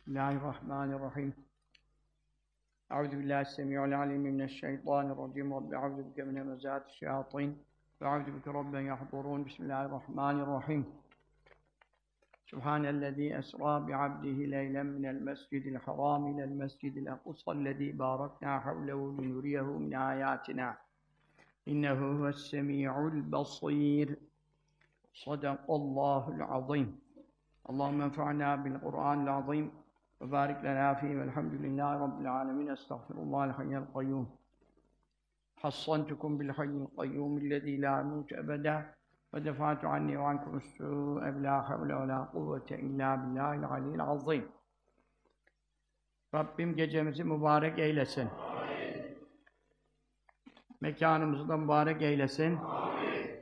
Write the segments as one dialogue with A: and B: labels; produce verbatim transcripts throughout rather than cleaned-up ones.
A: Bismillahirrahmanirrahim. Euzubillahissemi'ul-alim mineşşeytanirracim. Rabbi a'udhu bike min hemezati'ş-şeyatin ve a'udhu bike rabben yahdurun. Bismillahirrahmanirrahim. Subhanellezî esrâ bi'abdihi leylen minel mescidil harâm ilel mescidil aksallezî bâraknâ havlehu linuriyehu min âyâtinâ. İnnehu huves-semî'ul basîr. Sadakallâhul azîm. Allahümme enfa'nâ bil Kur'ânil azîm ve bârik lenâ fîhî velhamdülillâhi rabbil âlemin. Estağfirullahal hayyel kayyûm. Hassantukum bil hayyil kayyûm illezî lâ yemûtu ebedâ ve defa'tu annî ve ankumus-sû'e bilâ havle ve lâ kuvvete illâ billâhil aliyyil azîm. Rabbim gecemizi mübarek eylesin. Amin. Mekanımızı da mübarek eylesin. Amin.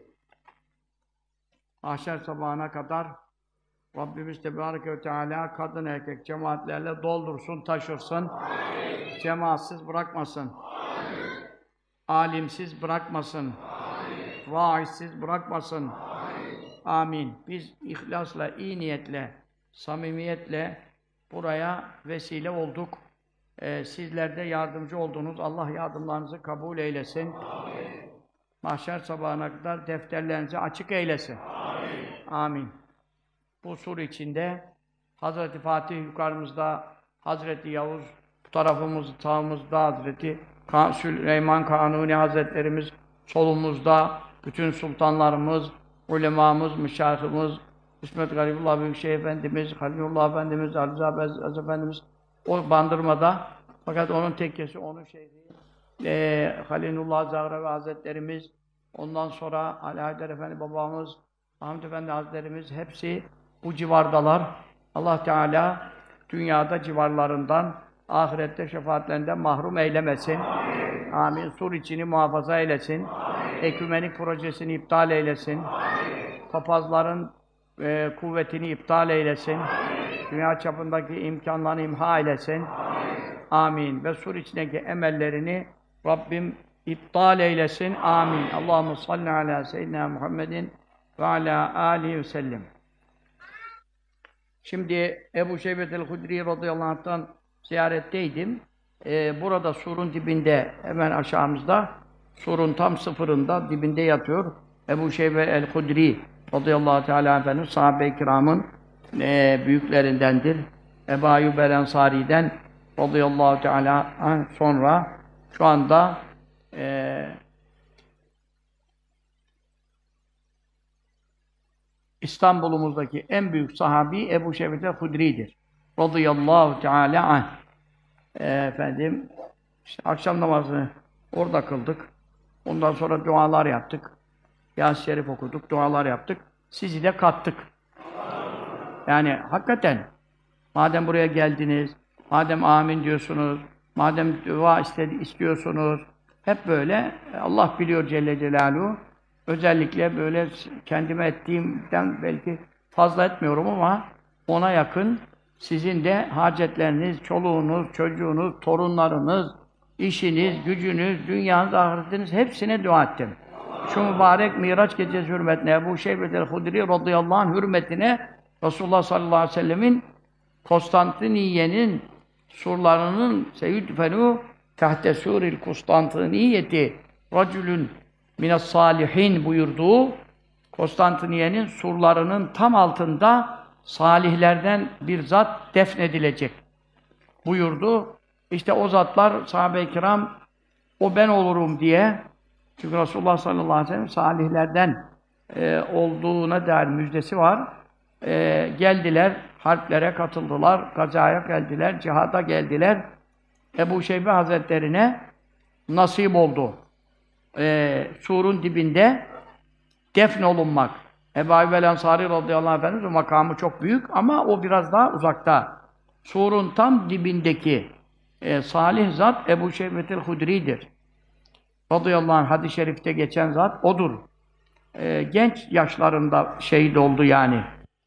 A: Mahşer sabahına kadar Rabbimiz Tebareke ve Teâlâ kadın erkek cemaatlerle doldursun, taşırsın. Amin. Cemaatsiz bırakmasın. Amin. Alimsiz bırakmasın. Amin. Vaizsiz bırakmasın. Amin. Amin. Biz ihlasla, iyi niyetle, samimiyetle buraya vesile olduk. Ee, sizler de yardımcı oldunuz. Allah yardımlarınızı kabul eylesin. Amin. Mahşer sabahına kadar defterlerinizi açık eylesin. Amin. Amin. Bu sur içinde Hazreti Fatih yukarımızda, Hazreti Yavuz bu tarafımız, sağımızda Hazreti Süleyman Kanuni Hazretlerimiz solumuzda, bütün sultanlarımız, ulemamız, müşayihimiz, İsmet Garibullah Büyükşehir Efendimiz, Halilullah Efendimiz, Ali Rıza Beyazıt Efendimiz o bandırmada, fakat onun tekkesi, onun şeyhi, e, Halilullah Zahravi Hazretlerimiz, ondan sonra Ali Haydar Efendi babamız, Ahmet Efendi Hazretlerimiz hepsi bu civardalar. Allah Teala dünyada civarlarından, ahirette şefaatlerinden mahrum eylemesin. Amin. Amin. Sur içini muhafaza eylesin. Amin. Ekümenik projesini iptal eylesin. Amin. Papazların e, kuvvetini iptal eylesin. Amin. Dünya çapındaki imkanlarını imha eylesin. Amin. Amin. Ve sur içindeki emellerini Rabbim iptal eylesin. Amin. Allahumme salli ala seyyidina Muhammedin ve ala alihi ve sellem. Şimdi Ebu Şeybetel-Hudri radıyallahu anh'tan ziyaretteydim. Ee, burada surun dibinde, hemen aşağımızda, surun tam sıfırında, dibinde yatıyor. Ebu Şeybetel-Hudri radıyallahu teala efendim, sahabe-i kiramın e, büyüklerindendir. Ebu Ayyub el-Ensari'den radıyallahu teala sonra şu anda e, İstanbul'umuzdaki en büyük sahabi Ebu Şeybetel-Hudri'dir. Radıyallahu teala anh. E, efendim, işte akşam namazını orada kıldık. Ondan sonra dualar yaptık. Yas-ı Şerif okuduk, dualar yaptık. Sizi de kattık. Yani hakikaten, madem buraya geldiniz, madem amin diyorsunuz, madem dua istedi, istiyorsunuz, hep böyle Allah biliyor Celle Celaluhu. Özellikle böyle kendime ettiğimden belki fazla etmiyorum ama ona yakın sizin de hacetleriniz, çoluğunuz, çocuğunuz, torunlarınız, işiniz, gücünüz, dünyanız, ahiretiniz hepsine dua ettim. Şu mübarek Miraç gecesi hürmetine, Ebu Şeybetel-Hudri radıyallahu anh hürmetine Resulullah sallallahu aleyhi ve sellemin Konstantiniye'nin surlarının seyyidfenu tahte suril Konstantiniyeti racülün Minas salihin buyurduğu Konstantiniye'nin surlarının tam altında salihlerden bir zat defnedilecek buyurdu. İşte o zatlar sahabe-i kiram o ben olurum diye, çünkü Resulullah sallallahu aleyhi ve sellem salihlerden e, olduğuna dair müjdesi var. E, geldiler, harplere katıldılar, gazaya geldiler, cihada geldiler. Ebu Şeybe Hazretlerine nasip oldu. Ee, surun dibinde defnolunmak. Ebu Ayyub el-Ensari radıyallahu anh efendimiz makamı çok büyük ama o biraz daha uzakta. Surun tam dibindeki e, salih zat Ebu Şeybetel-Hudri'dir. Radıyallahu anh, hadis-i şerifte geçen zat odur. E, genç yaşlarında şehit oldu yani.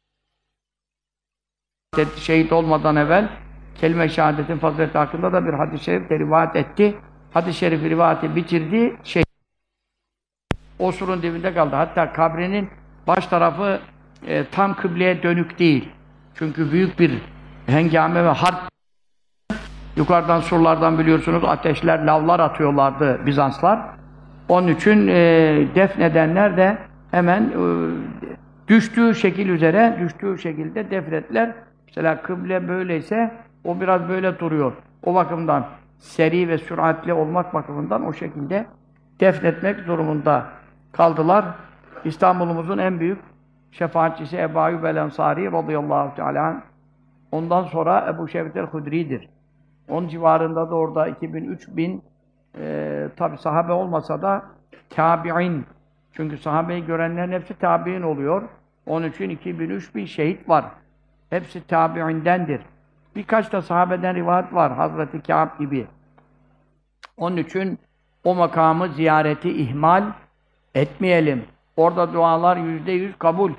A: Şehit olmadan evvel kelime-i şehadetin fazileti hakkında da bir hadis-i şerifte rivayet etti. Hadis-i şerifi rivayeti bitirdi, şey o surun dibinde kaldı. Hatta kabrinin baş tarafı e, tam kıbleye dönük değil. Çünkü büyük bir hengame ve harp, yukarıdan surlardan biliyorsunuz ateşler, lavlar atıyorlardı Bizanslar. Onun için e, defnedenler de hemen e, düştüğü şekil üzere, düştüğü şekilde defnettiler. Mesela kıble böyleyse o biraz böyle duruyor. O bakımdan seri ve süratli olmak bakımından o şekilde defnetmek durumunda kaldılar. İstanbul'umuzun en büyük şefaatçisi Ebu Ayyub el-Ensari radıyallahu teala anh. Ondan sonra Ebu Şevket el-Hudri'dir. Onun civarında da orada iki bin üç bin e, tabi sahabe olmasa da tabi'in. Çünkü sahabeyi görenlerin hepsi tabi'in oluyor. Onun için iki bin üç bin şehit var. Hepsi tabi'indendir. Birkaç da sahabeden rivayet var. Hazreti Kâb gibi. Onun için o makamı ziyareti ihmal etmeyelim. Orada dualar yüzde yüz kabul.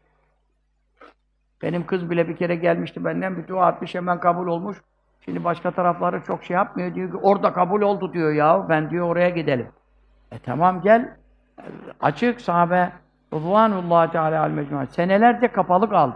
A: Benim kız bile bir kere gelmişti benden bir dua atmış hemen kabul olmuş. Şimdi başka tarafları çok şey yapmıyor diyor ki orada kabul oldu diyor ya. Ben diyor oraya gidelim. E tamam gel. Açık sahabe Rıdvanullahi Teala al-Mecmu'a senelerce kapalı kaldı.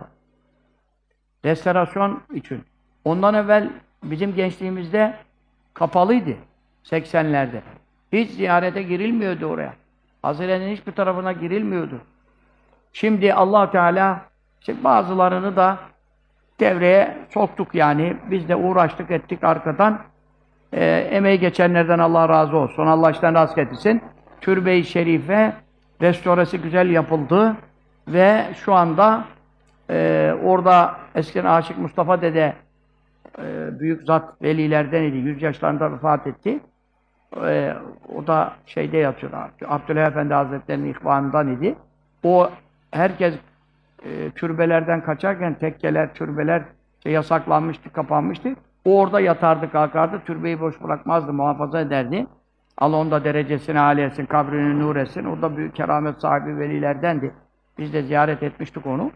A: Restorasyon için. Ondan evvel bizim gençliğimizde kapalıydı. seksenlerde. Hiç ziyarete girilmiyordu oraya. Hazire'nin hiçbir tarafına girilmiyordu. Şimdi Allah Teala işte bazılarını da devreye soktuk yani. Biz de uğraştık ettik arkadan. E, emeği geçenlerden Allah razı olsun. Allah işten rast getirsin. Türbe-i Şerife restoresi güzel yapıldı ve şu anda e, orada eskiden Aşık Mustafa Dede e, büyük zat velilerden idi. yüz yaşlarında vefat etti. E, o da şeyde yatıyor. Abdülhamid Efendi Hazretleri'nin ihvanından idi. O herkes e, türbelerden kaçarken tekkeler, türbeler şey, yasaklanmıştı, kapanmıştı. O orada yatardı, kalkardı. Türbeyi boş bırakmazdı, muhafaza ederdi. Allah onda derecesini âli etsin, kabrini nur etsin. O da büyük keramet sahibi velilerdendi. Biz de ziyaret etmiştik onu.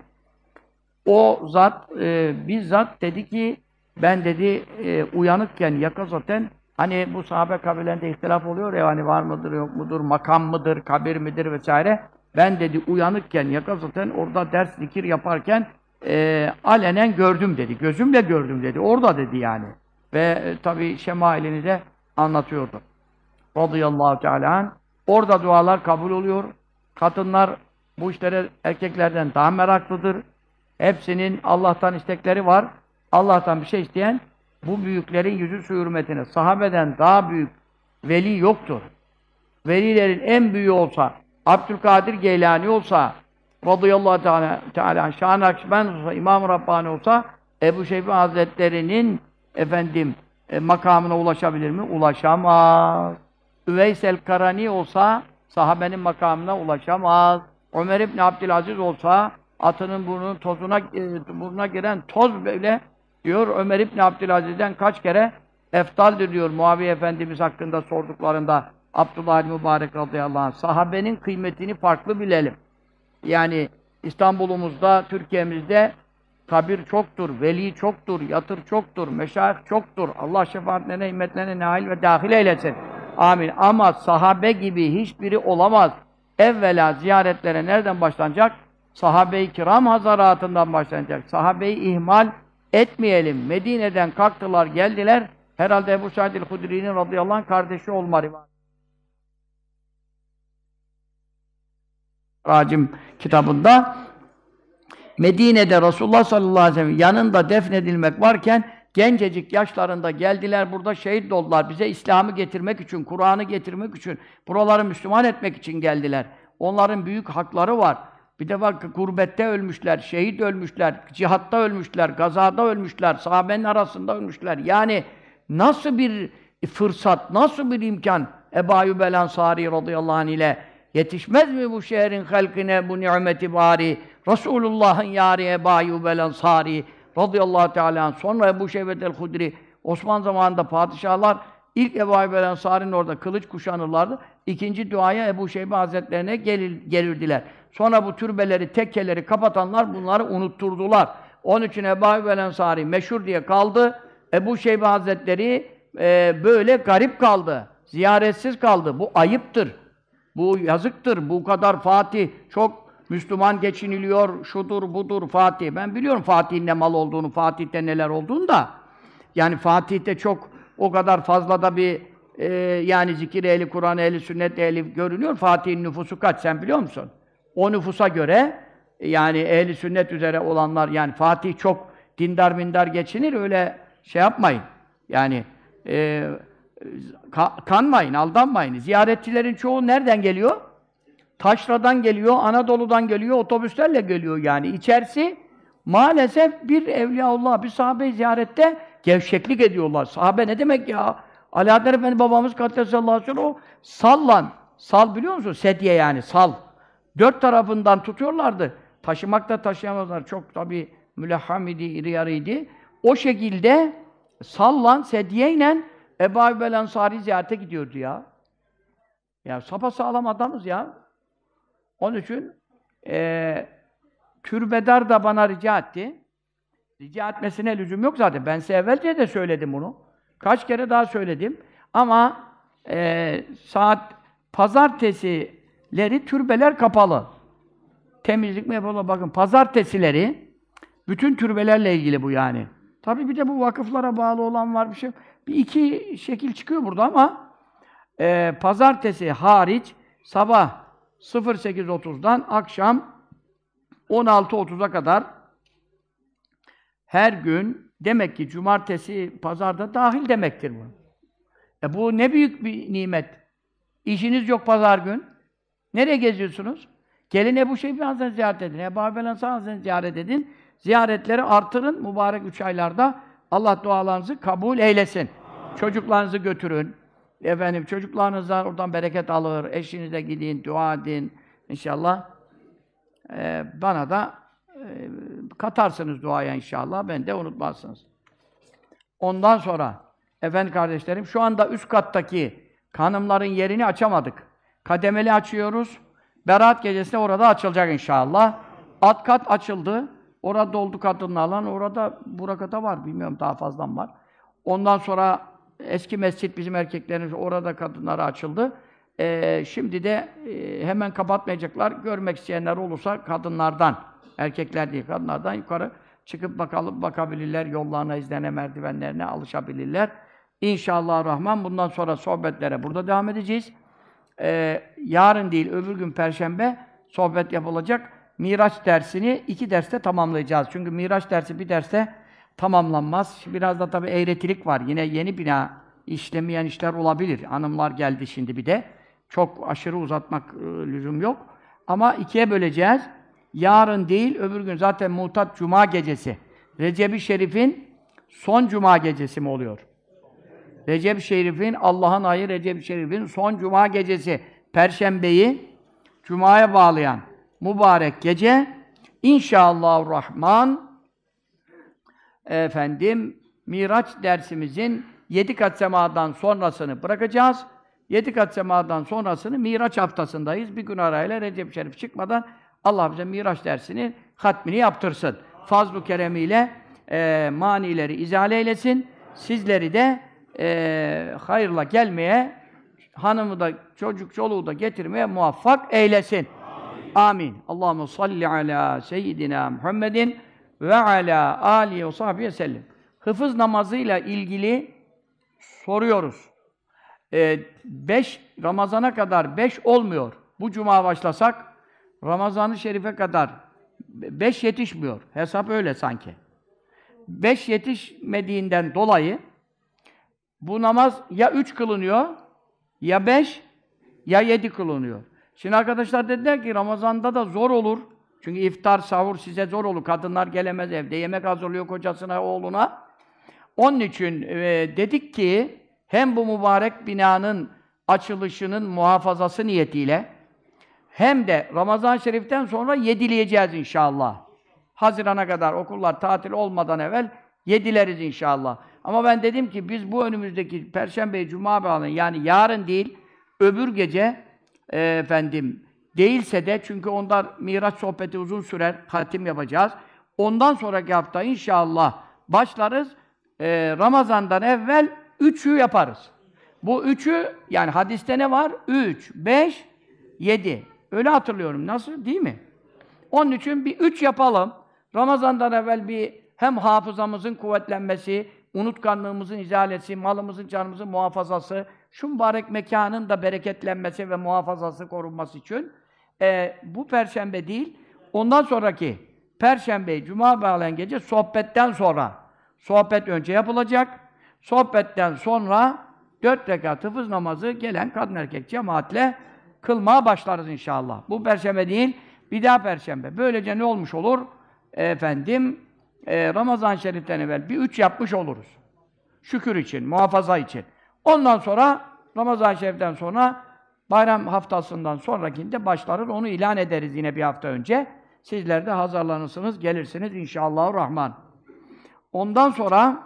A: O zat, e, bizzat dedi ki, ben dedi e, uyanıkken yakazaten, hani bu sahabe kabilelerinde ihtilaf oluyor ya, hani var mıdır, yok mudur, makam mıdır, kabir midir vesaire. Ben dedi uyanıkken yakazaten orada ders zikir yaparken e, alenen gördüm dedi. Gözümle gördüm dedi. Orada dedi yani. Ve e, tabii şemailini de anlatıyordu. Radıyallahu teala anh. Orada dualar kabul oluyor. Kadınlar bu işlere erkeklerden daha meraklıdır. Hepsinin Allah'tan istekleri var. Allah'tan bir şey isteyen bu büyüklerin yüzü su hürmetine. Sahabeden daha büyük veli yoktur. Velilerin en büyüğü olsa, Abdülkadir Geylani olsa, radıyallahu teala, teala Şah-ı Nakşibend olsa, İmam-ı Rabbani olsa, Ebu Şefi Hazretleri'nin efendim e, makamına ulaşabilir mi? Ulaşamaz. Üveysel Karani olsa, sahabenin makamına ulaşamaz. Ömer İbni Abdülaziz olsa, atının burnunun tozuna, e, burnuna giren toz böyle diyor, Ömer İbni Abdülaziz'den kaç kere eftaldir diyor Muaviye Efendimiz hakkında sorduklarında Abdullah Mübarek radıyallahu anh. Sahabenin kıymetini farklı bilelim. Yani İstanbul'umuzda, Türkiye'mizde kabir çoktur, veli çoktur, yatır çoktur, meşayih çoktur. Allah şefaatlerine, himmetlerine nail ve dâhil eylesin. Amin. Ama sahabe gibi hiçbiri olamaz. Evvela ziyaretlere nereden başlanacak? Sahabe-i kiram hazaratından başlanacak. Sahabeyi ihmal etmeyelim. Medine'den kalktılar, geldiler. Herhalde Ebu Said el-Hudri'nin radıyallahu anh kardeşi olma rivayeti. Racim kitabında Medine'de Resulullah sallallahu aleyhi ve sellem yanında defnedilmek varken gencecik yaşlarında geldiler, burada şehit oldular. Bize İslam'ı getirmek için, Kur'an'ı getirmek için, buraları Müslüman etmek için geldiler. Onların büyük hakları var. Bir de bak, gurbette ölmüşler, şehit ölmüşler, cihatta ölmüşler, gazada ölmüşler, sahabenin arasında ölmüşler. Yani nasıl bir fırsat, nasıl bir imkan Ebu Ayyub el-Ensari radıyallahu anh ile yetişmez mi bu şehrin halkine bu nimeti bari? Resulullah'ın yâri Ebu Ayyub el-Ensari radıyallahu teâlâ anh. Sonra Ebu Şevket el-Hudri, Osman zamanında padişahlar ilk Ebu Ayyub el-Ensari'nin orada kılıç kuşanırlardı. İkinci duaya Ebu Şeybe Hazretlerine gelir, gelirdiler. Sonra bu türbeleri, tekkeleri kapatanlar bunları unutturdular. Onun için Ebu Ayyub el-Ensari meşhur diye kaldı. Ebu Şeybe Hazretleri e, böyle garip kaldı. Ziyaretsiz kaldı. Bu ayıptır. Bu yazıktır. Bu kadar Fatih, çok Müslüman geçiniliyor, şudur budur Fatih. Ben biliyorum Fatih'in ne mal olduğunu, Fatih'te neler olduğunu da. Yani Fatih'te çok o kadar fazla da bir e, yani zikir ehli, Kur'an ehli, sünnet ehli görünüyor. Fatih'in nüfusu kaç sen biliyor musun? O nüfusa göre yani ehli sünnet üzere olanlar yani Fatih çok dindar mindar geçinir öyle şey yapmayın. Yani e, ka kanmayın, aldanmayın. Ziyaretçilerin çoğu nereden geliyor? Taşra'dan geliyor, Anadolu'dan geliyor, otobüslerle geliyor yani. İçerisi maalesef bir evliyaullah, bir sahabe ziyarette gevşeklik ediyorlar. Sahabe ne demek ya? Alaaddin Efendi babamız Kaddesallahu aleyhi ve sellem o sallan. Sal biliyor musun? Sedye yani sal. Dört tarafından tutuyorlardı. Taşımak da taşıyamazlar. Çok tabii mülahham idi, iri yarıydı. O şekilde sallan sedyeyle Ebu Ayyub el-Ensari ziyarete gidiyordu ya. Ya sapasağlam adamız ya. Onun için e, türbedar da bana rica etti. Rica etmesine lüzum yok zaten. Ben size evvelce de söyledim bunu. Kaç kere daha söyledim. Ama e, saat pazartesileri türbeler kapalı. Temizlik mi yapalım? Bakın pazartesileri bütün türbelerle ilgili bu yani. Tabii bir de bu vakıflara bağlı olan var bir şey. Bir iki şekil çıkıyor burada ama e, pazartesi hariç sabah sıfır sekiz otuzdan akşam on altı otuza kadar her gün demek ki cumartesi, pazarda dahil demektir bu. E bu ne büyük bir nimet. İşiniz yok pazar gün. Nereye geziyorsunuz? Gelin Ebu Şeyh Hazretleri ziyaret edin. Ebu Ayyub el-Ensari Hazretleri ziyaret edin. Ziyaretleri artırın mübarek üç aylarda. Allah dualarınızı kabul eylesin. Çocuklarınızı götürün. Efendim çocuklarınızdan oradan bereket alır. Eşinize gidin, dua edin. İnşallah ee, bana da e, katarsınız duaya inşallah. Ben de unutmazsınız. Ondan sonra efendim kardeşlerim şu anda üst kattaki hanımların yerini açamadık. Kademeli açıyoruz. Berat gecesinde orada açılacak inşallah. Alt kat açıldı. Orada doldu kadınlarla. Orada burakada var. Bilmiyorum daha fazla var. Ondan sonra eski mescit bizim erkeklerimiz orada kadınlara açıldı. Ee, şimdi de e, hemen kapatmayacaklar. Görmek isteyenler olursa kadınlardan, erkekler değil kadınlardan yukarı çıkıp bakalım bakabilirler. Yollarına, izlerine, merdivenlerine alışabilirler. İnşallah Rahman bundan sonra sohbetlere burada devam edeceğiz. Ee, yarın değil, öbür gün Perşembe sohbet yapılacak. Miraç dersini iki derste tamamlayacağız. Çünkü Miraç dersi bir derste tamamlanmaz. Biraz da tabii eğretilik var. Yine yeni bina işlemeyen işler olabilir. Hanımlar geldi şimdi bir de. Çok aşırı uzatmak e, lüzum yok. Ama ikiye böleceğiz. Yarın değil, öbür gün zaten mutat Cuma gecesi. Recep-i Şerif'in son Cuma gecesi mi oluyor? Recep-i Şerif'in, Allah'ın ayı Recep-i Şerif'in son Cuma gecesi. Perşembeyi Cuma'ya bağlayan mübarek gece İnşallahurrahman efendim Miraç dersimizin yedi kat semadan sonrasını bırakacağız. Yedi kat semadan sonrasını Miraç haftasındayız. Bir gün arayla Recep-i Şerif çıkmadan Allah bize Miraç dersini hatmini yaptırsın. Fazl-ı keremiyle e, manileri izale eylesin. Sizleri de e, hayırla gelmeye, hanımı da çocuk çoluğu da getirmeye muvaffak eylesin. Amin. Allahumme salli ala seyyidina Muhammedin ve ala alihi ve sahbihi ve sellem. Hıfız namazıyla ilgili soruyoruz. Ee, beş, Ramazana kadar beş olmuyor. Bu cuma başlasak, Ramazan-ı Şerif'e kadar beş yetişmiyor. Hesap öyle sanki. Beş yetişmediğinden dolayı bu namaz ya üç kılınıyor, ya beş, ya yedi kılınıyor. Şimdi arkadaşlar dediler ki Ramazan'da da zor olur. Çünkü iftar, sahur size zor olur. Kadınlar gelemez evde. Yemek hazırlıyor kocasına, oğluna. Onun için e, dedik ki hem bu mübarek binanın açılışının muhafazası niyetiyle hem de Ramazan-ı Şerif'ten sonra yedileyeceğiz inşallah. Haziran'a kadar okullar tatil olmadan evvel yedileriz inşallah. Ama ben dedim ki biz bu önümüzdeki Perşembe, Cuma bağlayın. Yani yarın değil, öbür gece e, efendim değilse de çünkü onlar Miraç sohbeti uzun sürer, hatim yapacağız. Ondan sonraki hafta inşallah başlarız. E, Ramazan'dan evvel üçü yaparız. Bu üçü, yani hadiste ne var? Üç, beş, yedi. Öyle hatırlıyorum. Nasıl? Değil mi? Onun için bir üç yapalım. Ramazan'dan evvel bir hem hafızamızın kuvvetlenmesi, unutkanlığımızın izalesi, malımızın, canımızın muhafazası, şu mübarek mekanın da bereketlenmesi ve muhafazası korunması için e, bu perşembe değil, ondan sonraki perşembe, cuma bağlayan gece sohbetten sonra, sohbet önce yapılacak, sohbetten sonra dört rekat hıfız namazı gelen kadın erkek cemaatle kılmaya başlarız inşallah. Bu perşembe değil, bir daha perşembe. Böylece ne olmuş olur? Efendim, e, Ramazan-ı Şerif'ten evvel bir üç yapmış oluruz. Şükür için, muhafaza için. Ondan sonra, Ramazan-ı Şerif'ten sonra, bayram haftasından sonrakinde başlarız. Onu ilan ederiz yine bir hafta önce. Sizler de hazırlanırsınız, gelirsiniz inşallahurrahman. Ondan sonra,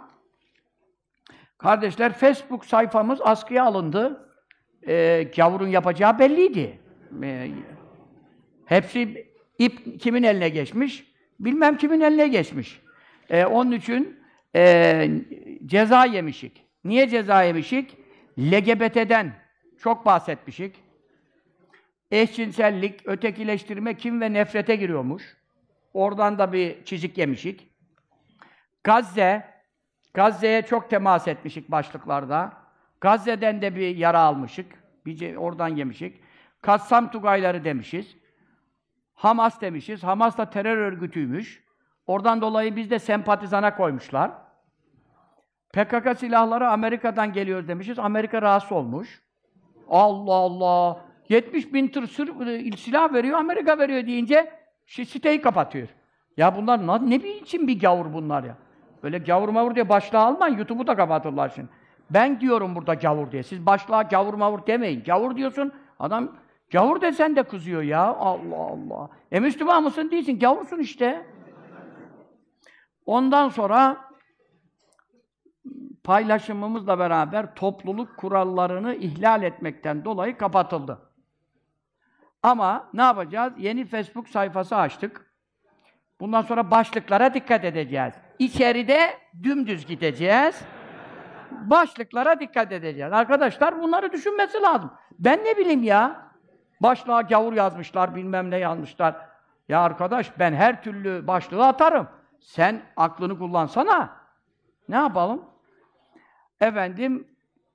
A: kardeşler, Facebook sayfamız askıya alındı. E, gavurun yapacağı belliydi. E, hepsi ip kimin eline geçmiş? Bilmem kimin eline geçmiş. E, onun için e, ceza yemişik. Niye ceza yemişik? L G B T'den çok bahsetmişik. Eşcinsellik, ötekileştirme, kin ve nefrete giriyormuş. Oradan da bir çizik yemişik. Gazze, Gazze'ye çok temas etmişik başlıklarda. Gazze'den de bir yara almışık. Bir oradan yemişik. Kassam Tugayları demişiz. Hamas demişiz. Hamas da terör örgütüymüş. Oradan dolayı biz de sempatizana koymuşlar. P K K silahları Amerika'dan geliyor demişiz. Amerika rahatsız olmuş. Allah Allah! yetmiş bin tır sır, silah veriyor, Amerika veriyor deyince siteyi kapatıyor. Ya bunlar ne biçim bir gavur bunlar ya? Böyle gavur mavur diye başlığa almayın, YouTube'u da kapatırlar şimdi. Ben diyorum burada gavur diye. Siz başlığa gavur mavur demeyin. Gavur diyorsun, adam gavur desen de kızıyor ya. Allah Allah! E Müslüman mısın değilsin, gavursun işte. Ondan sonra paylaşımımızla beraber topluluk kurallarını ihlal etmekten dolayı kapatıldı. Ama ne yapacağız? Yeni Facebook sayfası açtık. Bundan sonra başlıklara dikkat edeceğiz. İçeride dümdüz gideceğiz. Başlıklara dikkat edeceğiz. Arkadaşlar bunları düşünmesi lazım. Ben ne bileyim ya? Başlığa gavur yazmışlar, bilmem ne yazmışlar. Ya arkadaş ben her türlü başlığı atarım. Sen aklını kullansana. Ne yapalım? Efendim,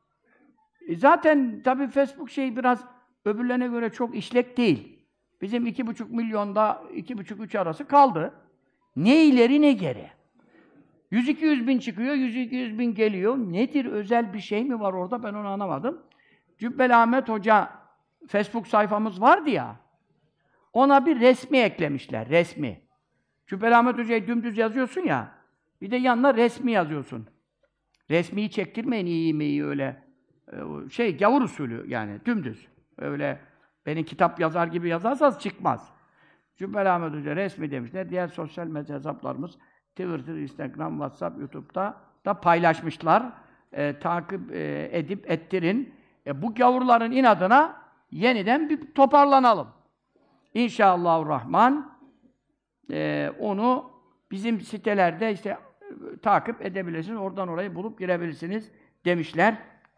A: zaten tabii Facebook şeyi biraz öbürlerine göre çok işlek değil. Bizim iki buçuk milyonda iki buçuk üç arası kaldı. Ne ileri ne geri. Yüz iki yüz bin çıkıyor, yüz iki yüz bin geliyor. Nedir, özel bir şey mi var orada, ben onu anlamadım. Cübbeli Ahmet Hoca Facebook sayfamız vardı ya, ona bir resmi eklemişler, resmi. Cübbeli Ahmet Hoca'yı dümdüz yazıyorsun ya, bir de yanına resmi yazıyorsun. Resmiyi çektirmeyin, iyi mi iyi öyle. Şey, gavur usulü yani, dümdüz. Öyle benim kitap yazar gibi yazarsanız çıkmaz. Cübbeli Ahmet Hoca resmi demişler. Diğer sosyal medya hesaplarımız Twitter, Instagram, WhatsApp, YouTube'da da paylaşmışlar. E, takip e, edip ettirin. E, bu gavurların inadına yeniden bir toparlanalım. İnşallahurrahman e, onu bizim sitelerde işte takip edebilirsiniz. Oradan orayı bulup girebilirsiniz demişler.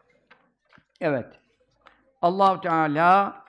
A: Evet. Allah-u Teala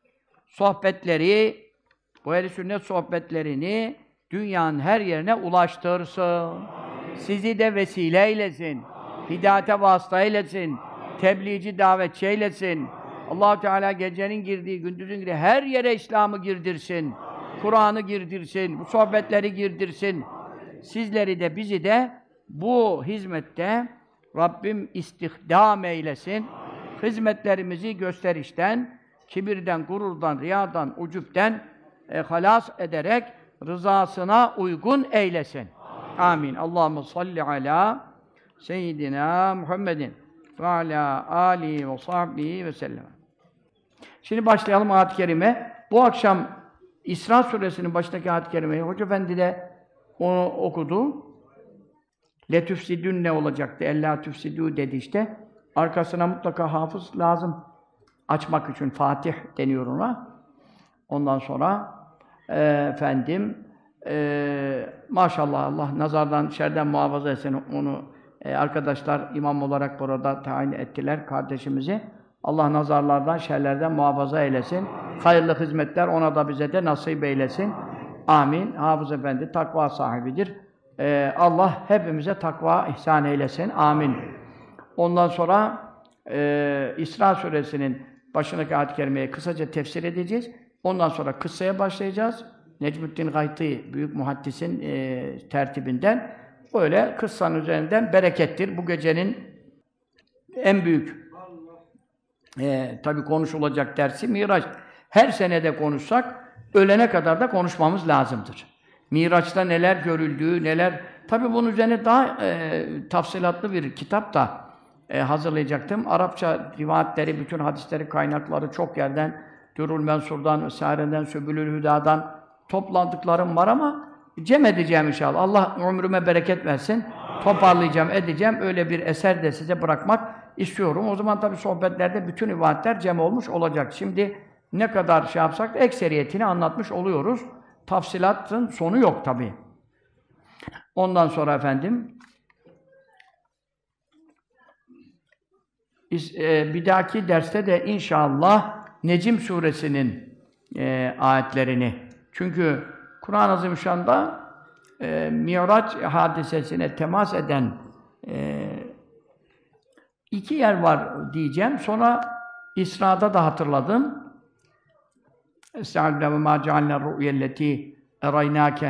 A: sohbetleri, bu ehl-i sünnet sohbetlerini dünyanın her yerine ulaştırsın. Sizi de vesile eylesin. Hidayete vasıta eylesin. Tebliğci, davetçi eylesin. Allah-u Teala gecenin girdiği, gündüzün girdiği her yere İslam'ı girdirsin. Kur'an'ı girdirsin. Bu sohbetleri girdirsin. Sizleri de bizi de bu hizmette Rabbim istihdam eylesin. Hizmetlerimizi gösterişten, kibirden, gururdan, riyadan, ucupten e, halas ederek rızasına uygun eylesin. Amin. Allahumme salli ala seyyidina Muhammedin ve ala alihi ve sahbihi ve sellem. Şimdi başlayalım ayet-i kerime. Bu akşam İsra suresinin başındaki ayet-i kerimeyi Hoca Efendi de onu okudu. Letüfsidün ne olacaktı? Ellâ tüfsidû dedi işte. Arkasına mutlaka hafız lazım. Açmak için Fatih deniyor ona. Ondan sonra e, efendim e, maşallah Allah nazardan, şerden muhafaza etsin onu. E, arkadaşlar imam olarak burada tayin ettiler kardeşimizi. Allah nazarlardan, şerlerden muhafaza eylesin. Hayırlı hizmetler ona da bize de nasip eylesin. Amin. Hafız Efendi takva sahibidir. Ee, Allah hepimize takva ihsan eylesin. Amin. Ondan sonra e, İsra Suresinin başındaki ayet-i kerimeyi kısaca tefsir edeceğiz. Ondan sonra kıssaya başlayacağız. Necmuddin Gaytî, büyük muhaddisin e, tertibinden. Böyle kıssanın üzerinden berekettir. Bu gecenin en büyük e, tabii konuşulacak dersi Miraç. Her senede konuşsak ölene kadar da konuşmamız lazımdır. Miraç'ta neler görüldüğü, neler... Tabii bunun üzerine daha e, tafsilatlı bir kitap da e, hazırlayacaktım. Arapça rivayetleri, bütün hadisleri, kaynakları çok yerden, Dürrül Mensur'dan, vesaireden, Sübülül Hüda'dan toplandıklarım var ama cem edeceğim inşallah. Allah ömrüme bereket versin. Toparlayacağım, edeceğim. Öyle bir eser de size bırakmak istiyorum. O zaman tabii sohbetlerde bütün rivayetler cem olmuş olacak. Şimdi ne kadar şey yapsak da ekseriyetini anlatmış oluyoruz. Tafsilatın sonu yok tabii. Ondan sonra efendim bir dahaki derste de inşallah Necm suresinin e, ayetlerini, çünkü Kur'an-ı Azimüşşan'da e, Miraç hadisesine temas eden e, iki yer var diyeceğim. Sonra İsra'da da hatırladım. Estağfirullah ve mâ cealnâ ru'yelleti eraynâke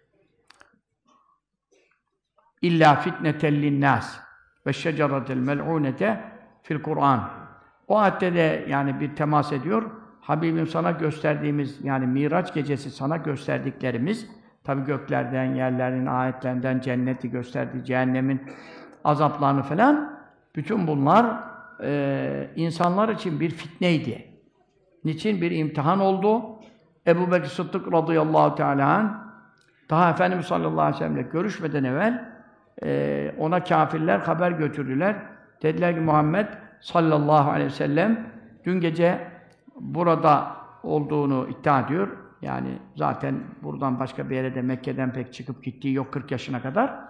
A: İllâ fitneten linnâs ve şeceretel mel'ûnete fil Kur'an. O ayette de yani bir temas ediyor. Habibim sana gösterdiğimiz, yani Miraç gecesi sana gösterdiklerimiz, tabi göklerden, yerlerin, ayetlerinden cenneti gösterdi, cehennemin azaplarını falan, bütün bunlar e, insanlar için bir fitneydi. Niçin? Bir imtihan oldu. Ebu Bekir Sıddık radıyallahu teâlâ anh, daha Efendimiz sallallahu aleyhi ve sellem'le görüşmeden evvel e, ona kâfirler haber götürdüler. Dediler ki Muhammed sallallahu aleyhi ve sellem dün gece burada olduğunu iddia ediyor. Yani zaten buradan başka bir yere de Mekke'den pek çıkıp gittiği yok kırk yaşına kadar.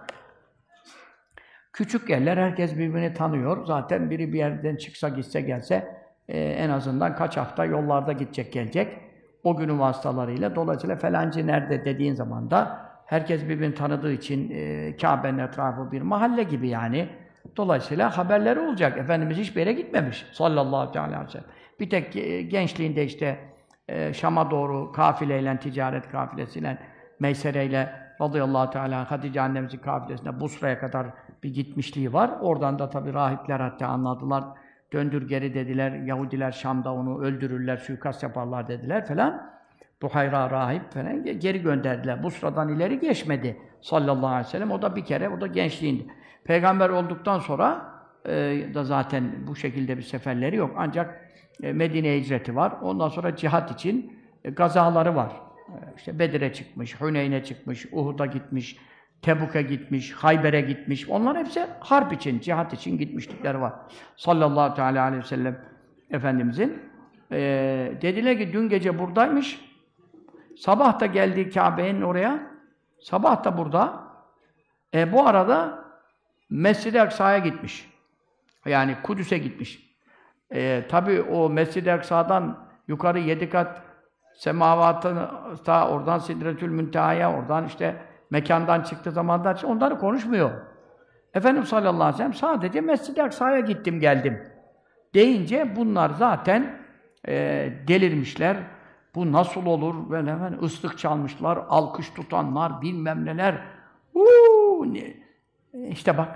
A: Küçük yerler, herkes birbirini tanıyor. Zaten biri bir yerden çıksa gitse gelse e, en azından kaç hafta yollarda gidecek gelecek. O günün vasıtalarıyla. Dolayısıyla falancı nerede dediğin zaman da herkes birbirini tanıdığı için e, Kabe'nin etrafı bir mahalle gibi yani. Dolayısıyla haberleri olacak. Efendimiz hiçbir yere gitmemiş sallallahu aleyhi ve sellem. Bir tek e, gençliğinde işte e, Şam'a doğru kafileyle, ticaret kafilesiyle, Meysere'yle radıyallahu teala Hatice annemizin kafilesine Busra'ya kadar bir gitmişliği var. Oradan da tabii rahipler hatta anladılar. Döndür geri dediler. Yahudiler Şam'da onu öldürürler, suikast yaparlar dediler falan. Buhayra rahip falan geri gönderdiler. Busra'dan ileri geçmedi sallallahu aleyhi ve sellem. O da bir kere, o da gençliğinde. Peygamber olduktan sonra e, da zaten bu şekilde bir seferleri yok. Ancak e, Medine hicreti var. Ondan sonra cihat için e, gazaları var. E, işte Bedir'e çıkmış, Hüneyn'e çıkmış, Uhud'a gitmiş, Tebuk'a gitmiş, Hayber'e gitmiş. Onlar hepsi harp için, cihat için gitmişlikleri var. Sallallahu teala aleyhi ve sellem Efendimizin. E, dediler ki dün gece buradaymış. Sabah da geldi Kabe'nin oraya. Sabah da burada. E, bu arada Mescid-i Aksa'ya gitmiş. Yani Kudüs'e gitmiş. E, tabii o Mescid-i Aksa'dan yukarı yedi kat semavatın ta oradan Sidretül Münteha'ya, oradan işte mekandan çıktığı zamanlar onları konuşmuyor. Efendimiz sallallahu aleyhi ve sellem sadece Mescid-i Aksa'ya gittim geldim deyince bunlar zaten e, delirmişler. Bu nasıl olur? Böyle hemen ıslık çalmışlar, alkış tutanlar, bilmem neler. Uuu! Ne? İşte bak,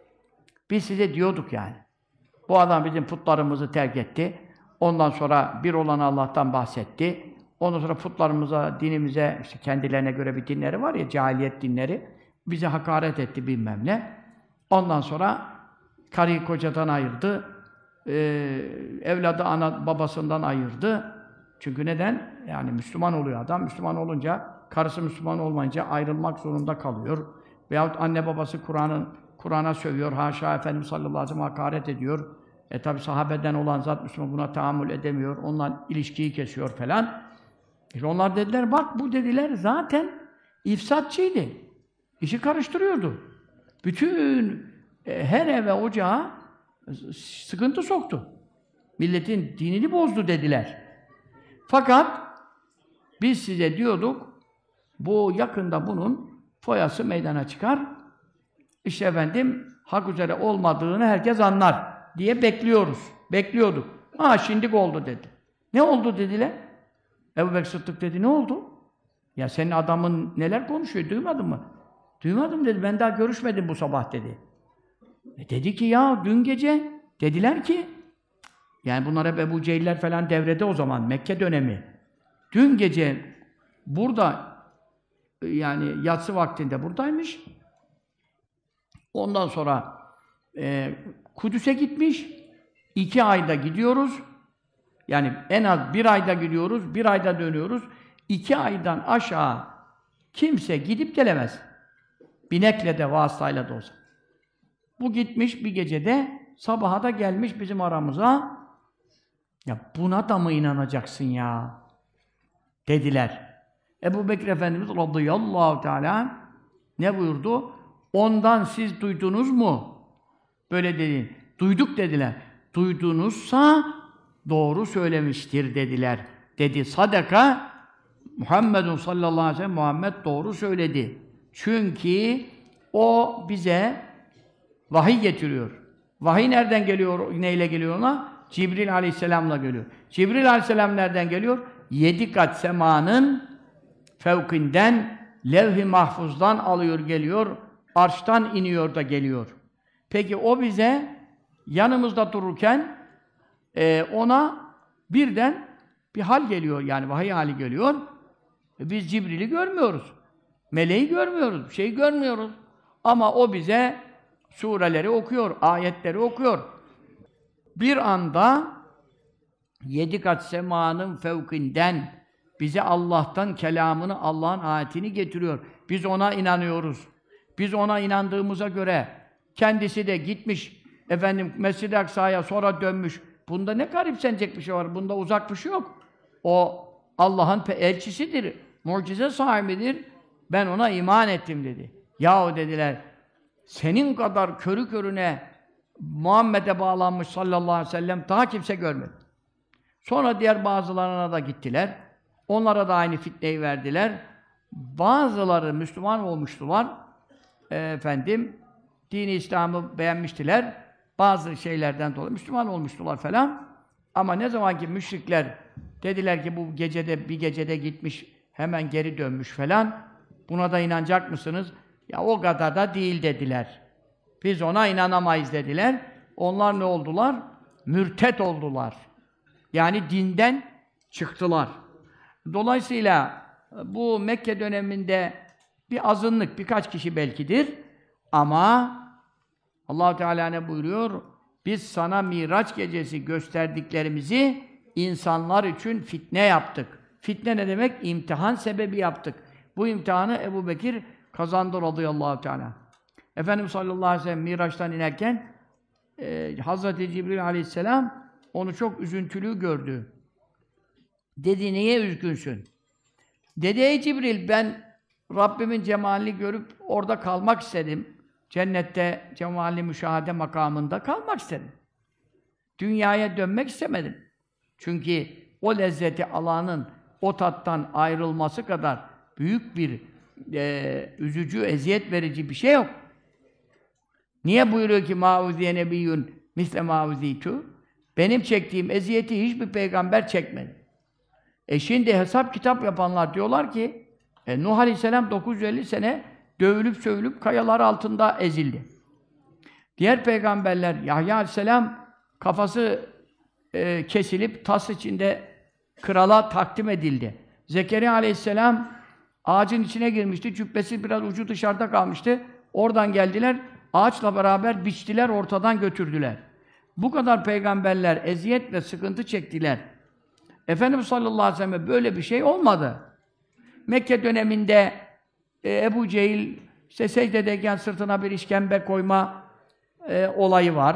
A: biz size diyorduk yani. Bu adam bizim putlarımızı terk etti. Ondan sonra bir olan Allah'tan bahsetti. Ondan sonra putlarımıza, dinimize, işte kendilerine göre bir dinleri var ya, cahiliyet dinleri, bize hakaret etti bilmem ne. Ondan sonra karıyı kocadan ayırdı, ee, evladı ana babasından ayırdı. Çünkü neden? Yani Müslüman oluyor adam. Müslüman olunca, karısı Müslüman olmayınca ayrılmak zorunda kalıyor. Veyahut anne babası Kur'an'ın Kur'an'a sövüyor, haşa Efendimiz sallallahu aleyhi ve sellem hakaret ediyor. E tabi sahabeden olan zat Müslüman buna tahammül edemiyor, onunla ilişkiyi kesiyor falan. İşte onlar dediler, bak bu dediler zaten ifsatçıydı. İşi karıştırıyordu. Bütün e, her eve ocağa sıkıntı soktu. Milletin dinini bozdu dediler. Fakat biz size diyorduk, Bu yakında bunun foyası meydana çıkar. İşte efendim hak üzere olmadığını herkes anlar diye bekliyoruz. Bekliyorduk. Ha şimdik oldu dedi. Ne oldu dediler. Ebu Bekir Sıddık dedi ne oldu? Ya senin adamın neler konuşuyor duymadın mı? Duymadım dedi. Ben daha görüşmedim bu sabah dedi. E dedi ki ya dün gece dediler ki yani bunlar hep Ebu Cehiller falan devrede o zaman Mekke dönemi. Dün gece burada yani yatsı vaktinde buradaymış. Ondan sonra e, Kudüs'e gitmiş. İki ayda gidiyoruz. Yani en az bir ayda gidiyoruz, bir ayda dönüyoruz. İki aydan aşağı kimse gidip gelemez. Binekle de vasıtayla da olsa. Bu gitmiş bir gecede, sabaha da gelmiş bizim aramıza. Ya buna da mı inanacaksın ya? Dediler. Ebu Bekir Efendimiz radıyallahu teala ne buyurdu? Ondan siz duydunuz mu? Böyle dedi. Duyduk dediler. Duydunuzsa doğru söylemiştir dediler. Dedi sadaka Muhammedun sallallahu aleyhi ve sellem Muhammed doğru söyledi. Çünkü o bize vahiy getiriyor. Vahiy nereden geliyor? Neyle geliyor ona? Cibril aleyhisselamla geliyor. Cibril aleyhisselam nereden geliyor? Yedi kat semanın fevkinden, levh-i mahfuzdan alıyor geliyor, arştan iniyor da geliyor. Peki o bize yanımızda dururken e, ona birden bir hal geliyor, yani vahiy hali geliyor. E, biz Cibril'i görmüyoruz. Meleği görmüyoruz, bir şey görmüyoruz. Ama o bize sureleri okuyor, ayetleri okuyor. Bir anda yedi kat semanın fevkinden bize Allah'tan kelamını, Allah'ın ayetini getiriyor. Biz ona inanıyoruz. Biz ona inandığımıza göre kendisi de gitmiş efendim Mescid-i Aksa'ya sonra dönmüş. Bunda ne garipsenecek bir şey var? Bunda uzak bir şey yok. O Allah'ın elçisidir, mucize sahibidir. Ben ona iman ettim dedi. Yahu dediler, senin kadar körü körüne Muhammed'e bağlanmış sallallahu aleyhi ve sellem daha kimse görmedi. Sonra diğer bazılarına da gittiler. Onlara da aynı fitneyi verdiler. Bazıları Müslüman olmuştular. E, efendim, dini İslam'ı beğenmiştiler. Bazı şeylerden dolayı Müslüman olmuştular falan. Ama ne zaman ki müşrikler dediler ki bu gecede bir gecede gitmiş, hemen geri dönmüş falan. Buna da inanacak mısınız? Ya o kadar da değil dediler. Biz ona inanamayız dediler. Onlar ne oldular? Mürtet oldular. Yani dinden çıktılar. Dolayısıyla bu Mekke döneminde bir azınlık, birkaç kişi belkidir. Ama Allah-u Teala ne buyuruyor? Biz sana Miraç gecesi gösterdiklerimizi insanlar için fitne yaptık. Fitne ne demek? İmtihan sebebi yaptık. Bu imtihanı Ebu Bekir kazandı radıyallahu teala. Efendimiz sallallahu aleyhi ve sellem Miraç'tan inerken e, Hazreti Cibril aleyhisselam onu çok üzüntülü gördü. Dedi, niye üzgünsün? Dedi, ey Cibril, ben Rabbimin cemalini görüp orada kalmak istedim. Cennette cemalini müşahede makamında kalmak istedim. Dünyaya dönmek istemedim. Çünkü o lezzeti alanın o tattan ayrılması kadar büyük bir e, üzücü, eziyet verici bir şey yok. Niye buyuruyor ki ma'uziye nebiyyun misle ma'uzitu? Benim çektiğim eziyeti hiçbir peygamber çekmedi. E şimdi hesap kitap yapanlar diyorlar ki e, Nuh Aleyhisselam dokuz yüz elli sene dövülüp sövülüp kayalar altında ezildi. Diğer peygamberler Yahya Aleyhisselam kafası e, kesilip tas içinde krala takdim edildi. Zekeriya Aleyhisselam ağacın içine girmişti. Cübbesi biraz ucu dışarıda kalmıştı. Oradan geldiler. Ağaçla beraber biçtiler, ortadan götürdüler. Bu kadar peygamberler eziyet ve sıkıntı çektiler. Efendimiz sallallahu aleyhi ve sellem böyle bir şey olmadı. Mekke döneminde e, Ebu Cehil işte secdedeyken sırtına bir işkembe koyma e, olayı var.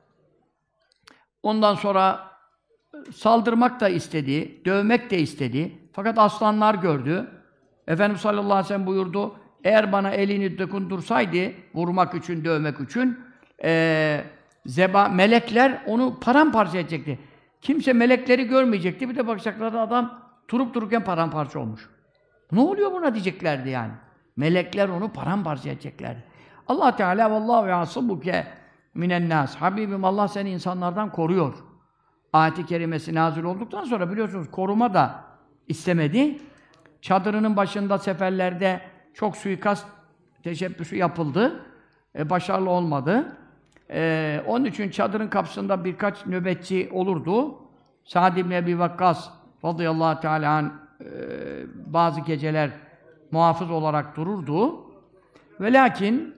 A: Ondan sonra saldırmak da istedi, dövmek de istedi. Fakat aslanlar gördü. Efendimiz sallallahu aleyhi ve sellem buyurdu, eğer bana elini dokundursaydı, vurmak için, dövmek için, e, zeba, melekler onu paramparça edecekti. Kimse melekleri görmeyecekti. Bir de bakacaklardı adam durup dururken paramparça olmuş. Ne oluyor buna diyeceklerdi yani. Melekler onu paramparça edeceklerdi. Allah Teala vallahu yasıbuke minen nas. Habibim Allah seni insanlardan koruyor. Ayet-i kerimesi nazil olduktan sonra biliyorsunuz koruma da istemedi. Çadırının başında seferlerde çok suikast teşebbüsü yapıldı. E, başarılı olmadı. E, onun için çadırın kapısında birkaç nöbetçi olurdu. Sa'd ibn Ebi Vakkas radıyallahu teala anh e, bazı geceler muhafız olarak dururdu. Ve lakin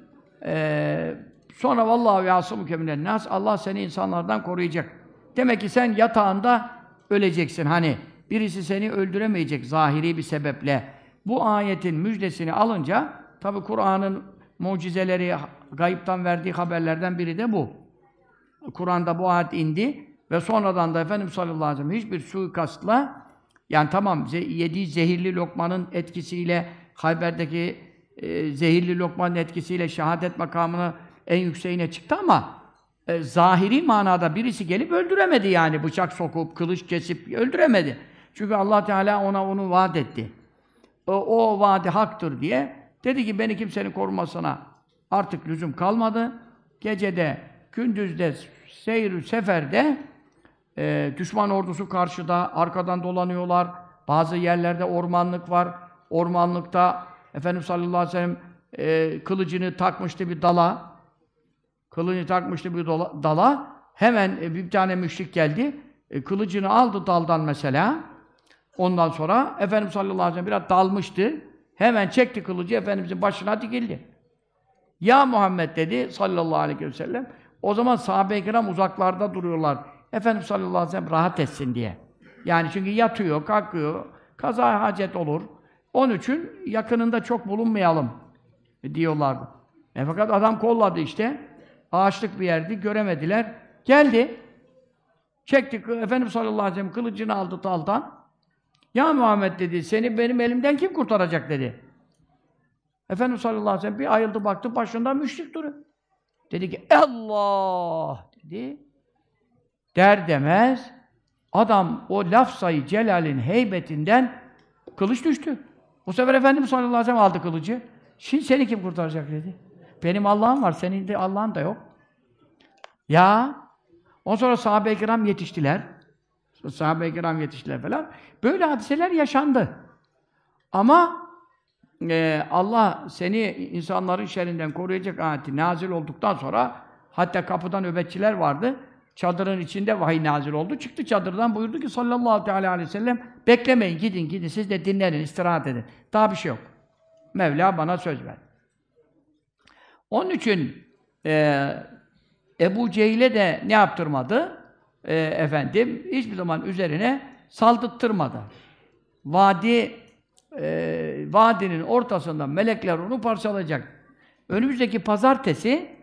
A: e, sonra vallahu yasımuke minen nas. Allah seni insanlardan koruyacak. Demek ki sen yatağında öleceksin. Hani birisi seni öldüremeyecek zahiri bir sebeple. Bu ayetin müjdesini alınca tabi Kur'an'ın mucizeleri, gayiptan verdiği haberlerden biri de bu. Kur'an'da bu ayet indi ve sonradan da Efendimiz sallallahu aleyhi ve sellem hiçbir suikastla, yani tamam yediği zehirli lokmanın etkisiyle, Hayber'deki e, zehirli lokmanın etkisiyle şehadet makamına en yükseğine çıktı ama e, zahiri manada birisi gelip öldüremedi yani. Bıçak sokup, kılıç kesip öldüremedi. Çünkü Allah Teala ona onu vaat etti. O, o vaadi haktır diye. Dedi ki beni kimsenin korumasına artık lüzum kalmadı. Gecede, gündüzde, seyir seferde e, düşman ordusu karşıda, arkadan dolanıyorlar. Bazı yerlerde ormanlık var. Ormanlıkta Efendimiz sallallahu aleyhi ve sellem e, kılıcını takmıştı bir dala. Kılıcını takmıştı bir dola, dala. Hemen e, bir tane müşrik geldi. E, kılıcını aldı daldan mesela. Ondan sonra Efendimiz sallallahu aleyhi ve sellem biraz dalmıştı. Hemen çekti kılıcı, Efendimizin başına dikildi. Ya Muhammed dedi sallallahu aleyhi ve sellem. O zaman sahabe-i kiram uzaklarda duruyorlar. Efendimiz sallallahu aleyhi ve sellem rahat etsin diye. Yani çünkü yatıyor, kalkıyor, kaza hacet olur. Onun için yakınında çok bulunmayalım diyorlardı. E fakat adam kolladı işte. Ağaçlık bir yerdi, göremediler. Geldi. Çekti, Efendimiz sallallahu aleyhi ve sellem kılıcını aldı daldan. Ya Muhammed dedi, seni benim elimden kim kurtaracak dedi. Efendimiz sallallahu aleyhi ve sellem bir ayıldı baktı, başında müşrik duruyor. Dedi ki, Allah dedi. Der demez, adam o lafzayı celalin heybetinden kılıç düştü. Bu sefer Efendimiz sallallahu aleyhi ve sellem aldı kılıcı. Şimdi seni kim kurtaracak dedi. Benim Allah'ım var, senin de Allah'ın da yok. Ya, ondan sonra sahabe-i kiram yetiştiler. Sahabe-i kiram yetiştiler falan. Böyle hadiseler yaşandı. Ama e, Allah seni insanların şerrinden koruyacak ayeti nazil olduktan sonra hatta kapıda nöbetçiler vardı. Çadırın içinde vahiy nazil oldu. Çıktı çadırdan buyurdu ki sallallahu aleyhi ve sellem beklemeyin, gidin gidin siz de dinlenin, istirahat edin. Daha bir şey yok. Mevla bana söz ver. Onun için e, Ebu Cehil'e de ne yaptırmadı? E, efendim, hiçbir zaman üzerine saldırttırmadı. Vadi, e, vadinin ortasında melekler onu parçalayacak. Önümüzdeki pazartesi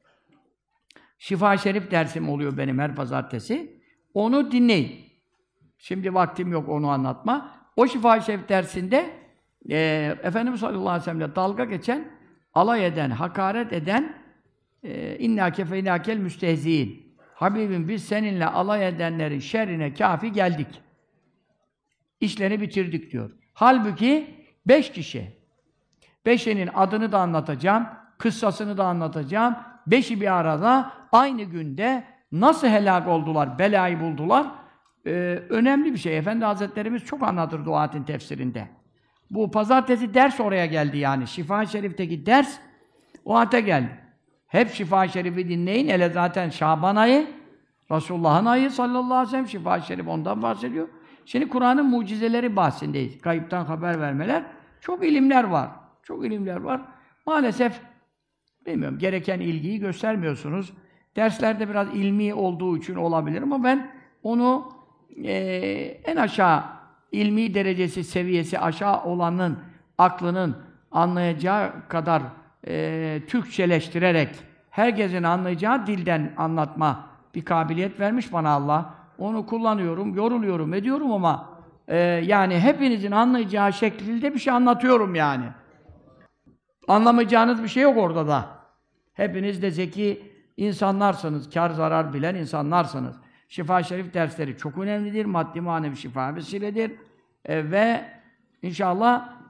A: Şifa-i Şerif dersim oluyor benim her pazartesi. Onu dinleyin. Şimdi vaktim yok onu anlatma. O Şifa-i Şerif dersinde e, Efendimiz sallallahu aleyhi ve sellem'le dalga geçen, alay eden, hakaret eden e, İnnâ kefeynâkel müstehziîn. Habibim biz seninle alay edenlerin şerrine kâfi geldik. İşlerini bitirdik diyor. Halbuki beş kişi. Beşinin adını da anlatacağım, kıssasını da anlatacağım. Beşi bir arada aynı günde nasıl helak oldular, belayı buldular? Ee, önemli bir şey. Efendi Hazretlerimiz çok anlatır duatin tefsirinde. Bu pazartesi ders oraya geldi yani. Şifa-i Şerif'teki ders o ate geldi. Hep Şifa-i Şerif'i dinleyin. Hele zaten Şaban ayı, Resulullah'ın ayı sallallahu aleyhi ve sellem. Şifa-i Şerif ondan bahsediyor. Şimdi Kur'an'ın mucizeleri bahsindeyiz. Kayıptan haber vermeler. Çok ilimler var. Çok ilimler var. Maalesef bilmiyorum, gereken ilgiyi göstermiyorsunuz. Derslerde biraz ilmi olduğu için olabilir ama ben onu e, en aşağı ilmi derecesi, seviyesi aşağı olanın aklının anlayacağı kadar e, Türkçeleştirerek herkesin anlayacağı dilden anlatma bir kabiliyet vermiş bana Allah. Onu kullanıyorum, yoruluyorum, ediyorum ama e, yani hepinizin anlayacağı şekilde bir şey anlatıyorum yani. Anlamayacağınız bir şey yok orada da. Hepiniz de zeki insanlarsınız, kar zarar bilen insanlarsınız. Şifa-i Şerif dersleri çok önemlidir, maddi manevi şifa vesiledir. E, ve inşallah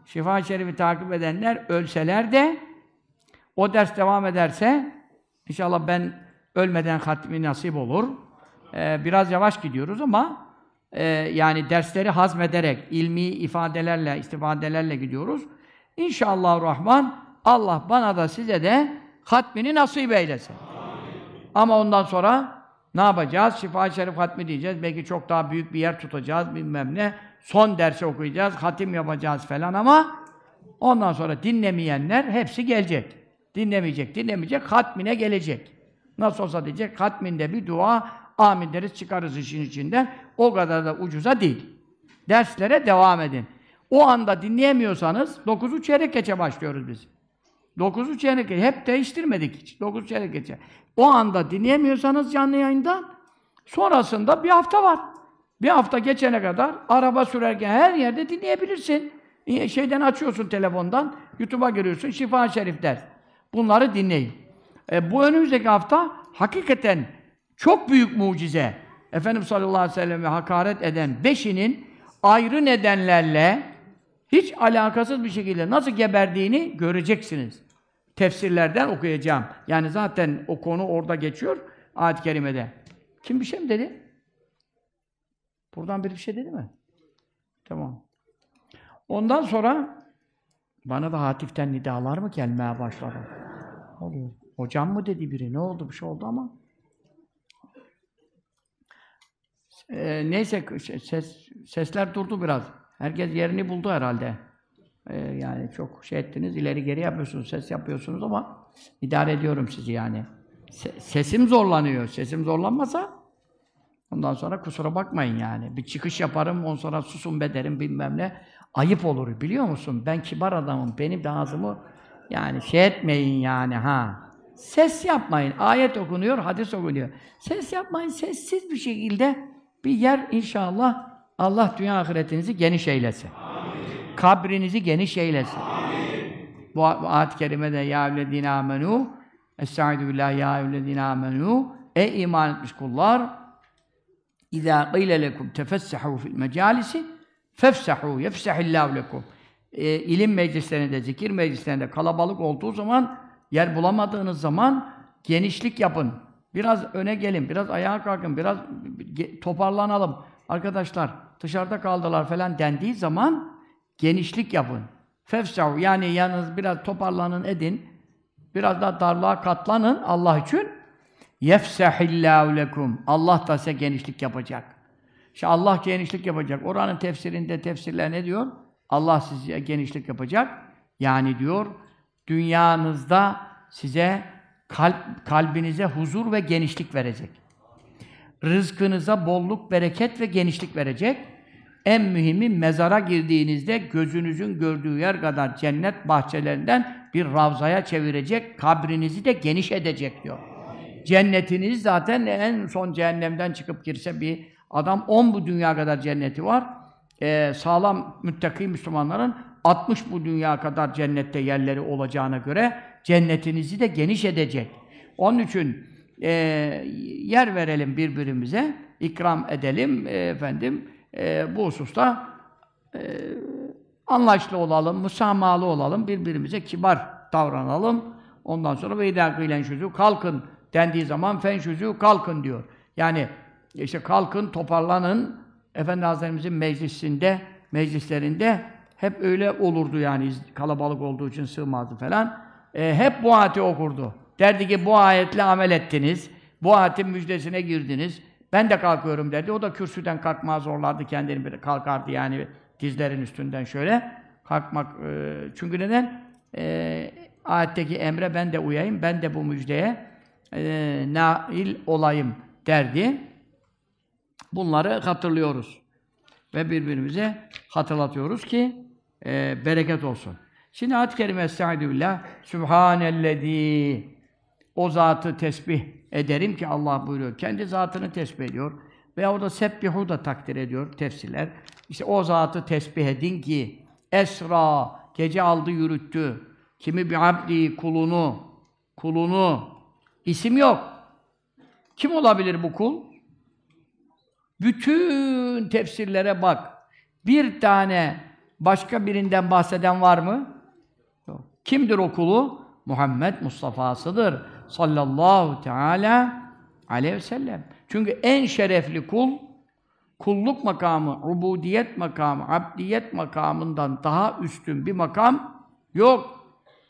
A: Şifa-i Şerif'i takip edenler ölseler de o ders devam ederse inşallah ben ölmeden hatmi nasip olur. Ee, biraz yavaş gidiyoruz ama e, yani dersleri hazmederek, ilmi ifadelerle, istifadelerle gidiyoruz. İnşallahurrahman Allah bana da size de hatmini nasip eylesin. Amin. Ama ondan sonra ne yapacağız? Şifa-i Şerif hatmi diyeceğiz. Belki çok daha büyük bir yer tutacağız, bilmem ne. Son dersi okuyacağız, hatim yapacağız falan ama ondan sonra dinlemeyenler hepsi gelecek. Dinlemeyecek, dinlemeyecek, hatmine gelecek. Nasıl olsa diyecek, hatminde bir dua, amin deriz, çıkarız işin içinden. O kadar da ucuza değil. Derslere devam edin. O anda dinleyemiyorsanız, dokuzu çeyrek geçe başlıyoruz biz. Dokuzu çeyrek geçe, hep değiştirmedik hiç. Dokuzu çeyrek geçe. O anda dinleyemiyorsanız canlı yayından, sonrasında bir hafta var. Bir hafta geçene kadar araba sürerken her yerde dinleyebilirsin. Şeyden açıyorsun telefondan, YouTube'a giriyorsun, Şifa-i Şerif ders. Bunları dinleyin. E, bu önümüzdeki hafta hakikaten çok büyük mucize. Efendimiz sallallahu aleyhi ve sellem'e hakaret eden beşinin ayrı nedenlerle hiç alakasız bir şekilde nasıl geberdiğini göreceksiniz. Tefsirlerden okuyacağım. Yani zaten o konu orada geçiyor ayet-i kerimede. Kim bir şey mi dedi? Buradan biri bir şey dedi mi? Tamam. Ondan sonra bana da hatiften nidalar mı gelmeye başladı? Ne oluyor? Hocam mı dedi biri? Ne oldu? Bir şey oldu ama. Ee, neyse ses, sesler durdu biraz. Herkes yerini buldu herhalde. Ee, yani çok şey ettiniz, ileri geri yapıyorsunuz, ses yapıyorsunuz ama idare ediyorum sizi yani. Se sesim zorlanıyor. Sesim zorlanmasa ondan sonra kusura bakmayın yani. Bir çıkış yaparım, ondan sonra susun be derim bilmem ne. Ayıp olur biliyor musun? Ben kibar adamım. Benim de ağzımı yani şey etmeyin yani ha. Ses yapmayın. Ayet okunuyor, hadis okunuyor. Ses yapmayın. Sessiz bir şekilde bir yer inşallah Allah dünya ahiretinizi geniş eylesin. Amin. Kabrinizi geniş eylesin. Amin. Bu ayet-i kerimede ya eyyühellezîne âmenû Estaizu billahi ya eyyühellezîne âmenû Ey iman etmiş kullar İzâ qîle lekum tefessehû fil mecâlisi fefsehû yefsehillâhu lekum. E, ilim meclislerinde, zikir meclislerinde kalabalık olduğu zaman, yer bulamadığınız zaman genişlik yapın. Biraz öne gelin, biraz ayağa kalkın, biraz toparlanalım. Arkadaşlar dışarıda kaldılar falan dendiği zaman genişlik yapın. Fefsehû yani yalnız biraz toparlanın edin. Biraz daha darlığa katlanın Allah için. Yefsehillâhu lekum. Allah da size genişlik yapacak. İşte Allah genişlik yapacak. Oranın tefsirinde tefsirler ne diyor? Allah size genişlik yapacak. Yani diyor, dünyanızda size kalp, kalbinize huzur ve genişlik verecek. Rızkınıza bolluk, bereket ve genişlik verecek. En mühimi mezara girdiğinizde gözünüzün gördüğü yer kadar cennet bahçelerinden bir ravzaya çevirecek, kabrinizi de geniş edecek diyor. Cennetiniz zaten en son cehennemden çıkıp girse bir adam on bu dünya kadar cenneti var. Ee, sağlam müttaki Müslümanların altmış bu dünya kadar cennette yerleri olacağına göre cennetinizi de geniş edecek. Onun için e, yer verelim birbirimize, ikram edelim e, efendim. E, bu hususta e, anlayışlı olalım, müsamahalı olalım, birbirimize kibar davranalım. Ondan sonra ve idâ kîlen şuzû kalkın dendiği zaman fen şuzû kalkın diyor. Yani işte kalkın, toparlanın. Efendi Hazretlerimizin meclisinde, meclislerinde hep öyle olurdu yani kalabalık olduğu için sığmazdı falan. E, hep bu ayeti okurdu. Derdi ki bu ayetle amel ettiniz, bu ayetin müjdesine girdiniz. Ben de kalkıyorum derdi. O da kürsüden kalkmaya zorlardı kendini, kalkardı yani dizlerin üstünden şöyle kalkmak. E, çünkü neden? E, ayetteki emre ben de uyayım, ben de bu müjdeye e, nail olayım derdi. Bunları hatırlıyoruz. Ve birbirimize hatırlatıyoruz ki e, bereket olsun. Şimdi ayet-i kerime Estaizu billah Sübhanellezî o zatı tesbih ederim ki Allah buyuruyor. Kendi zatını tesbih ediyor. Veya o da sebbihu da takdir ediyor tefsirler. İşte o zatı tesbih edin ki esra gece aldı yürüttü. Kimi bi abdi kulunu kulunu isim yok. Kim olabilir bu kul? Bütün tefsirlere bak. Bir tane Başka birinden bahseden var mı? Yok. Kimdir o kulu? Muhammed Mustafa'sıdır. Sallallahu teala aleyhi ve sellem. Çünkü en şerefli kul, kulluk makamı, ubudiyet makamı, abdiyet makamından daha üstün bir makam yok.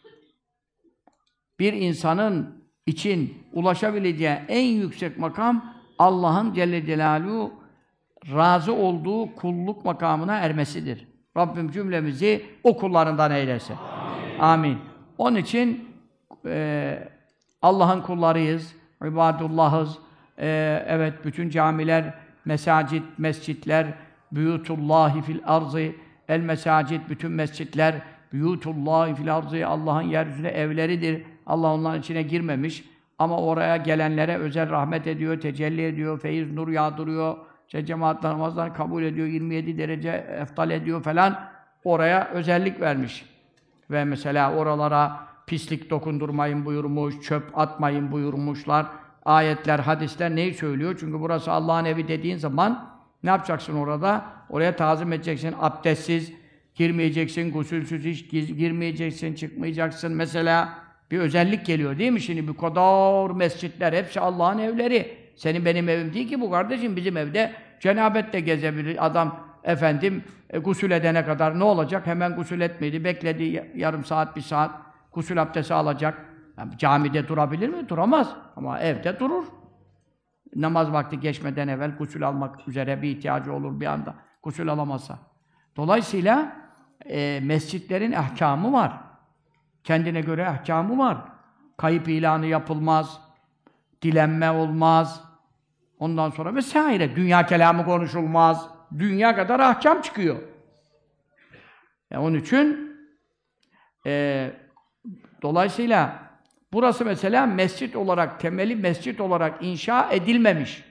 A: Bir insanın için ulaşabileceği en yüksek makam, Allah'ın Celle Celaluhu razı olduğu kulluk makamına ermesidir. Rabbim cümlemizi o kullarından eylesin. Amin. Amin. Onun için e, Allah'ın kullarıyız, ibadullahız. E, evet, bütün camiler, mesacit, mescitler, buyutullahi fil arzı, el mesacit, bütün mescitler, buyutullahi fil arzı, Allah'ın yeryüzüne evleridir. Allah onların içine girmemiş. Ama oraya gelenlere özel rahmet ediyor, tecelli ediyor, feyiz, nur yağdırıyor. İşte cemaatler namazlarını kabul ediyor, yirmi yedi derece eftal ediyor falan. Oraya özellik vermiş. Ve mesela oralara pislik dokundurmayın buyurmuş, çöp atmayın buyurmuşlar. Ayetler, hadisler neyi söylüyor? Çünkü burası Allah'ın evi dediğin zaman ne yapacaksın orada? Oraya tazim edeceksin, abdestsiz girmeyeceksin, gusülsüz hiç girmeyeceksin, çıkmayacaksın. Mesela bir özellik geliyor değil mi şimdi? Bu kadar mescitler, hepsi Allah'ın evleri. Senin benim evim değil ki bu kardeşim. Bizim evde cenabette gezebilir. Adam efendim e, gusül edene kadar ne olacak? Hemen gusül etmedi. Bekledi yarım saat, bir saat. Gusül abdesti alacak. Yani camide durabilir mi? Duramaz. Ama evde durur. Namaz vakti geçmeden evvel gusül almak üzere bir ihtiyacı olur bir anda. Gusül alamazsa. Dolayısıyla e, mescitlerin ahkamı var. Kendine göre ahkamı var. Kayıp ilanı yapılmaz. Dilenme olmaz. Ondan sonra vesaire. Dünya kelamı konuşulmaz. Dünya kadar ahkam çıkıyor. Yani onun için e, dolayısıyla burası mesela mescit olarak, temeli mescit olarak inşa edilmemiş.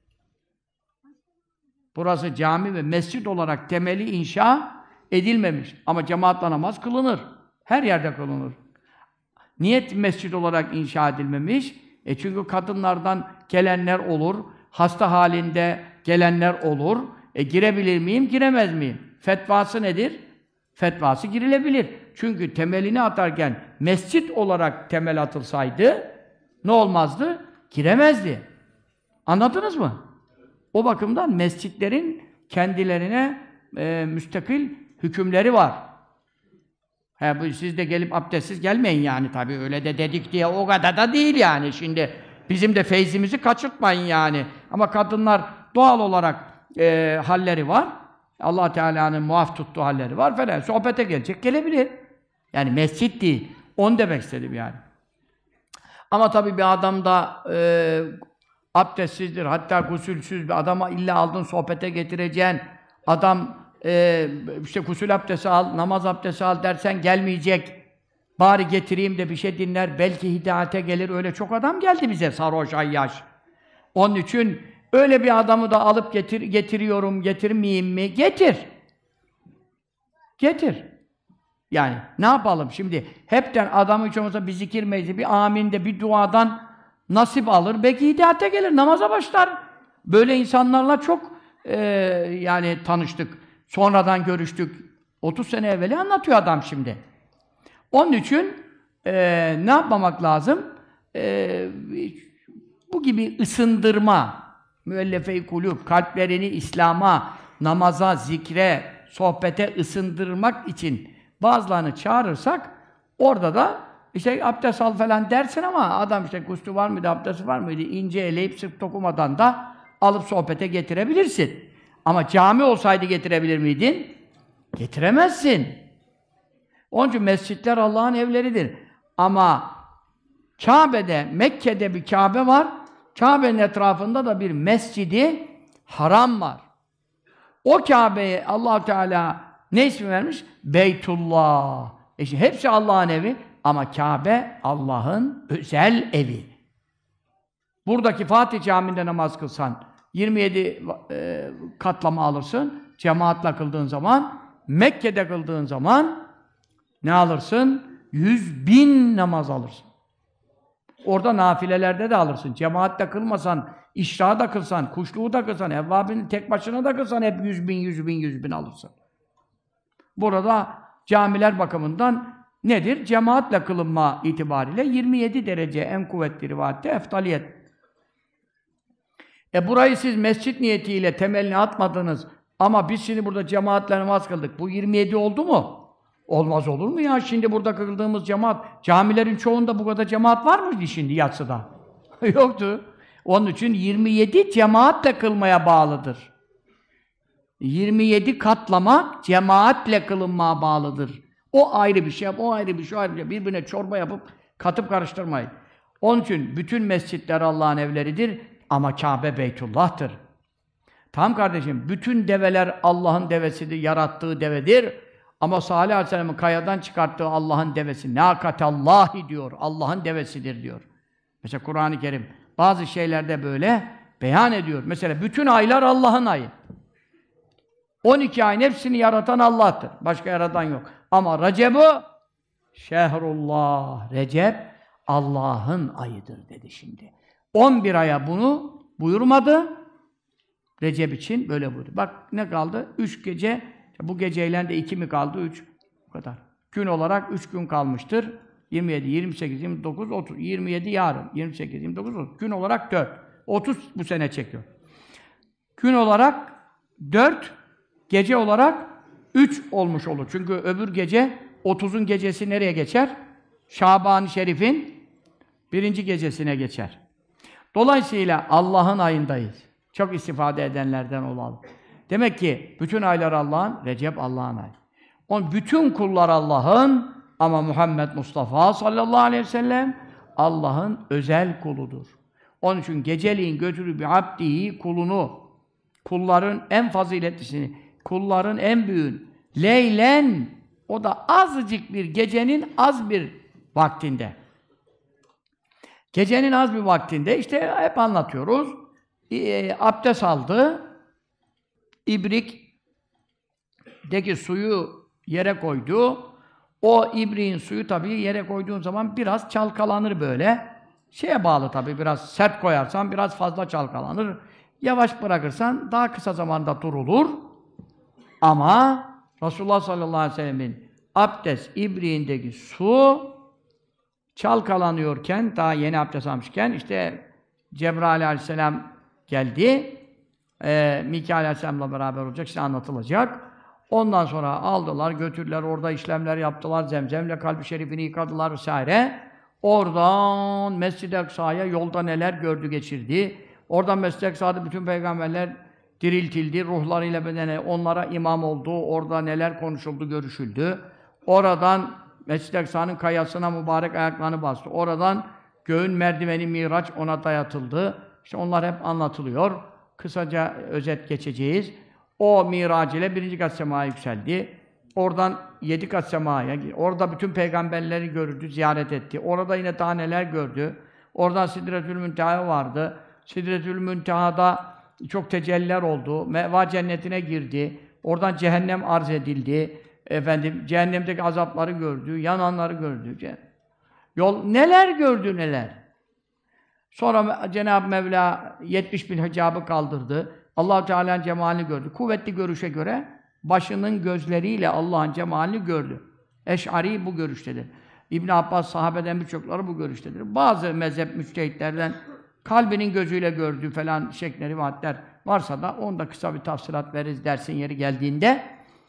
A: Burası cami ve mescit olarak temeli inşa edilmemiş. Ama cemaatle namaz kılınır. Her yerde kılınır. Niyet mescit olarak inşa edilmemiş. E çünkü kadınlardan gelenler olur. Hasta halinde gelenler olur. E girebilir miyim, giremez miyim? Fetvası nedir? Fetvası girilebilir. Çünkü temelini atarken mescit olarak temel atılsaydı ne olmazdı? Giremezdi. Anladınız mı? O bakımdan mescitlerin kendilerine e, müstakil hükümleri var. He, bu, siz de gelip abdestsiz gelmeyin yani tabii öyle de dedik diye o kadar da değil yani. Şimdi bizim de feyzimizi kaçırtmayın yani. Ama kadınlar doğal olarak e, halleri var. Allah Teala'nın muaf tuttuğu halleri var falan. Sohbete gelecek, gelebilir. Yani mescit değil. Onu demek istedim yani. Ama tabii bir adam da e, abdestsizdir, hatta gusülsüz bir adama illa aldın sohbete getireceğin adam e, işte gusül abdesti al, namaz abdesti al dersen gelmeyecek. Bari getireyim de bir şey dinler, belki hidayete gelir. Öyle çok adam geldi bize sarhoş, ayyaş. Onun için öyle bir adamı da alıp getir, getiriyorum, getirmeyeyim mi? Getir. Getir. Yani ne yapalım şimdi? Hepten adamı hiç olmazsa bir zikir meclisi, bir aminde, bir duadan nasip alır. Belki hidayete gelir, namaza başlar. Böyle insanlarla çok e, yani tanıştık. Sonradan görüştük. otuz sene evveli anlatıyor adam şimdi. Onun için e, ne yapmamak lazım? E, bu gibi ısındırma, müellefe-i kulûb, kalplerini İslam'a, namaza, zikre, sohbete ısındırmak için bazılarını çağırırsak, orada da işte abdest al falan dersin ama adam işte guslü var mıydı, abdesti var mıydı, ince eleyip sık dokumadan da alıp sohbete getirebilirsin. Ama cami olsaydı getirebilir miydin? Getiremezsin. Onun için mescitler Allah'ın evleridir. Ama Kabe'de, Mekke'de bir Kabe var. Kabe'nin etrafında da bir mescidi haram var. O Kabe'ye Allah Teala ne ismi vermiş? Beytullah. E işte hepsi Allah'ın evi ama Kabe Allah'ın özel evi. Buradaki Fatih Camii'nde namaz kılsan yirmi yedi e, katlama alırsın. Cemaatle kıldığın zaman, Mekke'de kıldığın zaman ne alırsın? Yüz bin namaz alırsın. Orada nafilelerde de alırsın. Cemaatle kılmasan, işrağı da kılsan, kuşluğu da kılsan, evvabini tek başına da kılsan hep yüz bin, yüz bin, yüz bin alırsın. Burada camiler bakımından nedir? Cemaatle kılınma itibariyle yirmi yedi derece en kuvvetli rivayette eftaliyet. E burayı siz mescit niyetiyle temelini atmadınız ama biz şimdi burada cemaatle namaz kıldık. Bu yirmi yedi oldu mu? Olmaz olur mu ya? Şimdi burada kıldığımız cemaat, camilerin çoğunda bu kadar cemaat var mıydı şimdi yatsıda? Yoktu. Onun için yirmi yedi cemaatle kılmaya bağlıdır. yirmi yedi katlamak cemaatle kılınmaya bağlıdır. O ayrı bir şey, o ayrı bir şey, o ayrı bir şey. Birbirine çorba yapıp katıp karıştırmayın. Onun için bütün mescitler Allah'ın evleridir ama Kâbe Beytullah'tır. Tamam kardeşim, bütün develer Allah'ın devesidir, yarattığı devedir. Ama Salih Aleyhisselam'ın kayadan çıkarttığı Allah'ın devesi, nâkatallahi diyor, Allah'ın devesidir diyor. Mesela Kur'an-ı Kerim bazı şeylerde böyle beyan ediyor. Mesela bütün aylar Allah'ın ayı. on iki ayın hepsini yaratan Allah'tır. Başka yaratan yok. Ama Recep'u şehrullah. Recep Allah'ın ayıdır dedi şimdi. on bir aya bunu buyurmadı. Recep için böyle buyurdu. Bak ne kaldı? Üç gece. Bu geceyle de iki mi kaldı? Üç. Bu kadar. Gün olarak üç gün kalmıştır. yirmi yedi, yirmi sekiz, yirmi dokuz, otuz. yirmi yedi yarın. yirmi sekiz, yirmi dokuz, otuz. Gün olarak dört. otuz bu sene çekiyor. Gün olarak dört. Gece olarak üç olmuş olur. Çünkü öbür gece, otuzun gecesi nereye geçer? Şaban-ı Şerif'in birinci gecesine geçer. Dolayısıyla Allah'ın ayındayız. Çok istifade edenlerden olalım. Demek ki bütün aylar Allah'ın, Recep Allah'ın ayı. On bütün kullar Allah'ın ama Muhammed Mustafa sallallahu aleyhi ve sellem Allah'ın özel kuludur. Onun için geceliğin götürü bir abdihi kulunu, kulların en faziletlisini, kulların en büyüğün, leylen, o da azıcık bir gecenin az bir vaktinde. Gecenin az bir vaktinde, işte hep anlatıyoruz, e, abdest aldı, ibrikteki suyu yere koydu, o ibriğin suyu tabii yere koyduğun zaman biraz çalkalanır böyle. Şeye bağlı tabii, biraz sert koyarsan biraz fazla çalkalanır. Yavaş bırakırsan daha kısa zamanda durulur. Ama Resulullah sallallahu aleyhi ve sellem'in abdest ibriğindeki su çalkalanıyorken, daha yeni abdest almışken işte Cebrail aleyhisselam geldi. Ee, Mikail aleyhisselamla beraber olacak, işte anlatılacak. Ondan sonra aldılar, götürdüler, orada işlemler yaptılar, zemzemle kalbi şerifini yıkadılar vesaire. Oradan Mescid-i Aksa'ya yolda neler gördü, geçirdi. Oradan Mescid-i Aksa'da bütün peygamberler diriltildi, ruhlarıyla bedene onlara imam oldu, orada neler konuşuldu, görüşüldü. Oradan Mescid-i Aksa'nın kayasına mübarek ayaklarını bastı. Oradan göğün merdiveni Miraç ona dayatıldı. İşte onlar hep anlatılıyor. Kısaca özet geçeceğiz. O Miraç ile birinci kat semaya yükseldi. Oradan yedi kat semaya, orada bütün peygamberleri gördü, ziyaret etti. Orada yine daha neler gördü. Oradan Sidretül Münteha vardı. Sidretül Münteha'da çok tecelliler oldu. Meva cennetine girdi. Oradan cehennem arz edildi. Efendim, cehennemdeki azapları gördü, yananları gördü. Yol neler gördü neler. Sonra Cenab-ı Mevla yetmiş bin hicabı kaldırdı. Allah-u Teala'nın cemalini gördü. Kuvvetli görüşe göre başının gözleriyle Allah'ın cemalini gördü. Eş'ari bu görüştedir. İbn Abbas sahabeden birçokları bu görüştedir. Bazı mezhep müçtehitlerden kalbinin gözüyle gördüğü falan şeklinde rivayetler varsa da onda kısa bir tafsilat veririz dersin yeri geldiğinde.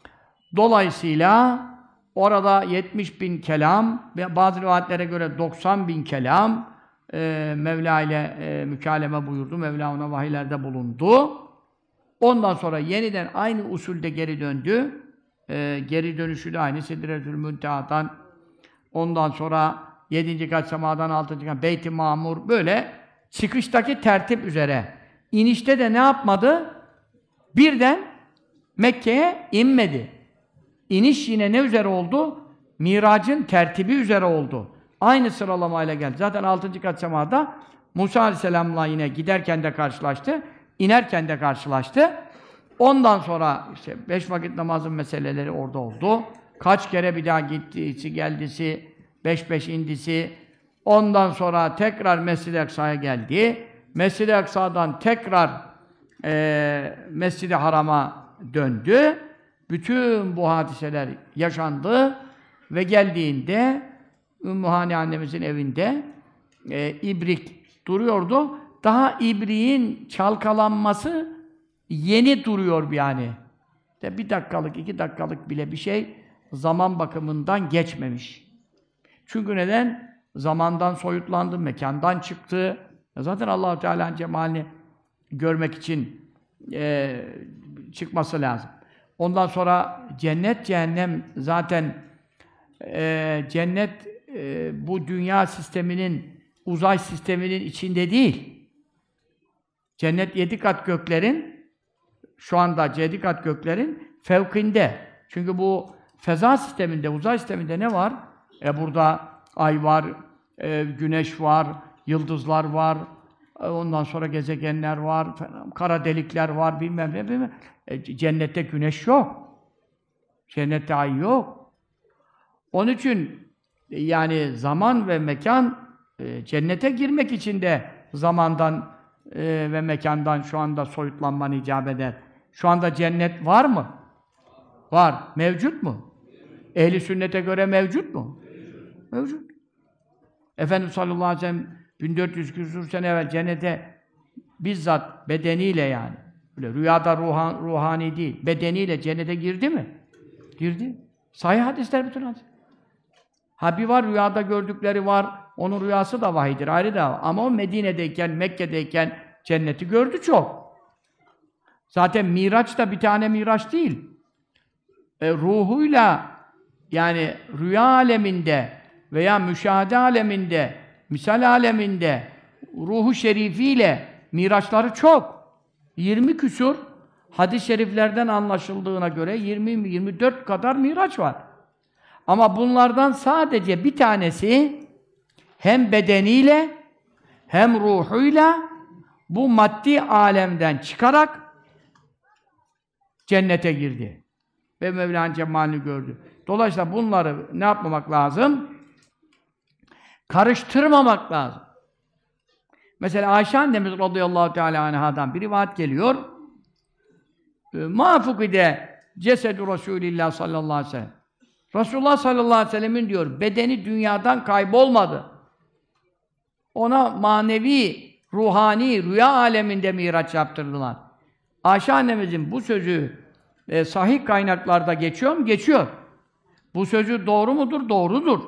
A: Dolayısıyla orada yetmiş bin kelam ve bazı rivayetlere göre doksan bin kelam e, Mevla ile e, mükaleme buyurdu. Mevla ona vahiylerde bulundu. Ondan sonra yeniden aynı usulde geri döndü. E, geri dönüşü de aynı. Sidretül Münteha'dan, ondan sonra yedinci kat semadan altıncı kat Beyt-i Mamur, böyle çıkıştaki tertip üzere. İnişte de ne yapmadı? Birden Mekke'ye inmedi. İniş yine ne üzere oldu? Miracın tertibi üzere oldu. Aynı sıralamayla geldi. Zaten altıncı kat semada Musa Aleyhisselam'la yine giderken de karşılaştı, inerken de karşılaştı. Ondan sonra işte beş vakit namazın meseleleri orada oldu. Kaç kere bir daha gittisi, geldisi, beş beş indisi. Ondan sonra tekrar Mescid-i Aksa'ya geldi. Mescid-i Aksa'dan tekrar e, Mescid-i Haram'a döndü. Bütün bu hadiseler yaşandı ve geldiğinde Ümmühane annemizin evinde e, ibrik duruyordu. Daha ibriğin çalkalanması yeni duruyor yani. İşte bir dakikalık, iki dakikalık bile bir şey zaman bakımından geçmemiş. Çünkü neden? Zamandan soyutlandı, mekandan çıktı. Zaten Allah-u Teala'nın cemalini görmek için e, çıkması lazım. Ondan sonra cennet, cehennem zaten e, cennet e, bu dünya sisteminin, uzay sisteminin içinde değil. Cennet yedi kat göklerin, şu anda yedi kat göklerin fevkinde. Çünkü bu feza sisteminde, uzay sisteminde ne var? E burada ay var, e, güneş var, yıldızlar var, e, ondan sonra gezegenler var, falan, kara delikler var, bilmem ne, bilmem. E, cennette güneş yok. Cennette ay yok. Onun için e, yani zaman ve mekan e, cennete girmek için de zamandan e, ve mekandan şu anda soyutlanman icap eder. Şu anda cennet var mı? Var. Mevcut mu? Ehli sünnete göre mevcut mu? Mevcut. Efendimiz sallallahu aleyhi ve sellem bin dört yüz küsur sene evvel cennete bizzat bedeniyle yani, böyle rüyada ruhan, ruhani değil, bedeniyle cennete girdi mi? Girdi. Sahih hadisler bütün hadis. Ha bir var, rüyada gördükleri var, onun rüyası da vahiydir, ayrı da. Ama o Medine'deyken, Mekke'deyken cenneti gördü çok. Zaten Miraç da bir tane Miraç değil. E, ruhuyla, yani rüya aleminde veya müşahede aleminde, misal aleminde, ruhu şerifiyle miraçları çok. yirmi küsur hadis-i şeriflerden anlaşıldığına göre yirmi yirmi dört kadar miraç var. Ama bunlardan sadece bir tanesi hem bedeniyle hem ruhuyla bu maddi alemden çıkarak cennete girdi. Ve Mevla'nın cemalini gördü. Dolayısıyla bunları ne yapmamak lazım? Karıştırmamak lazım. Mesela Ayşe annemiz radıyallahu teala anhadan bir rivayet geliyor. مَا فُقِدَ cesedu Resulillah sallallahu aleyhi ve sellem. Resulullah sallallahu aleyhi ve sellemin diyor, bedeni dünyadan kaybolmadı. Ona manevi, ruhani, rüya aleminde miraç yaptırdılar. Ayşe annemizin bu sözü e, sahih kaynaklarda geçiyor mu? Geçiyor. Bu sözü doğru mudur? Doğrudur.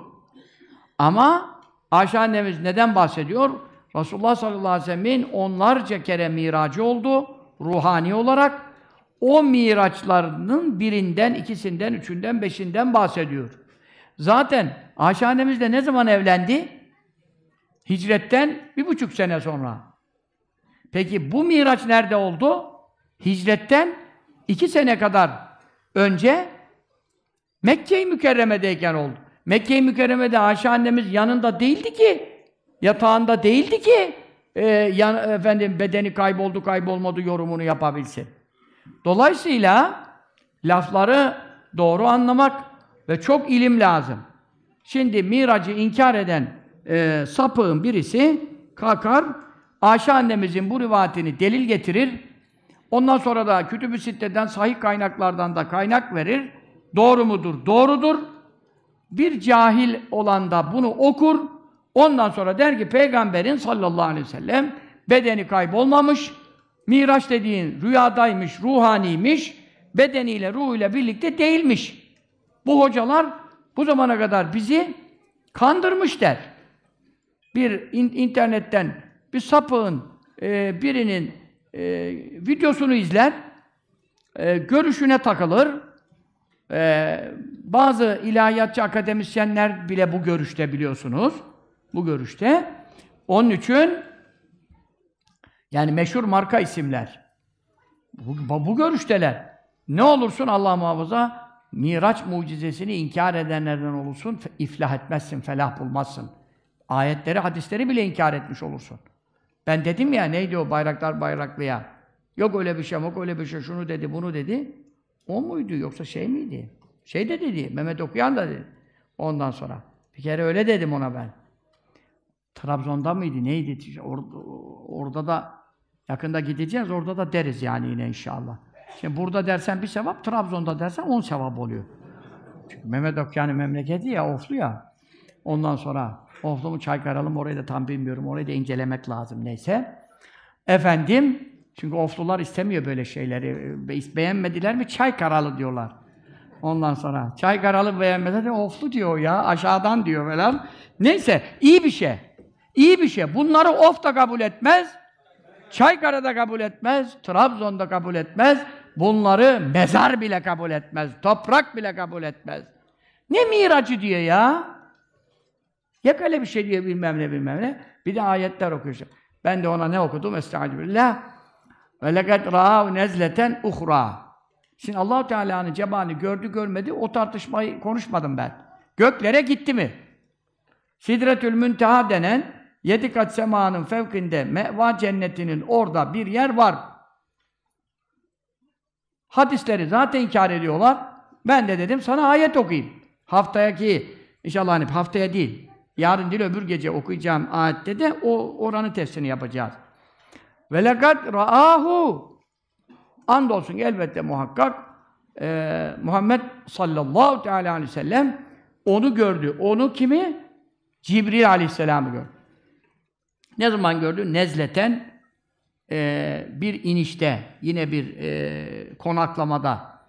A: Ama Ayşe annemiz neden bahsediyor? Resulullah sallallahu aleyhi ve sellem'in onlarca kere miracı oldu, ruhani olarak. O miraçlarının birinden, ikisinden, üçünden, beşinden bahsediyor. Zaten Ayşe annemiz de ne zaman evlendi? Hicretten bir buçuk sene sonra. Peki bu miraç nerede oldu? Hicretten iki sene kadar önce Mekke-i Mükerreme'deyken oldu. Mekke-i Mükerreme'de Ayşe annemiz yanında değildi ki, yatağında değildi ki, e, yan, efendim bedeni kayboldu kaybolmadı yorumunu yapabilsin. Dolayısıyla lafları doğru anlamak ve çok ilim lazım. Şimdi miracı inkar eden e, sapığın birisi kalkar, Ayşe annemizin bu rivayetini delil getirir, ondan sonra da Kütüb-ü Sitte'den, sahih kaynaklardan da kaynak verir. Doğru mudur? Doğrudur. Bir cahil olan da bunu okur, ondan sonra der ki Peygamberin sallallahu aleyhi ve sellem bedeni kaybolmamış, miraç dediğin rüyadaymış, ruhaniymiş, bedeniyle, ruhuyla birlikte değilmiş. Bu hocalar bu zamana kadar bizi kandırmış der. Bir in internetten bir sapığın e, birinin e, videosunu izler, e, görüşüne takılır. E, bazı ilahiyatçı akademisyenler bile bu görüşte biliyorsunuz. Bu görüşte. Onun için yani meşhur marka isimler. Bu, bu görüşteler. Ne olursun Allah muhafaza Miraç mucizesini inkar edenlerden olursun, iflah etmezsin, felah bulmazsın. Ayetleri, hadisleri bile inkar etmiş olursun. Ben dedim ya, neydi o Bayraktar Bayraklı'ya? Yok öyle bir şey, yok öyle bir şey, şunu dedi, bunu dedi. O muydu, yoksa şey miydi? Şey de dedi, Mehmet Okuyan da dedi. Ondan sonra. Bir kere öyle dedim ona ben. Trabzon'da mıydı, neydi? Or orada da, yakında gideceğiz, orada da deriz yani yine inşallah. Şimdi burada dersen bir sevap, Trabzon'da dersen on sevap oluyor. Çünkü Mehmet Okyani memleketi ya, Oflu ya. Ondan sonra Oflu mu Çaykara'lı mı orayı da tam bilmiyorum. Orayı da incelemek lazım neyse. Efendim, çünkü Oflular istemiyor böyle şeyleri. Beğenmediler mi Çaykaralı diyorlar. Ondan sonra Çaykaralı beğenmediler de Oflu diyor ya, aşağıdan diyor falan. Neyse, iyi bir şey. İyi bir şey. Bunları Of da kabul etmez, Çaykara'da kabul etmez, Trabzon'da kabul etmez. Bunları mezar bile kabul etmez, toprak bile kabul etmez. Ne miracı diyor ya? Ya öyle bir şey diyor bilmem ne bilmem ne. Bir de ayetler okuyor. Ben de ona ne okudum? Estağfirullah. Ve lekad ra'av nezleten uhra. Şimdi Allah-u Teala'nın cemalini gördü görmedi, o tartışmayı konuşmadım ben. Göklere gitti mi? Sidretül Münteha denen yedi kat semanın fevkinde meva cennetinin orada bir yer var. Hadisleri zaten inkar ediyorlar. Ben de dedim sana ayet okuyayım. Haftayaki, inşallah hani haftaya değil, yarın değil öbür gece okuyacağım ayette de o oranın tefsirini yapacağız. Ve lekad ra'ahu. Andolsun ki elbette muhakkak e, Muhammed sallallahu teala aleyhi ve sellem onu gördü. Onu kimi? Cibril aleyhisselamı gördü. Ne zaman gördü? Nezleten e, bir inişte, yine bir e, konaklamada.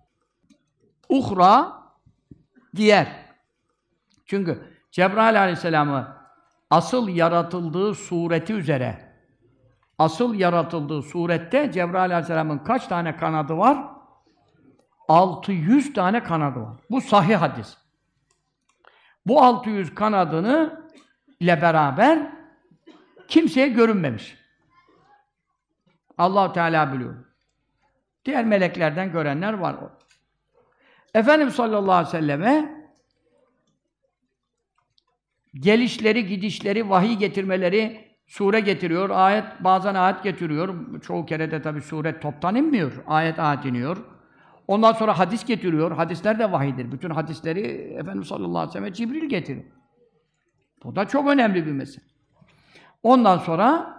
A: Uhra diğer. Çünkü Cebrail aleyhisselamı asıl yaratıldığı sureti üzere, asıl yaratıldığı surette Cebrail aleyhisselamın kaç tane kanadı var? altı yüz tane kanadı var. Bu sahih hadis. Bu altı yüz kanadını ile beraber kimseye görünmemiş. Allah-u Teala biliyor. Diğer meleklerden görenler var. Efendimiz sallallahu aleyhi ve selleme gelişleri, gidişleri, vahiy getirmeleri, sure getiriyor, ayet, bazen ayet getiriyor. Çoğu kere de tabii sure toptan inmiyor. Ayet ayet iniyor. Ondan sonra hadis getiriyor. Hadisler de vahiydir. Bütün hadisleri Efendimiz sallallahu aleyhi ve sellem Cibril getiriyor. Bu da çok önemli bir mesele. Ondan sonra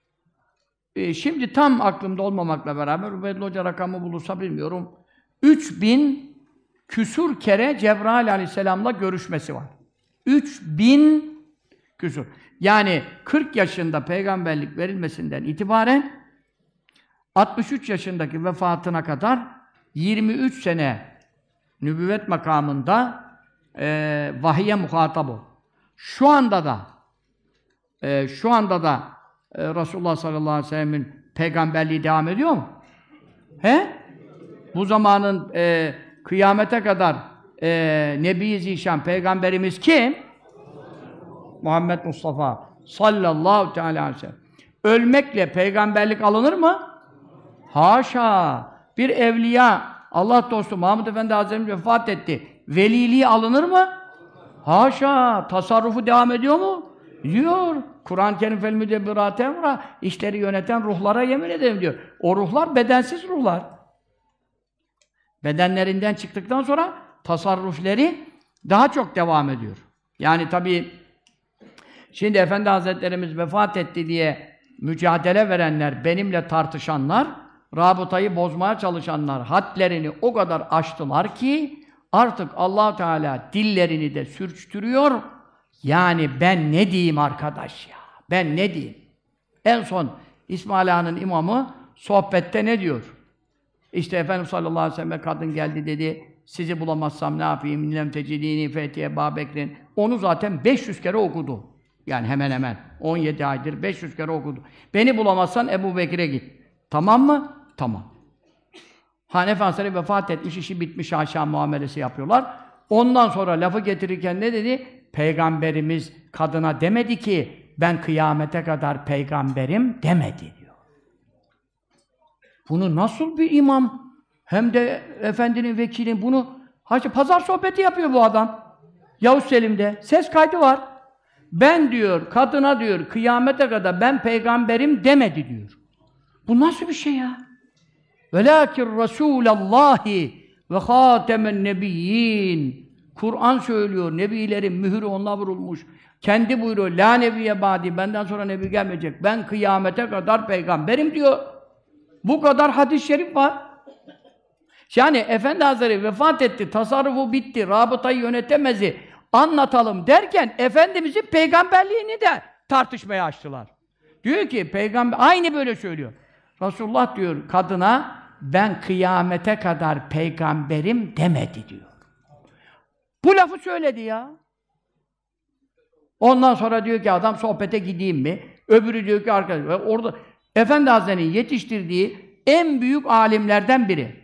A: e, şimdi tam aklımda olmamakla beraber Ubeydullah Hoca rakamı bulursa bilmiyorum. üç bin küsur kere Cebrail aleyhisselamla görüşmesi var. üç bin küsur. Yani kırk yaşında peygamberlik verilmesinden itibaren altmış üç yaşındaki vefatına kadar yirmi üç sene nübüvvet makamında e, vahiye muhatap ol. Şu anda da e, şu anda da e, Resulullah sallallahu aleyhi ve sellem'in peygamberliği devam ediyor mu? He? Bu zamanın e, kıyamete kadar e, Nebi-i Zişan peygamberimiz kim? Muhammed Mustafa sallallahu teala aleyhi ve sellem. Ölmekle peygamberlik alınır mı? Haşa! Bir evliya, Allah dostu Mahmud Efendi Hazretleri vefat etti. Veliliği alınır mı? Haşa! Tasarrufu devam ediyor mu? Diyor. Kur'an-ı Kerim fel müdebbirâti emrâ, işleri yöneten ruhlara yemin ederim diyor. O ruhlar bedensiz ruhlar. Bedenlerinden çıktıktan sonra tasarrufleri daha çok devam ediyor. Yani tabii şimdi Efendi Hazretlerimiz vefat etti diye mücadele verenler, benimle tartışanlar, rabıtayı bozmaya çalışanlar hadlerini o kadar aştılar ki artık Allah Teala dillerini de sürçtürüyor. Yani ben ne diyeyim arkadaş ya? Ben ne diyeyim? En son İsmail Ağa'nın imamı sohbette ne diyor? İşte Efendimiz sallallahu aleyhi ve sellem kadın geldi dedi, sizi bulamazsam ne yapayım? Lem tecidini fethiye Babekrin. Onu zaten beş yüz kere okudu. Yani hemen hemen on yedi aydır beş yüz kere okudu. Beni bulamazsan Ebu Bekir'e git. Tamam mı? Tamam. Hanefi Hazretleri vefat etmiş, işi bitmiş, haşa muamelesi yapıyorlar. Ondan sonra lafı getirirken ne dedi? Peygamberimiz kadına demedi ki ben kıyamete kadar peygamberim demedi diyor. Bunu nasıl bir imam hem de efendinin vekilin bunu haşa pazar sohbeti yapıyor bu adam. Yavuz Selim'de ses kaydı var. Ben diyor kadına diyor kıyamete kadar ben peygamberim demedi diyor. Bu nasıl bir şey ya? Velakin Resulallahi ve hatemen nebiyyin. Kur'an söylüyor, nebilerin mührü onunla vurulmuş. Kendi buyuruyor, la nebiye badi, benden sonra nebi gelmeyecek. Ben kıyamete kadar peygamberim diyor. Bu kadar hadis-i şerif var. Yani Efendi Hazretleri vefat etti, tasarrufu bitti, rabıtayı yönetemezi anlatalım derken Efendimizin peygamberliğini de tartışmaya açtılar. Diyor ki peygamber aynı böyle söylüyor. Resulullah diyor kadına ben kıyamete kadar peygamberim demedi diyor. Bu lafı söyledi ya. Ondan sonra diyor ki adam sohbete gideyim mi? Öbürü diyor ki arkadaş orada Efendi Hazretleri'nin yetiştirdiği en büyük alimlerden biri.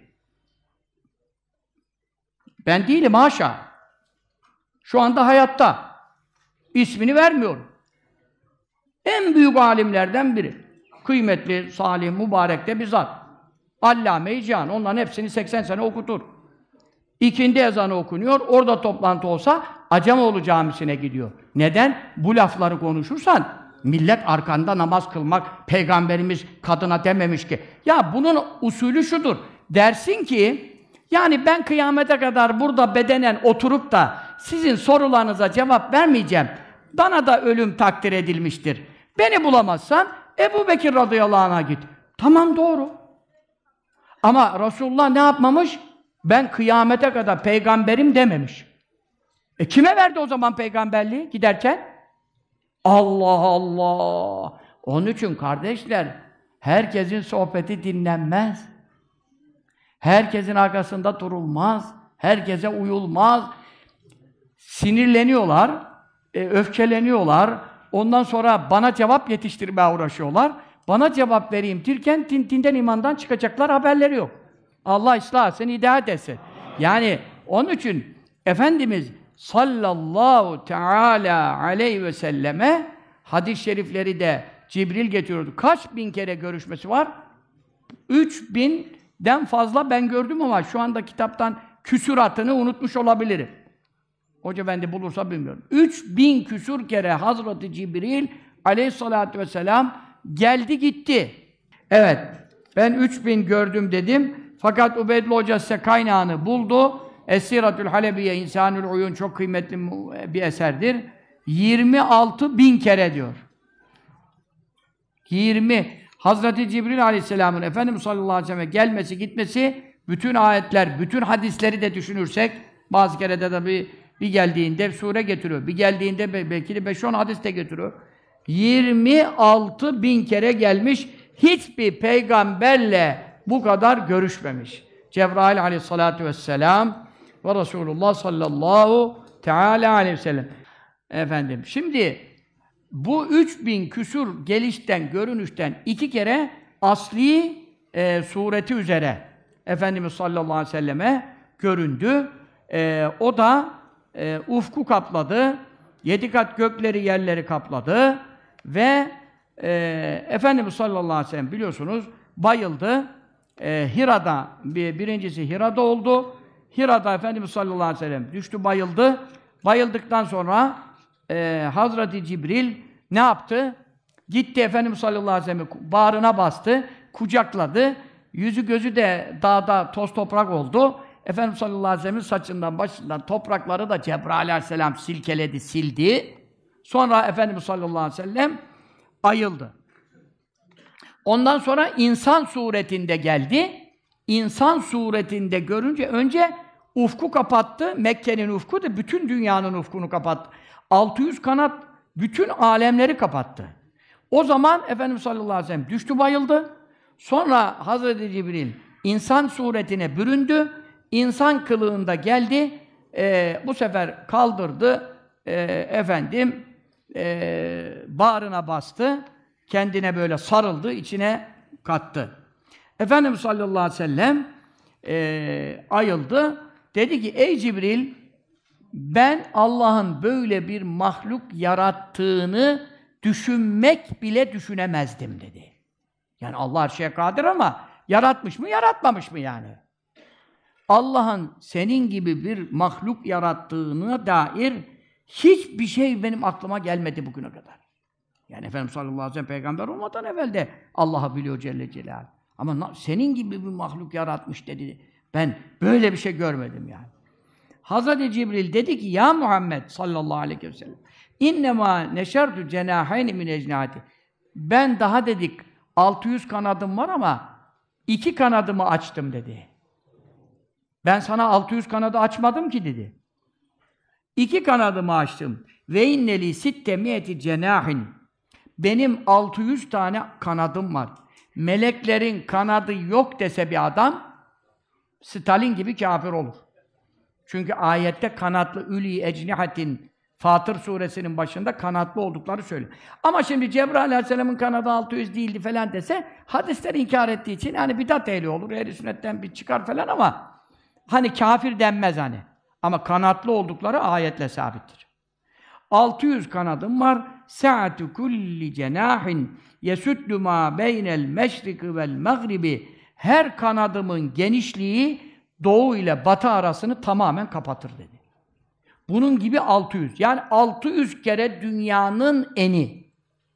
A: Ben değilim haşa. Şu anda hayatta. İsmini vermiyorum. En büyük alimlerden biri. Kıymetli, salih, mübarek de bir zat. Allame-i Cihan. Onların hepsini seksen sene okutur. İkindi ezanı okunuyor. Orada toplantı olsa Acemoğlu Camisi'ne gidiyor. Neden? Bu lafları konuşursan millet arkanda namaz kılmak, Peygamberimiz kadına dememiş ki. Ya bunun usulü şudur. Dersin ki yani ben kıyamete kadar burada bedenen oturup da sizin sorularınıza cevap vermeyeceğim. Bana da ölüm takdir edilmiştir. Beni bulamazsan Ebu Bekir radıyallahu anh'a git. Tamam doğru. Ama Resulullah ne yapmamış? Ben kıyamete kadar peygamberim dememiş. E kime verdi o zaman peygamberliği giderken? Allah Allah! Onun için kardeşler, herkesin sohbeti dinlenmez. Herkesin arkasında durulmaz. Herkese uyulmaz. Sinirleniyorlar, e, öfkeleniyorlar. Ondan sonra bana cevap yetiştirmeye uğraşıyorlar. Bana cevap vereyim derken din, dinden imandan çıkacaklar haberleri yok. Allah ıslah seni hidayet etsin. Yani onun için Efendimiz sallallahu teala aleyhi ve selleme hadis-i şerifleri de Cibril getiriyordu. Kaç bin kere görüşmesi var? Üç binden fazla ben gördüm ama şu anda kitaptan küsuratını unutmuş olabilirim. Hoca bende bulursa bilmiyorum. Üç bin küsur kere Hazreti Cibril aleyhissalatü vesselam geldi gitti. Evet, ben üç bin gördüm dedim. Fakat Ubeydullah Hoca size kaynağını buldu. Es-Siratül Halebiye İnsanül Uyun çok kıymetli bir eserdir. yirmi altı bin kere diyor. yirmi. Hazreti Cibril Aleyhisselam'ın Efendimiz sallallahu aleyhi ve sellem gelmesi, gitmesi, bütün ayetler, bütün hadisleri de düşünürsek, bazı kere de tabii bir geldiğinde sure getiriyor, bir geldiğinde belki de beş on hadis de getiriyor. yirmi altı bin kere gelmiş, hiçbir peygamberle bu kadar görüşmemiş. Cebrail aleyhissalatu vesselam ve Resulullah sallallahu teala aleyhi ve sellem. Efendim, şimdi bu üç bin küsur gelişten, görünüşten iki kere asli e, sureti üzere Efendimiz sallallahu aleyhi ve selleme göründü. E, o da e, ufku kapladı, yedi kat gökleri yerleri kapladı ve e, Efendimiz sallallahu aleyhi ve sellem biliyorsunuz bayıldı. E, Hira'da, bir, birincisi Hira'da oldu. Hira'da Efendimiz sallallahu aleyhi ve sellem düştü, bayıldı. Bayıldıktan sonra e, Hazreti Cibril ne yaptı? Gitti Efendimiz sallallahu aleyhi ve sellem'i bağrına bastı, kucakladı. Yüzü gözü de dağda toz toprak oldu. Efendimiz sallallahu aleyhi ve sellem'in saçından, başından toprakları da Cebrail aleyhisselam silkeledi, sildi. Sonra Efendimiz sallallahu aleyhi ve sellem ayıldı. Ondan sonra insan suretinde geldi. İnsan suretinde görünce önce ufku kapattı. Mekke'nin ufku da bütün dünyanın ufkunu kapattı. altı yüz kanat bütün alemleri kapattı. O zaman Efendimiz sallallahu aleyhi ve sellem düştü, bayıldı. Sonra Hazreti Cibril insan suretine büründü. İnsan kılığında geldi. Ee, bu sefer kaldırdı. Ee, efendim e, bağrına bastı. Kendine böyle sarıldı, içine kattı. Efendimiz sallallahu aleyhi ve sellem e, ayıldı. Dedi ki, ey Cibril, ben Allah'ın böyle bir mahluk yarattığını düşünmek bile düşünemezdim dedi. Yani Allah her şeye kadir ama yaratmış mı, yaratmamış mı yani? Allah'ın senin gibi bir mahluk yarattığına dair hiçbir şey benim aklıma gelmedi bugüne kadar. Yani Efendimiz sallallahu aleyhi ve sellem peygamber olmadan evvel de Allah'ı biliyor Celle Celaluhu. Ama senin gibi bir mahluk yaratmış dedi. Ben böyle bir şey görmedim yani. Hazreti Cibril dedi ki, ya Muhammed sallallahu aleyhi ve sellem, İnnemâ neşertü cenâheyni min ecnâti. Ben daha dedik altı yüz kanadım var ama iki kanadımı açtım dedi. Ben sana altı yüz kanadı açmadım ki dedi. İki kanadımı açtım. Ve inneli sitte miyeti cenahin. Benim altı yüz tane kanadım var. Meleklerin kanadı yok dese bir adam, Stalin gibi kâfir olur. Çünkü ayette kanatlı üli ecnihatin, Fatır suresinin başında kanatlı oldukları söylüyor. Ama şimdi Cebrail aleyhisselamın kanadı altı yüz değildi falan dese, hadisleri inkar ettiği için hani bidat ehli olur, ehl-i sünnetten bir çıkar falan ama hani kâfir denmez hani. Ama kanatlı oldukları ayetle sabittir. altı yüz kanadım var. Sa'atu kulli cenahin yesuddu ma beynel meşriki vel mağribi. Her kanadımın genişliği doğu ile batı arasını tamamen kapatır dedi. Bunun gibi altı yüz. Yani altı yüz kere dünyanın eni.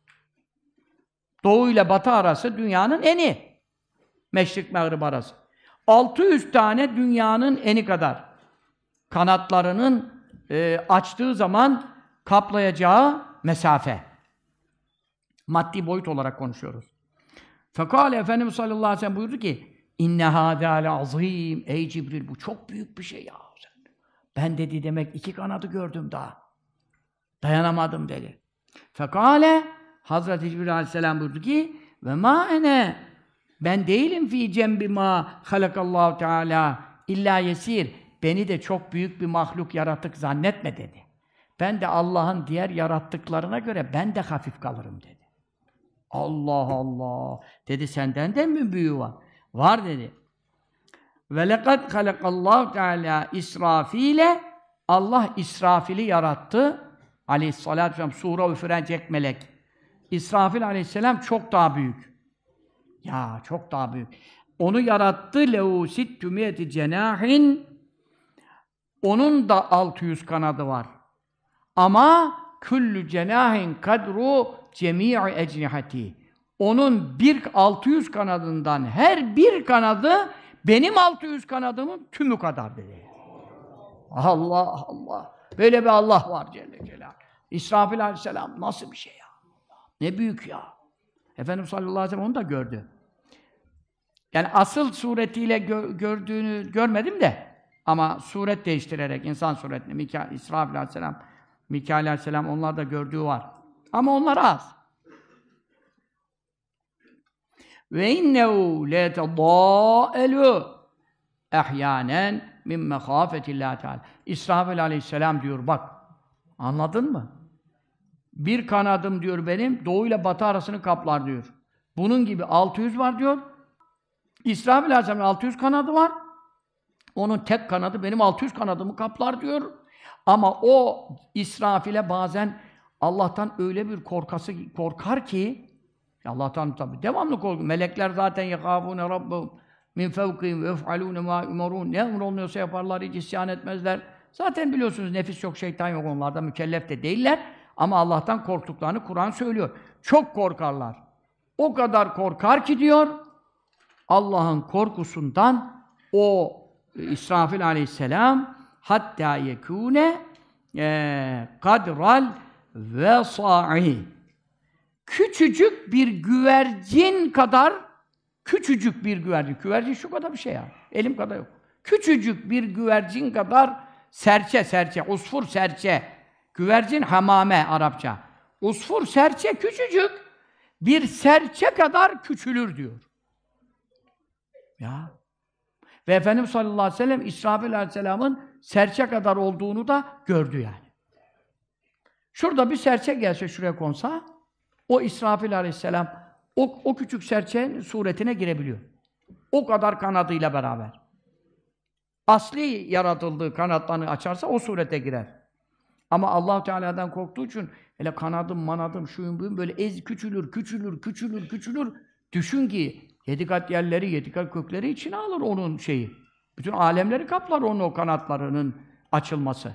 A: Doğu ile batı arası dünyanın eni. Meşrik mağrib arası. altı yüz tane dünyanın eni kadar kanatlarının e, açtığı zaman kaplayacağı mesafe. Maddi boyut olarak konuşuyoruz. Fekâle Efendimiz sallallahu aleyhi ve sellem buyurdu ki İnne hâdâle azîm. Ey Cibril bu çok büyük bir şey ya. Ben dedi demek iki kanadı gördüm daha. Dayanamadım dedi. Fekâle Hazreti Cibril aleyhisselam buyurdu ki ve mâ ene ben değilim fî cembi mâ halakallâhu teâlâ illâ yesîr. Beni de çok büyük bir mahluk yaratık zannetme dedi. Ben de Allah'ın diğer yarattıklarına göre ben de hafif kalırım dedi. Allah Allah! Dedi senden de mi büyüğü var? Var dedi. Ve lekad halakallahu teâlâ İsrafîle Allah İsrafil'i yarattı. Aleyhissalâtu vesselâm sura üfürecek melek. İsrafil aleyhisselam çok daha büyük. Ya çok daha büyük. Onu yarattı. Lehu sittü miyeti cenâhin. Onun da altı yüz kanadı var. Ama küllü cenâhin kadru cemî'i ecnihati. Onun bir altı yüz kanadından her bir kanadı benim altı yüz kanadımın tümü kadar dedi. Allah Allah. Böyle bir Allah var Celle Celaluhu. İsrafil aleyhisselam nasıl bir şey ya? Ne büyük ya. Efendimiz sallallahu aleyhi ve sellem onu da gördü. Yani asıl suretiyle gö gördüğünü görmedim de ama suret değiştirerek insan suretini Mikail, İsrafil aleyhisselam, Mikail aleyhisselam onlar da gördüğü var. Ama onlar az. Ve innehu letedâelu ehyânen min mehâfetillâhi teâlâ. İsrafil aleyhisselam diyor bak. Anladın mı? Bir kanadım diyor benim, doğu ile batı arasını kaplar diyor. Bunun gibi altı yüz var diyor. İsrafil aleyhisselamın altı yüz kanadı var. Onun tek kanadı benim altı yüz kanadımı kaplar diyor. Ama o İsrafil'e bazen Allah'tan öyle bir korkası korkar ki Allah'tan tabii devamlı korkuyor. Melekler zaten yekâfûne rabbahum min fevkihim ve yef'alûne mâ yumarûn. Ne emrolunuyorsa yaparlar, hiç isyan etmezler. Zaten biliyorsunuz nefis yok, şeytan yok onlarda, mükellef de değiller. Ama Allah'tan korktuklarını Kur'an söylüyor. Çok korkarlar. O kadar korkar ki diyor, Allah'ın korkusundan o İsrafil aleyhisselam hatta yekûne kadral vesa'i. Küçücük bir güvercin kadar, küçücük bir güvercin, güvercin şu kadar bir şey ya, elim kadar yok. Küçücük bir güvercin kadar serçe, serçe, usfur serçe, güvercin hamame Arapça. Usfur serçe küçücük, bir serçe kadar küçülür diyor. Ya. Ve Efendimiz sallallahu aleyhi ve sellem İsrafil aleyhisselamın serçe kadar olduğunu da gördü yani. Şurada bir serçe gelse şuraya konsa, o İsrafil aleyhisselam o, o küçük serçenin suretine girebiliyor. O kadar kanadıyla beraber. Asli yaratıldığı kanatlarını açarsa o surete girer. Ama Allah Teala'dan korktuğu için hele kanadım, manadım, şuyum buyum böyle ez küçülür, küçülür, küçülür, küçülür. Düşün ki yedi kat yerleri, yedi kat kökleri içine alır onun şeyi. Bütün alemleri kaplar onun o kanatlarının açılması.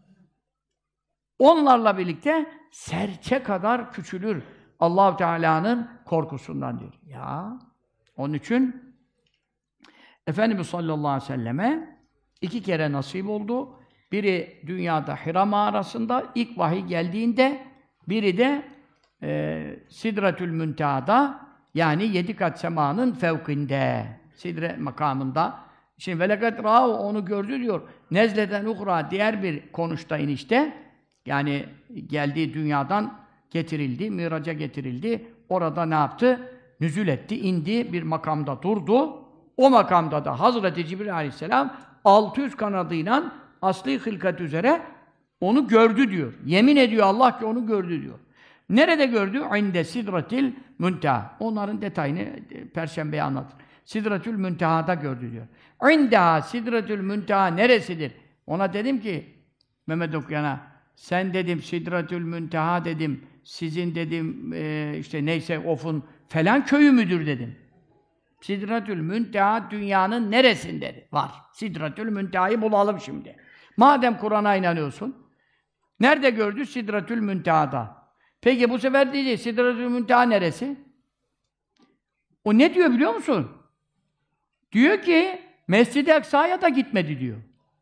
A: Onlarla birlikte serçe kadar küçülür. Allah Teala'nın korkusundan diyor. Ya onun için Efendimiz sallallahu aleyhi ve selleme iki kere nasip oldu. Biri dünyada Hira mağarasında ilk vahiy geldiğinde, biri de e, Sidretül Münteha'da yani yedi kat semanın fevkinde, Sidre makamında Şimdi velekat râhu onu gördü diyor. Nezleten uhra diğer bir konuşta inişte yani geldiği dünyadan getirildi, miraca getirildi. Orada ne yaptı? Nüzül etti, indi, bir makamda durdu. O makamda da Hazreti Cibril Aleyhisselam altı yüz kanadıyla asli hılkat üzere onu gördü diyor. Yemin ediyor Allah ki onu gördü diyor. Nerede gördü? İnde sidratil münteha. Onların detayını Perşembe'ye anlatır. Sidratül Münteha'da gördü diyor. İndeha Sidratül Münteha neresidir? Ona dedim ki Mehmet Okuyan'a sen dedim Sidratül Münteha dedim sizin dedim e, işte neyse ofun falan köyü müdür dedim. Sidratül Münteha dünyanın neresinde var? Sidratül Münteha'yı bulalım şimdi. Madem Kur'an'a inanıyorsun. Nerede gördü? Sidratül Münteha'da. Peki bu sefer diyecek Sidratül Münteha neresi? O ne diyor biliyor musun? Diyor ki Mescid-i Aksa'ya da gitmedi diyor.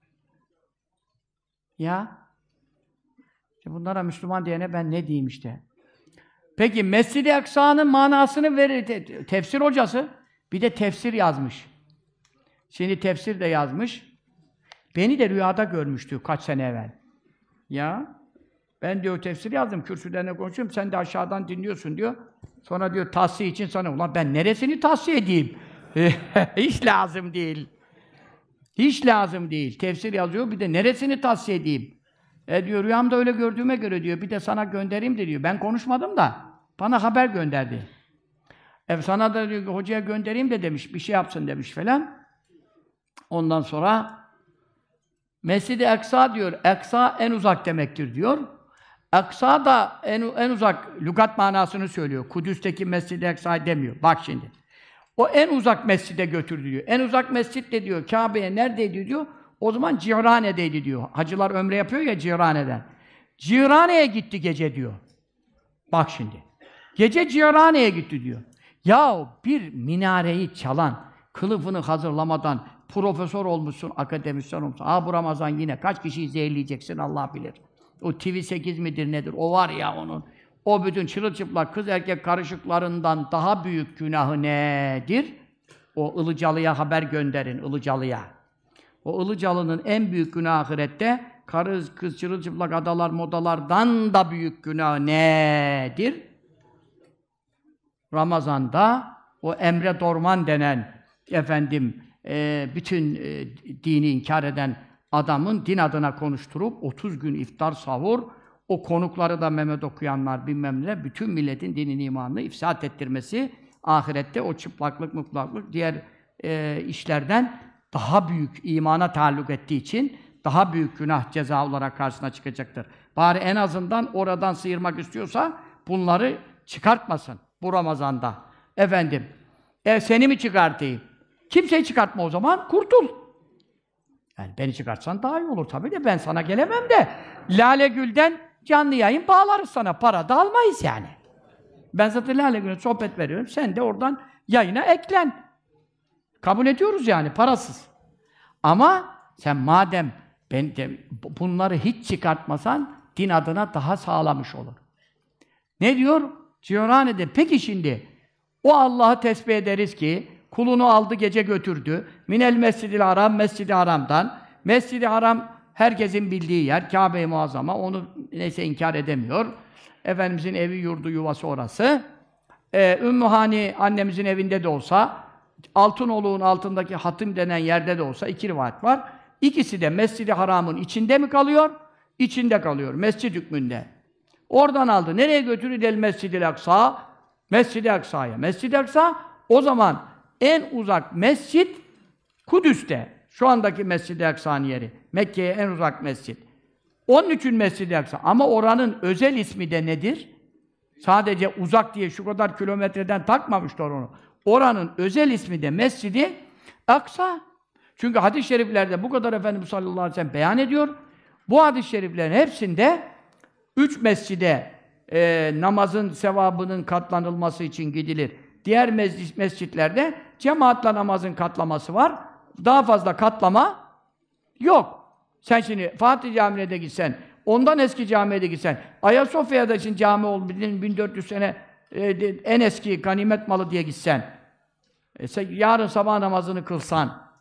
A: Ya işte bunlara Müslüman diyene ben ne diyeyim işte. Peki Mescid-i Aksa'nın manasını verir te tefsir hocası bir de tefsir yazmış. Şimdi tefsir de yazmış. Beni de rüyada görmüştü kaç sene evvel. Ya ben diyor tefsir yazdım, kürsülerine konuşuyorum, sen de aşağıdan dinliyorsun diyor. Sonra diyor tahsiye için sana, ulan ben neresini tahsiye edeyim? Hiç lazım değil. Hiç lazım değil. Tefsir yazıyor, bir de neresini tahsiye edeyim? E diyor, rüyamda öyle gördüğüme göre diyor, bir de sana göndereyim de diyor. Ben konuşmadım da, bana haber gönderdi. E sana da diyor, hocaya göndereyim de demiş, bir şey yapsın demiş falan. Ondan sonra Mescid-i Aksa diyor, Aksa en uzak demektir diyor. Aksa da en, en uzak, lügat manasını söylüyor. Kudüs'teki Mescid-i Aksa demiyor. Bak şimdi. O en uzak mescide götürdü diyor. En uzak mescid de diyor, Kabe'ye neredeydi diyor. O zaman Cihrane'deydi diyor. Hacılar ömre yapıyor ya Cihrane'den. Cihrane'ye gitti gece diyor. Bak şimdi. Gece Cihrane'ye gitti diyor. Ya bir minareyi çalan, kılıfını hazırlamadan profesör olmuşsun, akademisyen olmuşsun. Aa bu Ramazan yine kaç kişiyi zehirleyeceksin Allah bilir. O T V sekiz midir nedir? O var ya onun. O bütün çırılçıplak kız erkek karışıklarından daha büyük günahı nedir? O Ilıcalı'ya haber gönderin, Ilıcalı'ya. O Ilıcalı'nın en büyük günahı ahirette, karı kız çırılçıplak adalar modalardan da büyük günahı nedir? Ramazan'da o Emre Dorman denen efendim e, bütün e, dini inkar eden adamın din adına konuşturup otuz gün iftar sahur, o konukları da Mehmet okuyanlar bilmem ne, bütün milletin dinini imanını ifsad ettirmesi, ahirette o çıplaklık, mutlaklık diğer e, işlerden daha büyük imana taalluk ettiği için daha büyük günah ceza olarak karşısına çıkacaktır. Bari en azından oradan sıyırmak istiyorsa bunları çıkartmasın bu Ramazan'da. Efendim, e, seni mi çıkartayım? Kimseyi çıkartma o zaman, kurtul. Yani beni çıkartsan daha iyi olur tabii de ben sana gelemem de Lale Gül'den canlı yayın bağlarız sana, para da almayız yani. Ben zaten Lale Gül'e sohbet veriyorum, sen de oradan yayına eklen. Kabul ediyoruz yani, parasız. Ama sen madem ben de bunları hiç çıkartmasan din adına daha sağlamış olur. Ne diyor? Cihrane'de peki şimdi o Allah'ı tesbih ederiz ki kulunu aldı gece götürdü. Minel Mescid-i Haram, Mescid-i Haram'dan. Mescid-i Haram herkesin bildiği yer, Kâbe-i Muazzama, onu neyse inkar edemiyor. Efendimizin evi, yurdu, yuvası orası. Ee, Ümmü Hani annemizin evinde de olsa, Altınoluk'un altındaki Hatim denen yerde de olsa iki rivayet var. İkisi de Mescid-i Haram'ın içinde mi kalıyor? İçinde kalıyor, mescid hükmünde. Oradan aldı. Nereye götürür? Del Mescid-i Aksa. Mescid-i Aksa'ya. Mescid-i Aksa o zaman en uzak mescit Kudüs'te. Şu andaki Mescid-i Aksa'nın yeri. Mekke'ye en uzak mescit. Onun için Mescid-i Aksa. Ama oranın özel ismi de nedir? Sadece uzak diye şu kadar kilometreden takmamışlar onu. Oranın özel ismi de Mescid-i Aksa. Çünkü hadis-i şeriflerde bu kadar Efendimiz sallallahu aleyhi ve sellem beyan ediyor. Bu hadis-i şeriflerin hepsinde üç mescide e, namazın sevabının katlanılması için gidilir. Diğer mes mescitlerde cemaatle namazın katlaması var. Daha fazla katlama yok. Sen şimdi Fatih Camii'ne de gitsen, ondan eski camiye de gitsen, Ayasofya'da için cami oldu, bin dört yüz sene e, en eski ganimet malı diye gitsen, e, sen, yarın sabah namazını kılsan,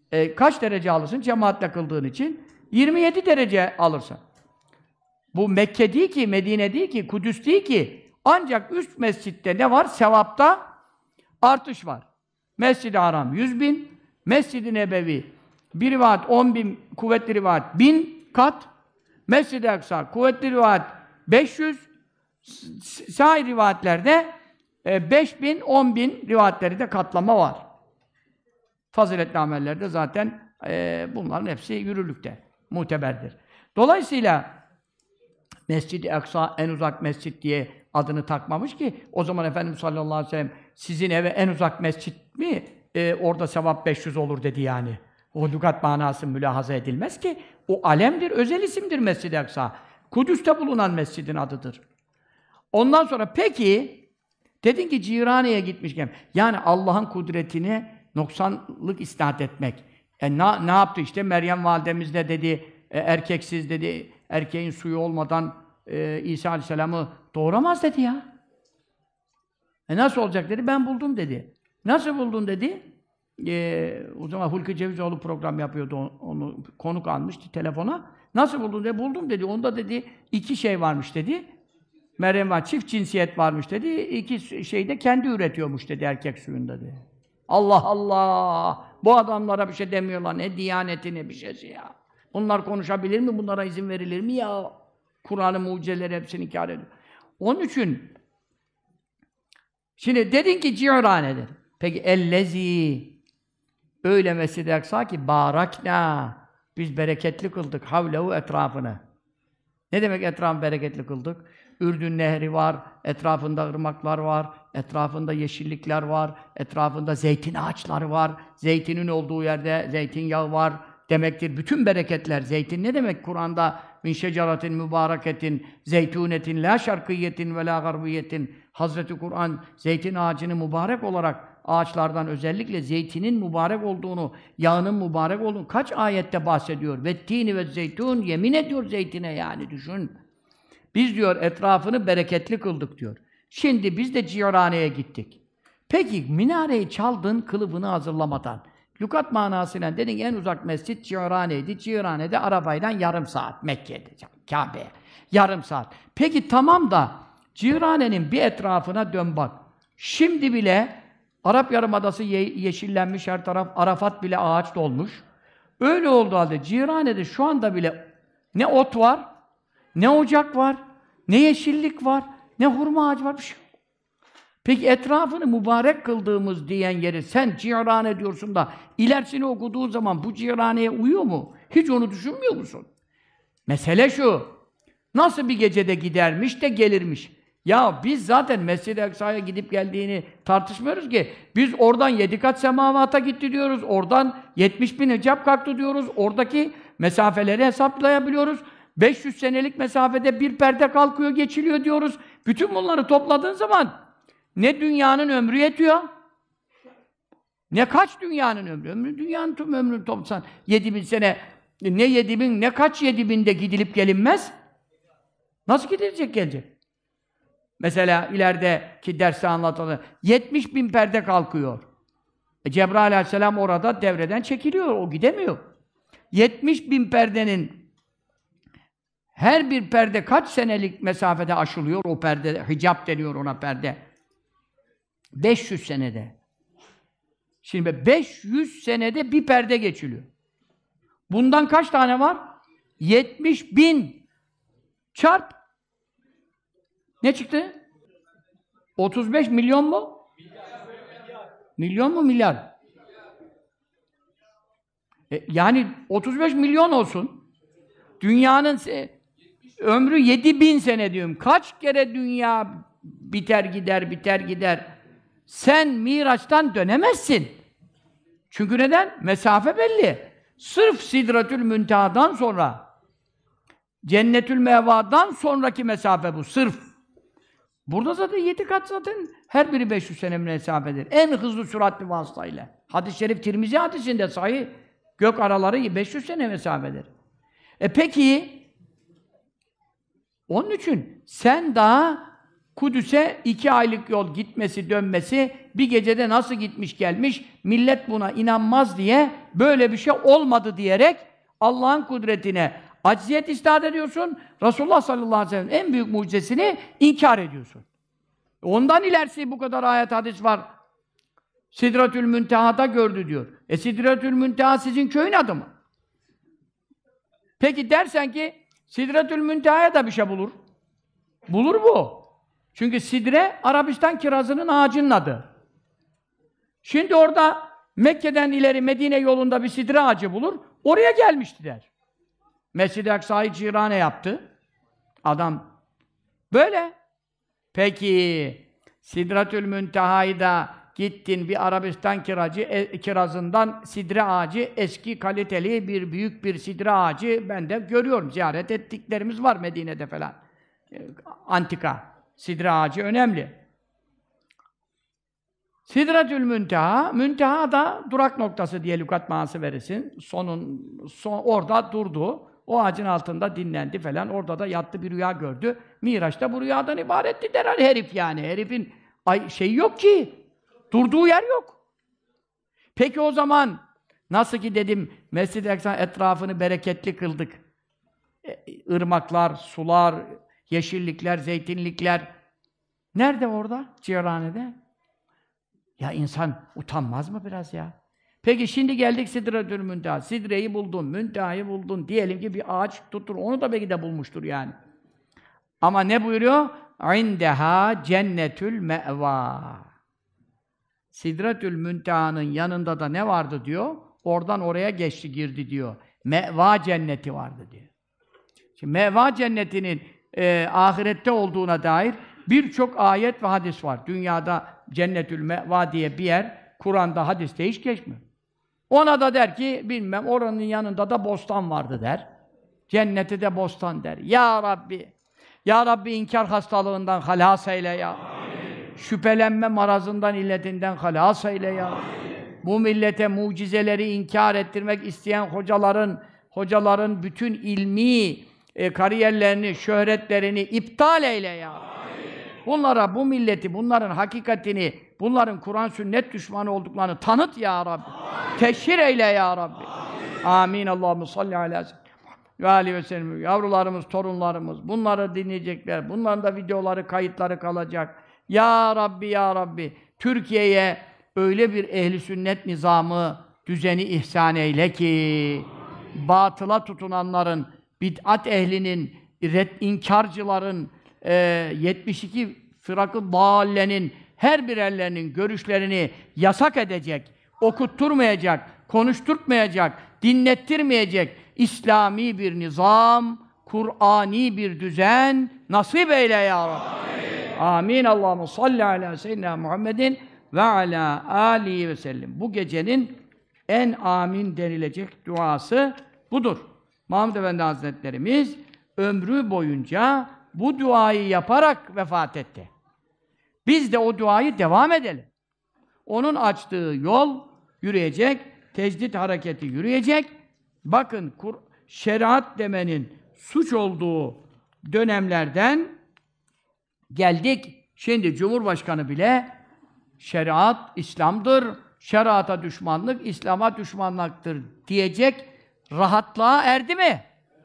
A: E, kaç derece alırsın cemaatle kıldığın için? yirmi yedi derece alırsın. Bu Mekke değil ki, Medine değil ki, Kudüs değil ki. Ancak üst mescitte ne var? Sevapta artış var. Mescid-i Haram yüz bin, Mescid-i Nebevi bir rivayet on bin, kuvvetli rivayet bin kat, Mescid-i Aksa kuvvetli rivayet beş yüz, sair rivayetlerde beş bin, on bin rivayetleri de katlama var. Faziletli amellerde zaten e, bunların hepsi yürürlükte, muteberdir. Dolayısıyla Mescid-i Aksa en uzak mescit diye adını takmamış ki, o zaman Efendimiz sallallahu aleyhi ve sellem sizin eve en uzak mescit mi? E, orada sevap beş yüz olur dedi yani. O lügat manası mülahaza edilmez ki. O alemdir, özel isimdir Mescid-i Aksa. Kudüs'te bulunan mescidin adıdır. Ondan sonra peki, dedin ki Cirane'ye gitmişken, yani Allah'ın kudretine noksanlık isnat etmek. E, na, ne yaptı işte? Meryem validemiz de dedi, e, erkeksiz dedi, erkeğin suyu olmadan e, İsa aleyhisselamı doğuramaz dedi ya. E nasıl olacak dedi, ben buldum dedi. Nasıl buldun dedi. E, o zaman Hulki Cevizoğlu program yapıyordu, onu, onu konuk almıştı telefona. Nasıl buldun dedi, buldum dedi. Onda dedi iki şey varmış dedi. Meryem var, çift cinsiyet varmış dedi. İki şeyde kendi üretiyormuş dedi, erkek suyunda dedi. Allah Allah! Bu adamlara bir şey demiyorlar. Ne diyaneti ne bir şeysi ya. Bunlar konuşabilir mi? Bunlara izin verilir mi ya? Kur'an-ı mucizeleri hepsini inkar ediyor. Onun için şimdi dedin ki Cirane'dir. Peki ellezî öyle Mescid-i Aksa ki barakna biz bereketli kıldık havlehu etrafını. Ne demek etrafını bereketli kıldık? Ürdün Nehri var, etrafında ırmaklar var, etrafında yeşillikler var, etrafında zeytin ağaçları var, zeytinin olduğu yerde zeytinyağı var demektir. Bütün bereketler, zeytin ne demek Kur'an'da? Min şeceratin mübareketin, zeytunetin, la şarkiyetin ve la garbiyetin. Hazreti Kur'an, zeytin ağacını mübarek olarak, ağaçlardan özellikle zeytinin mübarek olduğunu, yağının mübarek olduğunu kaç ayette bahsediyor? Ve tini ve zeytun, yemin ediyor zeytine yani, düşün. Biz diyor etrafını bereketli kıldık diyor. Şimdi biz de Cirane'ye gittik. Peki minareyi çaldın kılıbını hazırlamadan. Lügat manasıyla dedin en uzak mescit Cirane'ydi. Cirane'de arabayla yarım saat Mekke'de, Kabe'ye. Yarım saat. Peki tamam da Cirane'nin bir etrafına dön bak. Şimdi bile Arap Yarımadası ye yeşillenmiş, her taraf Arafat bile ağaç dolmuş. Öyle olduğu halde Cirane'de şu anda bile ne ot var, ne ocak var, ne yeşillik var, ne hurma ağacı var, bir şey yok. Peki etrafını mübarek kıldığımız diyen yeri sen Cirane diyorsun da ilerisini okuduğun zaman bu Cirane'ye uyuyor mu? Hiç onu düşünmüyor musun? Mesele şu, nasıl bir gecede gidermiş de gelirmiş. Ya biz zaten Mescid-i Aksa'ya gidip geldiğini tartışmıyoruz ki. Biz oradan yedi kat semavata gitti diyoruz, oradan yetmiş bin hicap kalktı diyoruz, oradaki mesafeleri hesaplayabiliyoruz. beş yüz senelik mesafede bir perde kalkıyor, geçiliyor diyoruz. Bütün bunları topladığın zaman ne dünyanın ömrü yetiyor, ne kaç dünyanın ömrü, ömrü dünyanın tüm ömrünü toplasan yedi bin sene, ne yedi bin, ne kaç yedi binde gidilip gelinmez. Nasıl gidilecek, gelecek? Mesela ilerideki derste anlatılan yetmiş bin perde kalkıyor. E Cebrail aleyhisselam orada devreden çekiliyor, o gidemiyor. yetmiş bin perdenin her bir perde kaç senelik mesafede aşılıyor o perde, hicap deniyor ona perde. beş yüz senede. Şimdi beş yüz senede bir perde geçiliyor. Bundan kaç tane var? yetmiş bin. Çarp. Ne çıktı? otuz beş milyon mu? Milyon mu milyar? E, yani otuz beş milyon olsun. Dünyanın ömrü yedi bin sene diyorum. Kaç kere dünya biter gider, biter gider. Sen Miraç'tan dönemezsin. Çünkü neden? Mesafe belli. Sırf Sidretül Münteha'dan sonra, Cennetül Meva'dan sonraki mesafe bu. Sırf. Burada zaten yedi kat zaten her biri beş yüz sene mesafedir. En hızlı süratli vasıtayla. Hadis-i şerif Tirmizi hadisinde sahih gök araları beş yüz sene mesafedir. E peki onun için sen daha Kudüs'e iki aylık yol gitmesi, dönmesi, bir gecede nasıl gitmiş gelmiş, millet buna inanmaz diye, böyle bir şey olmadı diyerek Allah'ın kudretine acziyet istat ediyorsun, Resulullah sallallahu aleyhi ve sellem'in en büyük mucizesini inkar ediyorsun. Ondan ilerisi bu kadar ayet hadis var. Sidretül Münteha'da gördü diyor. E Sidretül Münteha sizin köyün adı mı? Peki dersen ki Sidretül Münteha'ya da bir şey bulur. Bulur bu. Çünkü sidre Arabistan kirazının ağacının adı. Şimdi orada Mekke'den ileri Medine yolunda bir sidre ağacı bulur. Oraya gelmişti der. Mescid-i Aksa'yı cirane yaptı. Adam böyle. Peki Sidretül Münteha'yı da gittin bir Arabistan kiracı, e, kirazından sidre ağacı, eski kaliteli bir büyük bir sidre ağacı ben de görüyorum. Ziyaret ettiklerimiz var Medine'de falan. E, antika. Sidre ağacı önemli. Sidretül Münteha, Münteha da durak noktası diye lügat manası verirsin. Sonun, son, orada durdu. O ağacın altında dinlendi falan. Orada da yattı, bir rüya gördü. Miraç'ta bu rüyadan ibaretti der herif yani. Herifin ay, şeyi yok ki. Durduğu yer yok. Peki o zaman nasıl ki dedim Mescid-i Aksa etrafını bereketli kıldık. Irmaklar, sular, yeşillikler, zeytinlikler. Nerede orada? Cihrane'de. Ya insan utanmaz mı biraz ya? Peki şimdi geldik Sidretül Münteha. Sidreyi buldun, Münteha'yı buldun. Diyelim ki bir ağaç tuttur. Onu da belki de bulmuştur yani. Ama ne buyuruyor? İndeha cennetül me'va. Sidretül Münteha'nın yanında da ne vardı diyor? Oradan oraya geçti, girdi diyor. Me'va cenneti vardı diyor. Şimdi me'va cennetinin e, ahirette olduğuna dair birçok ayet ve hadis var. Dünyada cennetül me'va diye bir yer, Kur'an'da, hadiste hiç geçmiyor. Ona da der ki, bilmem, oranın yanında da bostan vardı der. Cenneti de bostan der. Ya Rabbi, Ya Rabbi inkar hastalığından halas eyle ya. Amin. Şüphelenme marazından, illetinden halas eyle ya. Amin. Bu millete mucizeleri inkar ettirmek isteyen hocaların, hocaların bütün ilmi e, kariyerlerini, şöhretlerini iptal eyle ya. Amin. Bunlara, bu milleti, bunların hakikatini, bunların Kur'an sünnet düşmanı olduklarını tanıt ya Rabbi. Amin. Teşhir eyle ya Rabbi. Amin. Amin. Allahumme salli ala seyyidina ve aleyhi ve sellem. Yavrularımız, torunlarımız, bunları dinleyecekler. Bunların da videoları, kayıtları kalacak. Ya Rabbi, Ya Rabbi. Türkiye'ye öyle bir ehli sünnet nizamı, düzeni ihsan eyle ki, batıla tutunanların, bid'at ehlinin, red inkarcıların, e, yetmiş iki fırak-ı dâllenin her birerlerinin görüşlerini yasak edecek, okutturmayacak, konuşturtmayacak, dinlettirmeyecek İslami bir nizam, Kur'ani bir düzen nasip eyle ya Rabbi. Amin. Amin. Allahumme salli ala seyyidina Muhammedin ve ala alihi ve sellem. Bu gecenin en amin denilecek duası budur. Mahmud Efendi Hazretlerimiz ömrü boyunca bu duayı yaparak vefat etti. Biz de o duayı devam edelim. Onun açtığı yol yürüyecek, tecdit hareketi yürüyecek. Bakın, şeriat demenin suç olduğu dönemlerden geldik. Şimdi Cumhurbaşkanı bile şeriat İslam'dır, şeriata düşmanlık İslam'a düşmanlıktır diyecek rahatlığa erdi mi?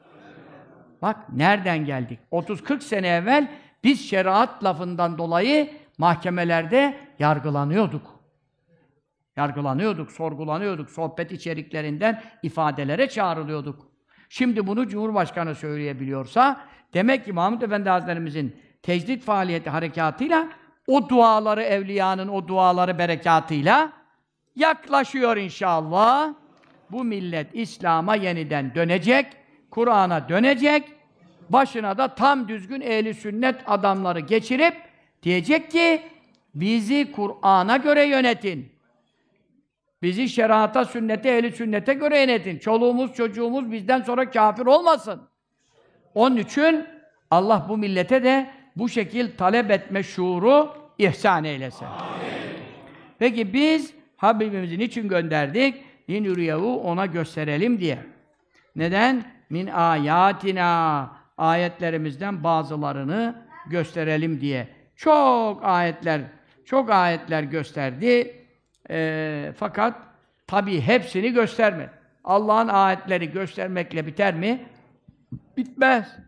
A: Bak nereden geldik? otuz kırk sene evvel biz şeriat lafından dolayı mahkemelerde yargılanıyorduk. Yargılanıyorduk, sorgulanıyorduk, sohbet içeriklerinden ifadelere çağrılıyorduk. Şimdi bunu Cumhurbaşkanı söyleyebiliyorsa, demek ki Mahmud Efendi Hazretlerimizin tecdit faaliyeti harekatıyla, o duaları, evliyanın o duaları berekatıyla yaklaşıyor inşallah. Bu millet İslam'a yeniden dönecek, Kur'an'a dönecek, başına da tam düzgün ehli sünnet adamları geçirip diyecek ki, bizi Kur'an'a göre yönetin. Bizi şeriata, sünnete, ehli sünnete göre yönetin. Çoluğumuz, çocuğumuz bizden sonra kafir olmasın. Onun için Allah bu millete de bu şekil talep etme şuuru ihsan eylesin. Amin. Peki biz Habibimizi niçin gönderdik? Linuriyehu, ona gösterelim diye. Neden? Min ayatina, ayetlerimizden bazılarını gösterelim diye. Çok ayetler, çok ayetler gösterdi. Ee, fakat tabii hepsini göstermedi. Allah'ın ayetleri göstermekle biter mi? Bitmez.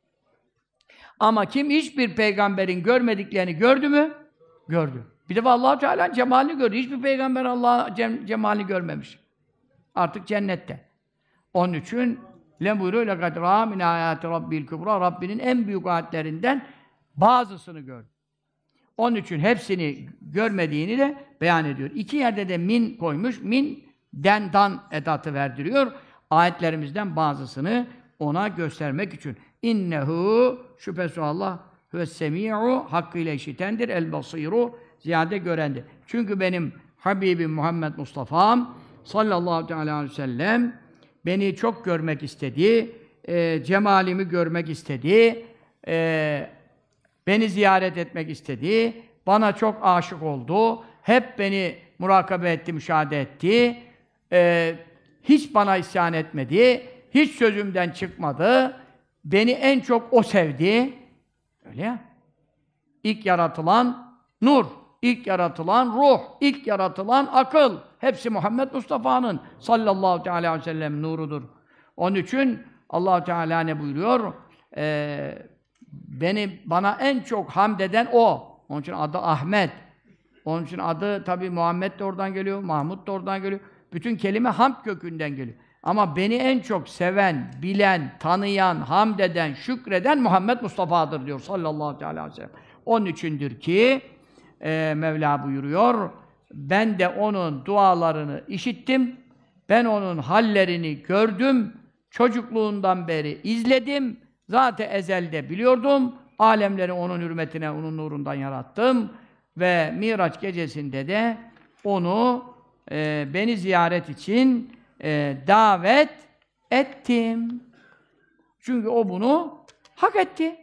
A: Ama kim hiçbir peygamberin görmediklerini gördü mü? Gördü. Bir de Allah Teala'nın cemalini gördü. Hiçbir peygamber Allah'ın cem cemalini görmemiş. Artık cennette. Onun için le buyuruyor lekad ra'a min ayati rabbil kübra, Rabbinin en büyük ayetlerinden bazısını gördü. Onun için hepsini görmediğini de beyan ediyor. İki yerde de min koymuş. Min dendan edatı verdiriyor. Ayetlerimizden bazısını ona göstermek için. İnnehu şüphesiz Allah huves semi'u, hakkıyla işitendir, el basiru, ziyade görendir. Çünkü benim Habibim Muhammed Mustafa'm sallallahu aleyhi ve sellem beni çok görmek istedi, e, cemalimi görmek istedi, e, beni ziyaret etmek istedi, bana çok aşık oldu, hep beni murakabe etti, müşahede etti, e, hiç bana isyan etmedi, hiç sözümden çıkmadı, beni en çok o sevdi. Öyle ya. İlk yaratılan nur, ilk yaratılan ruh, ilk yaratılan akıl. Hepsi Muhammed Mustafa'nın sallallahu aleyhi ve sellem nurudur. Onun için Allah Teala ne buyuruyor? Ee, beni bana en çok hamd eden o. Onun için adı Ahmet. Onun için adı tabii Muhammed de oradan geliyor, Mahmud da oradan geliyor. Bütün kelime hamd kökünden geliyor. Ama beni en çok seven, bilen, tanıyan, hamd eden, şükreden Muhammed Mustafa'dır diyor sallallahu aleyhi ve sellem. Onun içindir ki e, Mevla buyuruyor, ben de onun dualarını işittim, ben onun hallerini gördüm, çocukluğundan beri izledim, zaten ezelde biliyordum, alemleri onun hürmetine, onun nurundan yarattım ve Miraç gecesinde de onu e, beni ziyaret için e, davet ettim. Çünkü o bunu hak etti.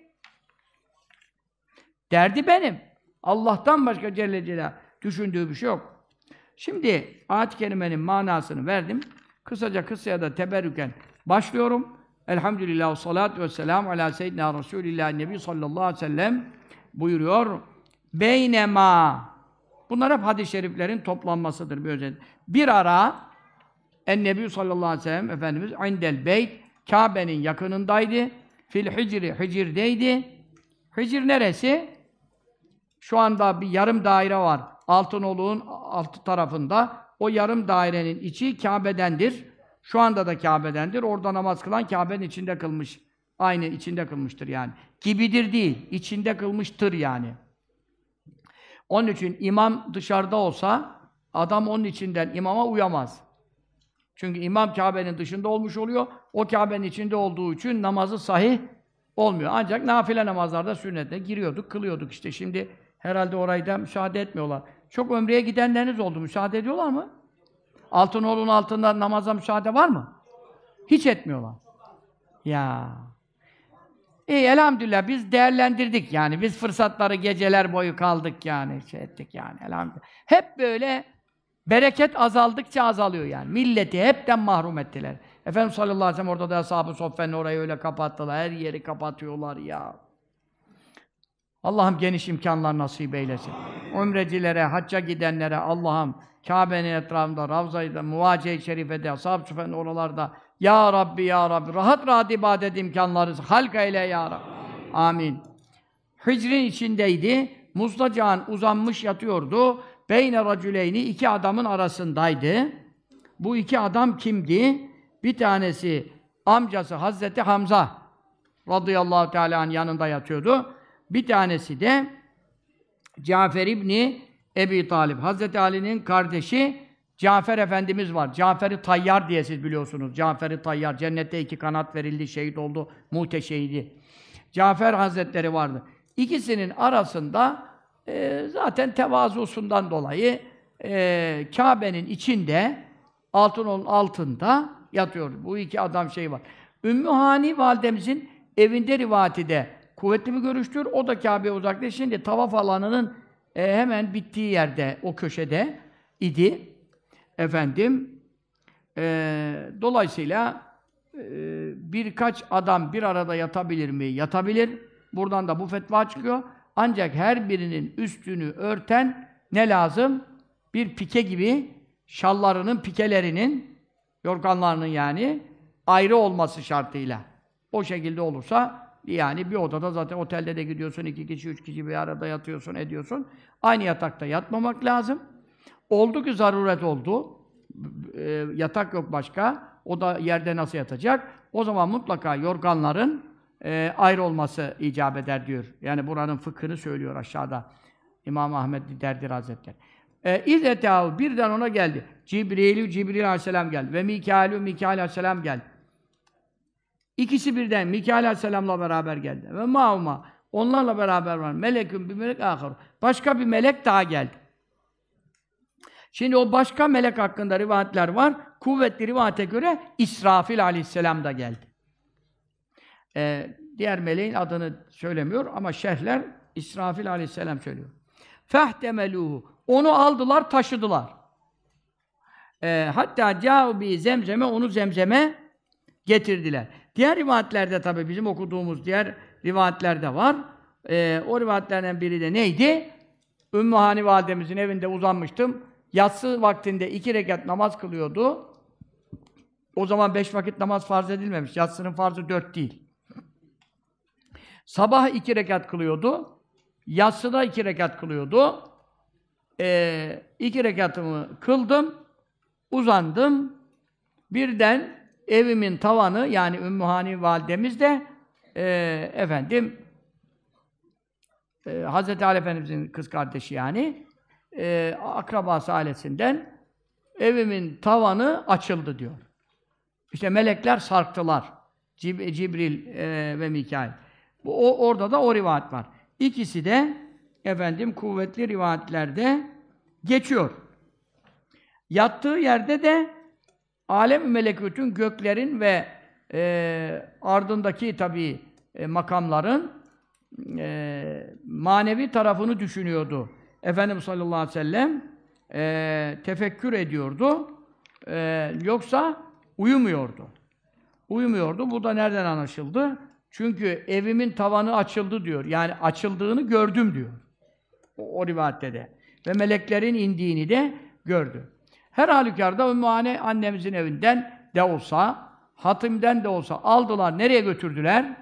A: Derdi benim. Allah'tan başka Celle Celaluhu düşündüğü bir şey yok. Şimdi ayet-i kerimenin manasını verdim. Kısaca kıssaya da teberrüken başlıyorum. Elhamdülillah, salatu vesselam ala seyyidina Resulillah Nebi sallallahu aleyhi ve sellem buyuruyor. Beynema. Bunlar hep hadis-i şeriflerin toplanmasıdır bir özet. Bir ara en-Nebi sallallahu aleyhi ve sellem Efendimiz indel beyt, Kabe'nin yakınındaydı. Fil hicri, hicirdeydi. Hicr neresi? Şu anda bir yarım daire var. Altınoluk'un altı tarafında. O yarım dairenin içi Kabe'dendir. Şu anda da Kabe'dendir. Orada namaz kılan Kabe'nin içinde kılmış. Aynı içinde kılmıştır yani. Gibidir değil, içinde kılmıştır yani. Onun için imam dışarıda olsa adam onun içinden imama uyamaz. Çünkü imam Kabe'nin dışında olmuş oluyor. O Kabe'nin içinde olduğu için namazı sahih olmuyor. Ancak nafile namazlarda sünnete giriyorduk, kılıyorduk işte. Şimdi herhalde orayı da müsaade etmiyorlar. Çok ömreye gidenleriniz oldu. Müsaade ediyorlar mı? Altınoluk'un altında namaza müsaade var mı? Hiç etmiyorlar. Ya. İyi elhamdülillah biz değerlendirdik yani. Biz fırsatları geceler boyu kaldık yani. Şey ettik yani elhamdülillah. Hep böyle bereket azaldıkça azalıyor yani. Milleti hepten mahrum ettiler. Efendimiz sallallahu aleyhi ve sellem orada da ashab-ı soffenin orayı öyle kapattılar. Her yeri kapatıyorlar ya. Allah'ım geniş imkanlar nasip eylesin. Umrecilere, hacca gidenlere Allah'ım Kabe'nin etrafında, Ravza-i Muvace-i Şerife'de, ashab-ı soffenin oralarda Ya Rabbi, Ya Rabbi, rahat rahat ibadet imkanları halk eyle Ya Rabbi. Amin. Hicrin içindeydi. Muzdacağın uzanmış yatıyordu. Beyne racüleyni, iki adamın arasındaydı. Bu iki adam kimdi? Bir tanesi amcası Hazreti Hamza radıyallahu teala'nın yanında yatıyordu. Bir tanesi de Cafer İbni Ebi Talib. Hazreti Ali'nin kardeşi Cafer Efendimiz var. Cafer-i Tayyar diye siz biliyorsunuz. Cafer-i Tayyar. Cennette iki kanat verildi, şehit oldu. Muhteşeydi. Cafer Hazretleri vardı. İkisinin arasında e, zaten tevazusundan dolayı e, Kabe'nin içinde Altınoluk'un altında yatıyor. Bu iki adam şey var. Ümmü Hani validemizin evinde rivayeti de kuvvetli bir görüştür. O da Kabe'ye uzak değil. Şimdi tavaf alanının e, hemen bittiği yerde, o köşede idi. Efendim, e, dolayısıyla e, birkaç adam bir arada yatabilir mi? Yatabilir. Buradan da bu fetva çıkıyor. Ancak her birinin üstünü örten ne lazım? Bir pike gibi şallarının, pikelerinin, yorganlarının yani ayrı olması şartıyla. O şekilde olursa yani bir odada zaten otelde de gidiyorsun, iki kişi, üç kişi bir arada yatıyorsun, ediyorsun. Aynı yatakta yatmamak lazım. Oldu ki zaruret oldu. E, yatak yok başka. O da yerde nasıl yatacak? O zaman mutlaka yorganların e, ayrı olması icap eder diyor. Yani buranın fıkhını söylüyor aşağıda. İmam Ahmed Derdir Hazretleri. E, İzzetâhu birden ona geldi. Cibrilü Cibril Aleyhisselam geldi. Ve Mikailü Mikail Aleyhisselam geldi. İkisi birden Mikail Aleyhisselam'la beraber geldi. Ve mauma onlarla beraber var. Melekün bir melek ahir. Başka bir melek daha geldi. Şimdi o başka melek hakkında rivayetler var. Kuvvetli rivayete göre İsrafil Aleyhisselam da geldi. Ee, diğer meleğin adını söylemiyor ama şerhler İsrafil Aleyhisselam söylüyor. Fehdemelûhu. Onu aldılar, taşıdılar. Ee, hatta câbi zemzeme, onu zemzeme getirdiler. Diğer rivayetlerde tabii bizim okuduğumuz diğer rivayetlerde var. Ee, o rivayetlerden biri de neydi? Ümmü Hani validemizin evinde uzanmıştım. Yatsı vaktinde iki rekat namaz kılıyordu. O zaman beş vakit namaz farz edilmemiş. Yatsının farzı dört değil. Sabah iki rekat kılıyordu. Yatsıda iki rekat kılıyordu. Ee, iki rekatımı kıldım. Uzandım. Birden evimin tavanı, yani Ümmü Hani validemiz de e, efendim e, Hazreti Ali Efendimiz'in kız kardeşi yani e, akrabası ailesinden evimin tavanı açıldı diyor. İşte melekler sarktılar. Cib Cibril e, ve Mikail. Bu, o, orada da o rivayet var. İkisi de efendim kuvvetli rivayetlerde geçiyor. Yattığı yerde de alem-i melekûtün, göklerin ve e, ardındaki tabii e, makamların e, manevi tarafını düşünüyordu. Efendimiz sallallahu aleyhi ve sellem e, tefekkür ediyordu. E, yoksa uyumuyordu. Uyumuyordu. Bu da nereden anlaşıldı? Çünkü evimin tavanı açıldı diyor. Yani açıldığını gördüm diyor. O, o rivayette de. Ve meleklerin indiğini de gördü. Her halükarda Ümmü Hani annemizin evinden de olsa, Hatim'den de olsa aldılar. Nereye götürdüler?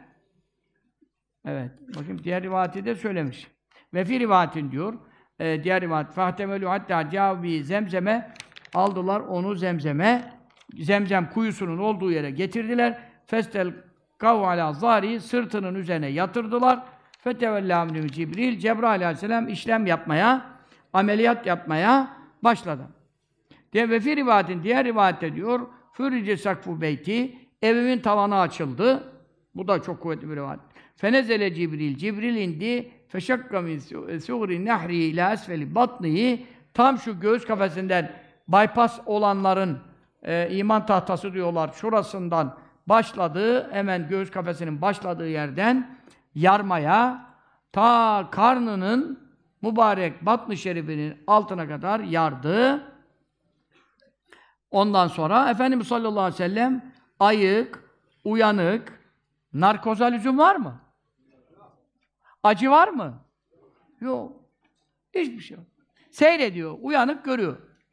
A: Evet. Bakın diğer rivayeti de söylemiş. Ve fi rivayetin diyor. E, diğer rivayet. Fahtemelu hatta cavi zemzeme, aldılar onu zemzeme, zemzem kuyusunun olduğu yere getirdiler. Festel kav ala zari, sırtının üzerine yatırdılar. Fetevella amnü Cibril, Cebrail aleyhisselam işlem yapmaya, ameliyat yapmaya başladı. De ve fi rivayetin diğer rivayette diyor, Fürrice sakfu beyti, evimin tavanı açıldı. Bu da çok kuvvetli bir rivayet. Fenezele Cibril, Cibril indi. Feşakka min suğri nehri ila esfeli batnihi, tam şu göğüs kafesinden bypass olanların e, iman tahtası diyorlar, şurasından başladığı, hemen göğüs kafesinin başladığı yerden yarmaya, ta karnının mübarek batn-ı şerifinin altına kadar yardı. Ondan sonra Efendimiz sallallahu aleyhi ve sellem ayık, uyanık, narkoza lüzum var mı? Acı var mı? Yok. Hiçbir şey yok. Seyrediyor, uyanık görüyor.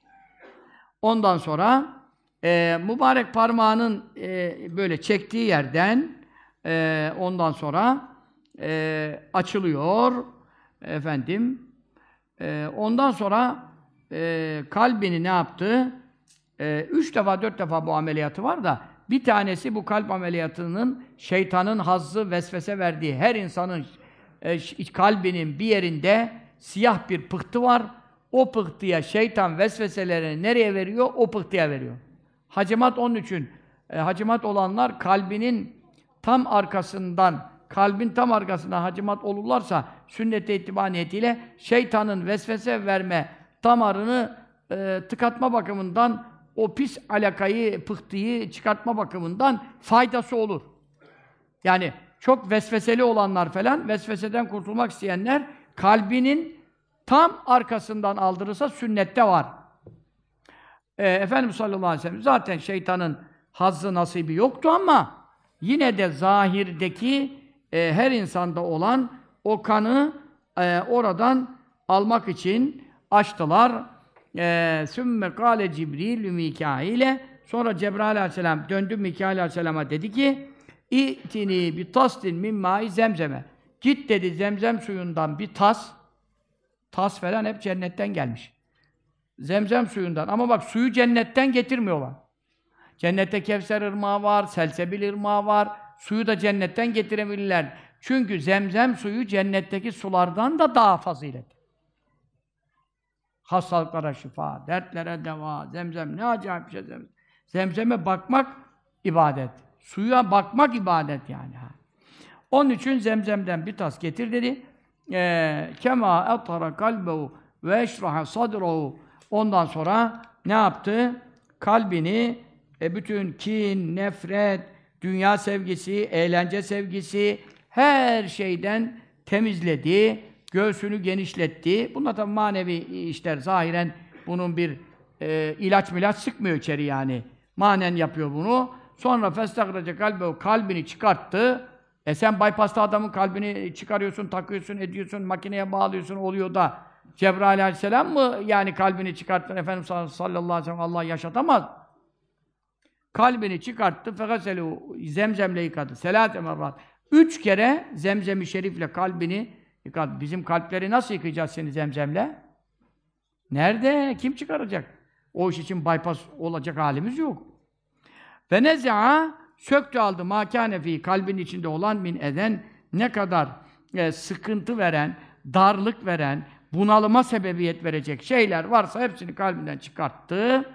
A: Ondan sonra e, mübarek parmağının e, böyle çektiği yerden e, ondan sonra e, açılıyor efendim. E, ondan sonra e, kalbini ne yaptı? E, üç defa, dört defa bu ameliyatı var da bir tanesi bu kalp ameliyatının şeytanın hazzı, vesvese verdiği, her insanın e, kalbinin bir yerinde siyah bir pıhtı var. O pıhtıya şeytan vesveselerini nereye veriyor? O pıhtıya veriyor. Hacimat onun için. E, hacimat olanlar kalbinin tam arkasından, kalbin tam arkasından hacimat olurlarsa sünnet-i ittiba niyetiyle şeytanın vesvese verme damarını e, tıkatma bakımından, o pis alakayı, pıhtıyı çıkartma bakımından faydası olur. Yani çok vesveseli olanlar falan, vesveseden kurtulmak isteyenler kalbinin tam arkasından aldırırsa sünnette var. Ee, Efendimiz sallallahu aleyhi ve sellem zaten şeytanın hazzı nasibi yoktu ama yine de zahirdeki e, her insanda olan o kanı e, oradan almak için açtılar. Sümme kâle Cibril Mikail'e, sonra Cebrail aleyhisselam döndü Mikail aleyhisselama dedi ki İ'tini bi tasdin min ma'i zemzeme. Git dedi zemzem suyundan bir tas. Tas falan hep cennetten gelmiş. Zemzem suyundan. Ama bak suyu cennetten getirmiyorlar. Cennette Kevser ırmağı var, Selsebil ırmağı var. Suyu da cennetten getirebilirler. Çünkü zemzem suyu cennetteki sulardan da daha fazilet. Hastalıklara şifa, dertlere deva, zemzem ne acayip bir şey zemzem. Zemzeme bakmak ibadet. Suya bakmak ibadet yani. Onun için zemzemden bir tas getir dedi. Kema atara kalbehu ve eşraha sadruhu. Ondan sonra ne yaptı? Kalbini e, bütün kin, nefret, dünya sevgisi, eğlence sevgisi her şeyden temizledi. Göğsünü genişletti. Bunlar tabi manevi işler. Zahiren bunun bir e, ilaç milaç sıkmıyor içeri yani. Manen yapıyor bunu. Sonra festagraca kalbehu, kalbini çıkarttı. E sen bypass'ta adamın kalbini çıkarıyorsun, takıyorsun, ediyorsun, makineye bağlıyorsun, oluyor da Cebrail aleyhisselam mı yani kalbini çıkarttın? Efendimiz sallallahu aleyhi ve sellem Allah yaşatamaz. Kalbini çıkarttı. Fegaselu zemzemle yıkadı. Selâte merrat. Üç kere zemzem-i şerifle kalbini yıkadı. Bizim kalpleri nasıl yıkayacağız seni zemzemle? Nerede? Kim çıkaracak? O iş için bypass olacak halimiz yok. Ve nezi'a söktü aldı mâkâne fî, kalbin içinde olan min eden, ne kadar e, sıkıntı veren, darlık veren, bunalıma sebebiyet verecek şeyler varsa hepsini kalbinden çıkarttı.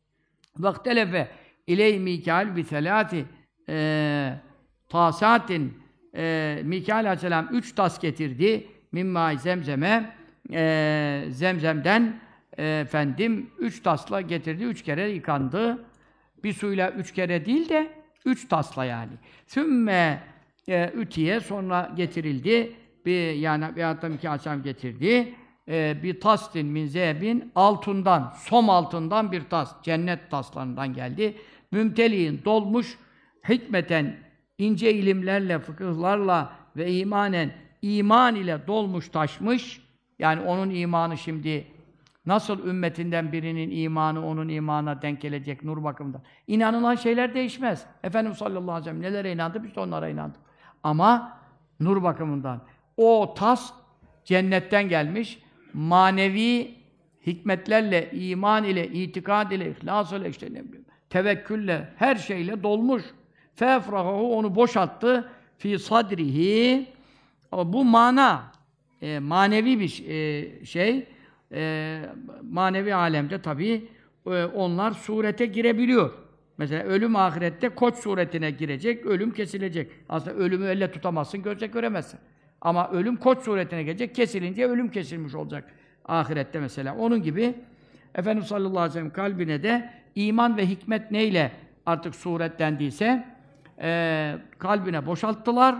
A: Vaktelefe iley Mikail bi selâti e, tasâtin, e, Mikail aleyhisselam üç tas getirdi mimmâi zemzeme, e, zemzemden e, efendim üç tasla getirdi, üç kere yıkandı. Bir suyla üç kere değil de üç tasla yani. Sümme e, ütiye, sonra getirildi. Bir yani bir adam iki akşam getirdi. E, bir tastin min zebin, altından, som altından bir tas, cennet taslarından geldi. Mümteliğin dolmuş, hikmeten ince ilimlerle, fıkıhlarla ve imanen, iman ile dolmuş taşmış. Yani onun imanı şimdi nasıl ümmetinden birinin imanı onun imanına denk gelecek nur bakımından. İnanılan şeyler değişmez. Efendimiz sallallahu aleyhi ve sellem nelere inandı, biz de onlara inandık. Ama nur bakımından. O tas cennetten gelmiş, manevi hikmetlerle, iman ile, itikad ile, ihlas ile, işte ne bileyim, tevekkülle, her şeyle dolmuş. Fefrahu, onu boşalttı. Fi sadrihi. Bu mana, e, manevi bir e, şey. E, manevi alemde tabii e, onlar surete girebiliyor. Mesela ölüm ahirette koç suretine girecek, ölüm kesilecek. Aslında ölümü elle tutamazsın, gözle göremezsin. Ama ölüm koç suretine gelecek, kesilince ölüm kesilmiş olacak ahirette mesela. Onun gibi Efendimiz sallallahu aleyhi ve sellem kalbine de iman ve hikmet neyle artık suretlendiyse e, kalbine boşalttılar.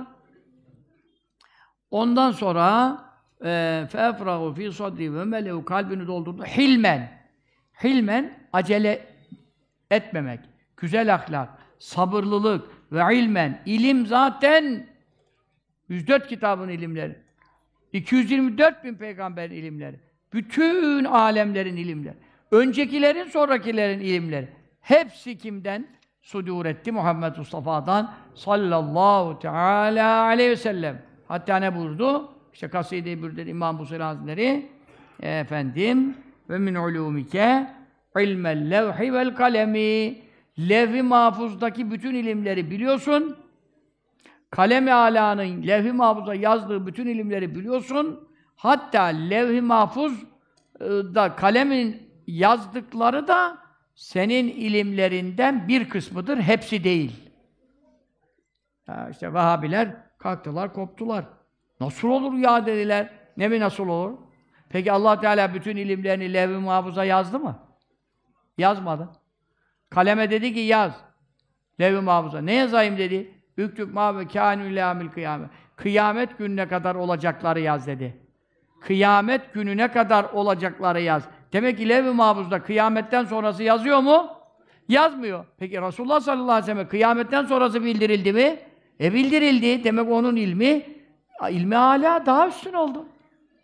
A: Ondan sonra فَاَفْرَغُ ف۪ي صَدْرِ وَمَلَوْ, kalbini doldurdu. Hilmen. Hilmen, acele etmemek. Güzel ahlak, sabırlılık ve ilmen. İlim zaten yüz dört kitabın ilimleri. iki yüz yirmi dört bin peygamberin ilimleri. Bütün alemlerin ilimleri. Öncekilerin, sonrakilerin ilimleri. Hepsi kimden? Sudur etti Muhammed Mustafa'dan sallallahu teala aleyhi ve sellem. Hatta ne buyurdu? İşte Kaside-i Bürde'de İmam Busiri Hazretleri efendim ve min ulûmike ilmel levhi vel kalemi, levh-i mahfuzdaki bütün ilimleri biliyorsun. Kalem-i alânın levh-i mahfuzda yazdığı bütün ilimleri biliyorsun. Hatta levh-i mahfuzda kalemin yazdıkları da senin ilimlerinden bir kısmıdır, hepsi değil. Ya işte Vehhabiler kalktılar, koptular. Nasıl olur ya dediler. Ne mi nasıl olur? Peki Allah Teala bütün ilimlerini levh-i mahfuza yazdı mı? Yazmadı. Kaleme dedi ki yaz. Levh-i mahfuza. Ne yazayım dedi? Üktüb ma ve kânü ilâmil kıyamet. Kıyamet gününe kadar olacakları yaz dedi. Kıyamet gününe kadar olacakları yaz. Demek ki levh-i mahfuzda kıyametten sonrası yazıyor mu? Yazmıyor. Peki Resulullah sallallahu aleyhi ve sellem kıyametten sonrası bildirildi mi? E bildirildi. Demek onun ilmi ilmi âlâ daha üstün oldu.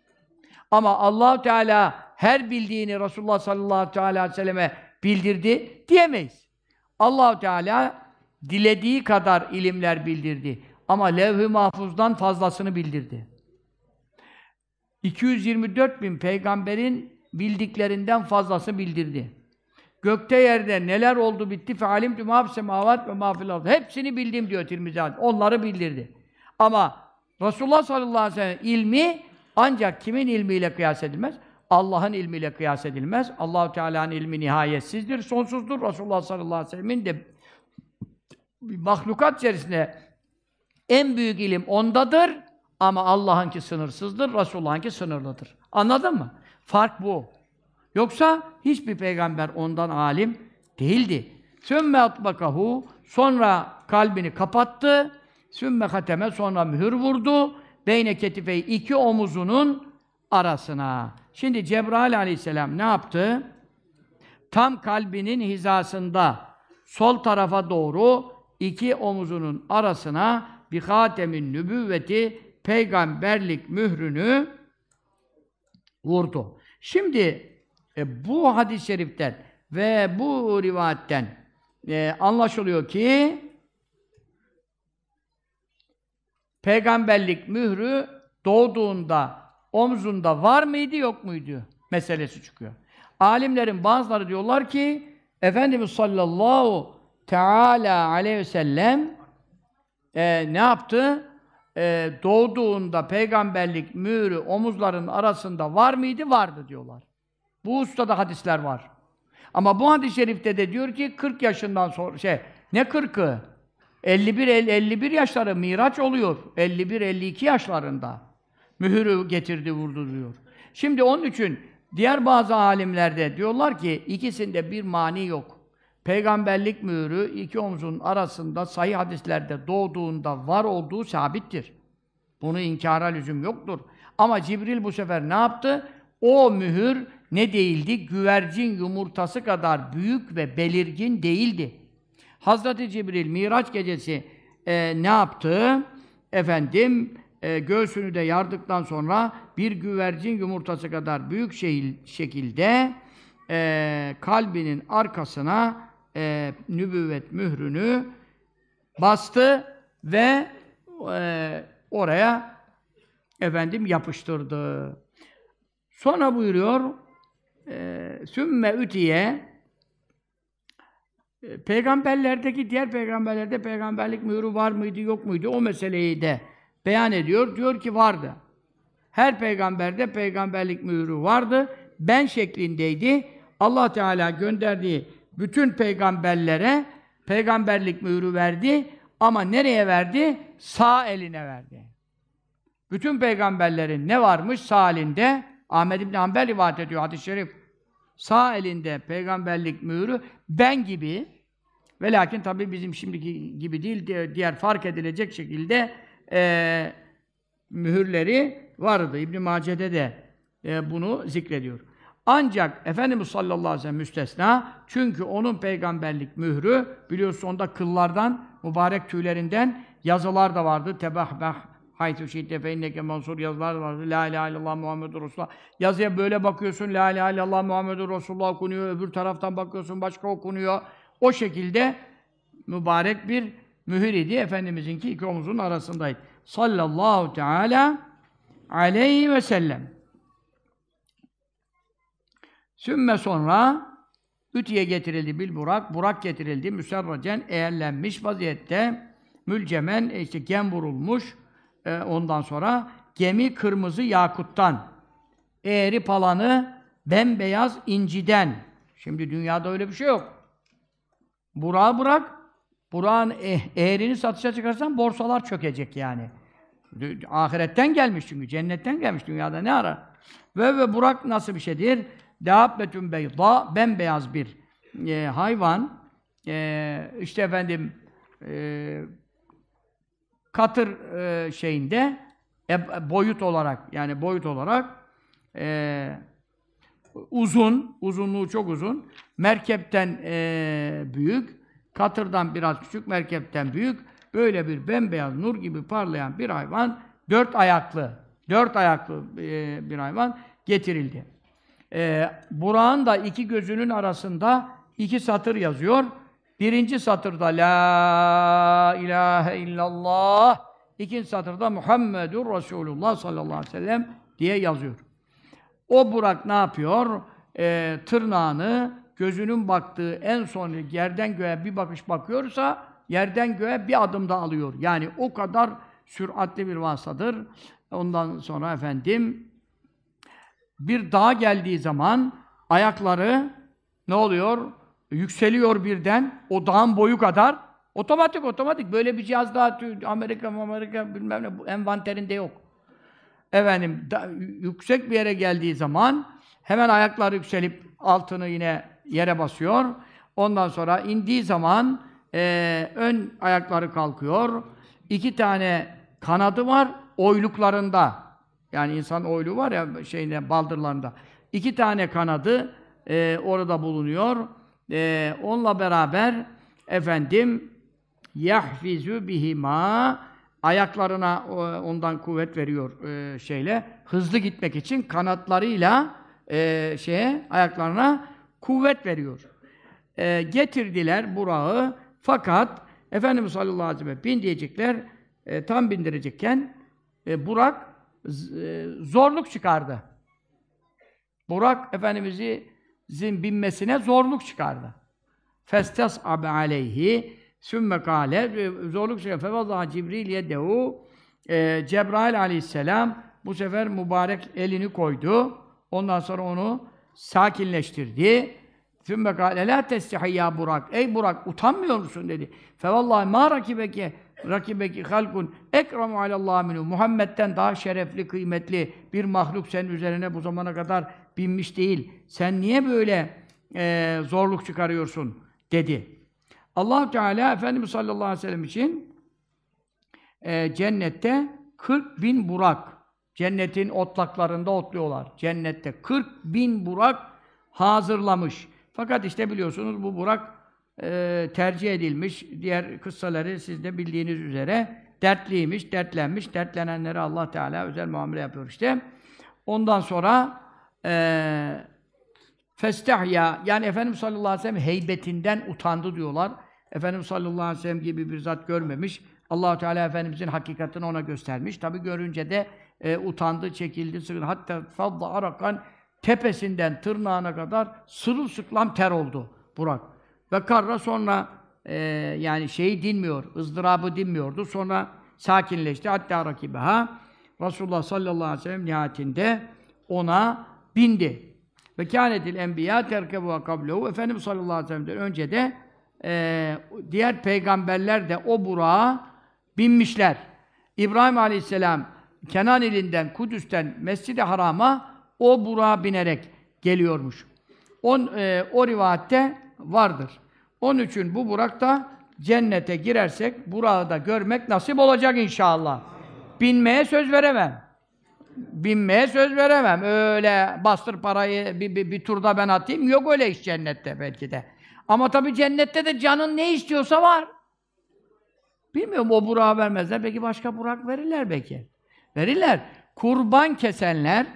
A: Ama Allah Teala her bildiğini Resulullah sallallahu aleyhi ve selleme bildirdi diyemeyiz. Allah Teala dilediği kadar ilimler bildirdi. Ama levh-i mahfuzdan fazlasını bildirdi. iki yüz yirmi dört bin peygamberin bildiklerinden fazlası bildirdi. Gökte yerde neler oldu bitti fealimtü mâ semâvât ve mâ fil ard. Hepsini bildim diyor Tirmizi. Onları bildirdi. Ama Resulullah sallallahu aleyhi ve sellem ilmi ancak kimin ilmiyle kıyas edilmez? Allah'ın ilmiyle kıyas edilmez. Allah-u Teala'nın ilmi nihayetsizdir, sonsuzdur. Resulullah sallallahu aleyhi ve sellem'in de mahlukat içerisinde en büyük ilim ondadır ama Allah'ınki sınırsızdır, Resulullah'ınki sınırlıdır. Anladın mı? Fark bu. Yoksa hiçbir peygamber ondan alim değildi. Sümme atbakahu, sonra kalbini kapattı. Sümme hateme, sonra mühür vurdu. Beyne ketifeyi, iki omuzunun arasına. Şimdi Cebrail aleyhisselam ne yaptı? Tam kalbinin hizasında sol tarafa doğru iki omuzunun arasına bir hatemin nübüvveti, peygamberlik mührünü vurdu. Şimdi e, bu hadis-i şeriften ve bu rivayetten e, anlaşılıyor ki peygamberlik mührü doğduğunda omzunda var mıydı yok muydu meselesi çıkıyor. Alimlerin bazıları diyorlar ki Efendimiz sallallahu teala aleyhi ve sellem e, ne yaptı? E, doğduğunda peygamberlik mührü omuzların arasında var mıydı? Vardı diyorlar. Bu ustada hadisler var. Ama bu hadis-i şerifte de diyor ki kırk yaşından sonra şey ne kırkı? elli bir elli bir yaşları Miraç oluyor. elli bir elli iki yaşlarında mühürü getirdi vurdu diyor. Şimdi onun için diğer bazı alimlerde diyorlar ki ikisinde bir mani yok. Peygamberlik mührü iki omzun arasında sahih hadislerde doğduğunda var olduğu sabittir. Bunu inkara lüzum yoktur. Ama Cibril bu sefer ne yaptı? O mühür ne değildi? Güvercin yumurtası kadar büyük ve belirgin değildi. Hazreti Cibril Miraç gecesi e, ne yaptı? Efendim e, göğsünü de yardıktan sonra bir güvercin yumurtası kadar büyük şey, şekilde e, kalbinin arkasına e, nübüvvet mührünü bastı ve e, oraya efendim yapıştırdı. Sonra buyuruyor e, sümme ütiye e, peygamberlerdeki diğer peygamberlerde peygamberlik mührü var mıydı yok muydu o meseleyi de beyan ediyor. Diyor ki vardı. Her peygamberde peygamberlik mührü vardı. Ben şeklindeydi. Allah Teala gönderdiği bütün peygamberlere peygamberlik mührü verdi. Ama nereye verdi? Sağ eline verdi. Bütün peygamberlerin ne varmış? Sağ elinde. Ahmed İbn Hanbel rivayet ediyor hadis-i şerif. Sağ elinde peygamberlik mührü ben gibi ve lakin tabii bizim şimdiki gibi değil, diğer fark edilecek şekilde e, mühürleri vardı. İbn-i Mace'de de e, bunu zikrediyor. Ancak Efendimiz sallallahu aleyhi ve sellem müstesna, çünkü onun peygamberlik mührü, biliyorsun onda kıllardan, mübarek tüylerinden yazılar da vardı. Tebahbeh haytü şidde fe inneke mansur yazılar da vardı. La ilahe illallah Muhammedur Resulullah. Yazıya böyle bakıyorsun, la ilahe illallah Muhammedur Resulullah okunuyor, öbür taraftan bakıyorsun başka okunuyor. O şekilde mübarek bir mühür idi. Efendimiz'inki iki omuzun arasındaydı. Sallallahu teala aleyhi ve sellem. Sümme sonra Ütiye getirildi bil burak, burak getirildi müserracen, eğerlenmiş vaziyette, mülcemen, işte gem vurulmuş, e, ondan sonra gemi kırmızı yakuttan, eğri palanı bembeyaz inciden. Şimdi dünyada öyle bir şey yok. Burağı bırak, burağın e eğrini satışa çıkarsan borsalar çökecek yani. Ahiretten gelmiş çünkü, cennetten gelmiş, dünyada ne arar? Ve ve burak nasıl bir şeydir? Dâbbetün beyda, bembeyaz bir e, hayvan, e, işte efendim e, katır e, şeyinde e, boyut olarak, yani boyut olarak e, uzun, uzunluğu çok uzun, merkepten e, büyük, katırdan biraz küçük, merkepten büyük, böyle bir bembeyaz nur gibi parlayan bir hayvan, dört ayaklı, dört ayaklı e, bir hayvan, getirildi. Ee, Burak'ın da iki gözünün arasında iki satır yazıyor. Birinci satırda La ilahe illallah, ikinci satırda Muhammedur Resulullah sallallahu aleyhi ve sellem diye yazıyor. O Burak ne yapıyor? Ee, tırnağını gözünün baktığı en son yerden göğe bir bakış bakıyorsa yerden göğe bir adım da alıyor. Yani o kadar süratli bir vasıtadır. Ondan sonra efendim bir dağa geldiği zaman ayakları ne oluyor? Yükseliyor birden. O dağın boyu kadar. Otomatik otomatik. Böyle bir cihaz daha Amerika Amerika bilmem ne bu envanterinde yok. Efendim da, yüksek bir yere geldiği zaman hemen ayakları yükselip altını yine yere basıyor. Ondan sonra indiği zaman e, ön ayakları kalkıyor. İki tane kanadı var oyluklarında. Yani insan oyluğu var ya şeyinde baldırlarında. İki tane kanadı e, orada bulunuyor. E, onunla beraber efendim yahfizu bihima ayaklarına ondan kuvvet veriyor e, şeyle hızlı gitmek için kanatlarıyla e, şeye ayaklarına kuvvet veriyor. E, getirdiler Burak'ı fakat Efendimiz sallallahu aleyhi ve sellem bin diyecekler e, tam bindirecekken e, Burak e, zorluk çıkardı. Burak Efendimiz'in binmesine zorluk çıkardı. Festas'abe aleyhi sümme kâle zorluk çıkardı. Fevazâ Cibril yedehu e, Cebrail aleyhisselam bu sefer mübarek elini koydu. Ondan sonra onu sakinleştirdi. Sümme kâle lâ testihiyya Burak. Ey Burak utanmıyor musun dedi. Fevallâhi mâ rakibeke rakibeki halkun ekremu alallâhi minhu. Muhammed'den daha şerefli, kıymetli bir mahluk senin üzerine bu zamana kadar binmiş değil. Sen niye böyle e, zorluk çıkarıyorsun? Dedi. Allah Teala Efendimiz sallallahu aleyhi ve sellem için e, cennette kırk bin Burak. Cennetin otlaklarında otluyorlar. Cennette kırk bin Burak hazırlamış. Fakat işte biliyorsunuz bu Burak e, tercih edilmiş. Diğer kıssaları siz de bildiğiniz üzere dertliymiş, dertlenmiş. Dertlenenlere Allah Teala özel muamele yapıyor işte. Ondan sonra e, festahya yani Efendimiz sallallahu aleyhi ve sellem heybetinden utandı diyorlar. Efendimiz sallallahu aleyhi ve sellem gibi bir zat görmemiş. Allah Teala Efendimizin hakikatini ona göstermiş. Tabi görünce de e, utandı, çekildi, sıkıldı. Hatta fadda arakan tepesinden tırnağına kadar sırılsıklam ter oldu Burak. Ve karra sonra e, yani şeyi dinmiyor, ızdırabı dinmiyordu. Sonra sakinleşti. Hatta rakibeha Resulullah sallallahu aleyhi ve sellem nihayetinde ona bindi. Ve kânetil enbiyâ terkebuha kablehu. Efendimiz sallallahu aleyhi ve sellem'den önce de e, diğer peygamberler de o Burak'a binmişler. İbrahim aleyhisselam Kenan ilinden, Kudüs'ten Mescid-i Haram'a o Burak'a binerek geliyormuş. On, e, o rivayette vardır. Onun için bu Burak da cennete girersek Burak'ı da görmek nasip olacak inşallah. Binmeye söz veremem. Binmeye söz veremem. Öyle bastır parayı bir, bir, bir turda ben atayım. Yok öyle iş cennette belki de. Ama tabii cennette de canın ne istiyorsa var. Bilmiyorum o Burak'a vermezler. Belki başka Burak verirler belki. Verirler. Kurban kesenler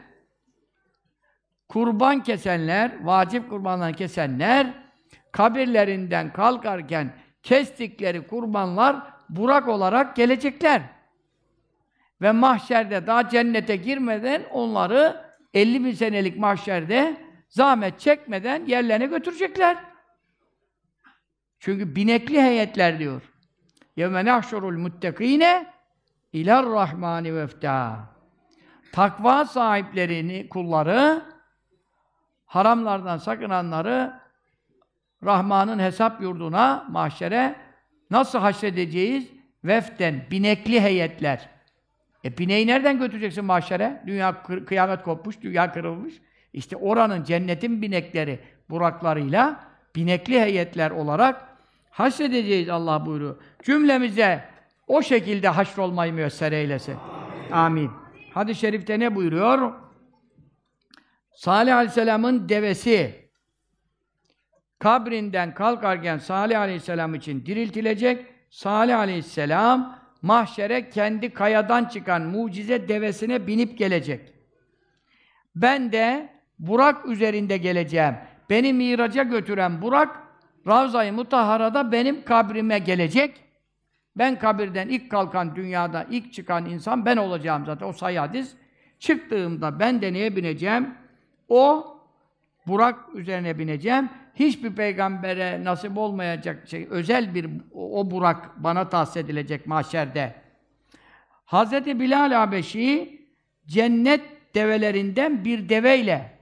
A: kurban kesenler, vacip kurbanlarını kesenler kabirlerinden kalkarken kestikleri kurbanlar Burak olarak gelecekler. Ve mahşerde daha cennete girmeden onları elli bin senelik mahşerde zahmet çekmeden yerlerine götürecekler. Çünkü binekli heyetler diyor. يَوْمَ نَحْشُرُ الْمُتَّقِينَ اِلَى الرَّحْمَانِ وَفْتَى Takva sahiplerini, kulları, haramlardan sakınanları Rahman'ın hesap yurduna, mahşere nasıl haşredeceğiz? Veften, binekli heyetler. E bineği nereden götüreceksin mahşere? Dünya kıyamet kopmuş, dünya kırılmış. İşte oranın, cennetin binekleri, buraklarıyla binekli heyetler olarak haşredeceğiz Allah buyuruyor. Cümlemize o şekilde haşrolmayı müyesser eylesin. Amin. Amin. Hadis-i şerifte ne buyuruyor? Salih Aleyhisselam'ın devesi kabrinden kalkarken Salih Aleyhisselam için diriltilecek. Salih Aleyhisselam mahşere kendi kayadan çıkan mucize devesine binip gelecek. Ben de Burak üzerinde geleceğim. Beni miraca götüren Burak, Ravza-i Mutahhara'da benim kabrime gelecek. Ben kabirden ilk kalkan, dünyada ilk çıkan insan ben olacağım zaten. O sahih hadis. Çıktığımda ben de neye bineceğim? O Burak üzerine bineceğim. Hiçbir peygambere nasip olmayacak şey, özel bir o Burak bana tahsis edilecek mahşerde. Hazreti Bilal Habeşi cennet develerinden bir deveyle,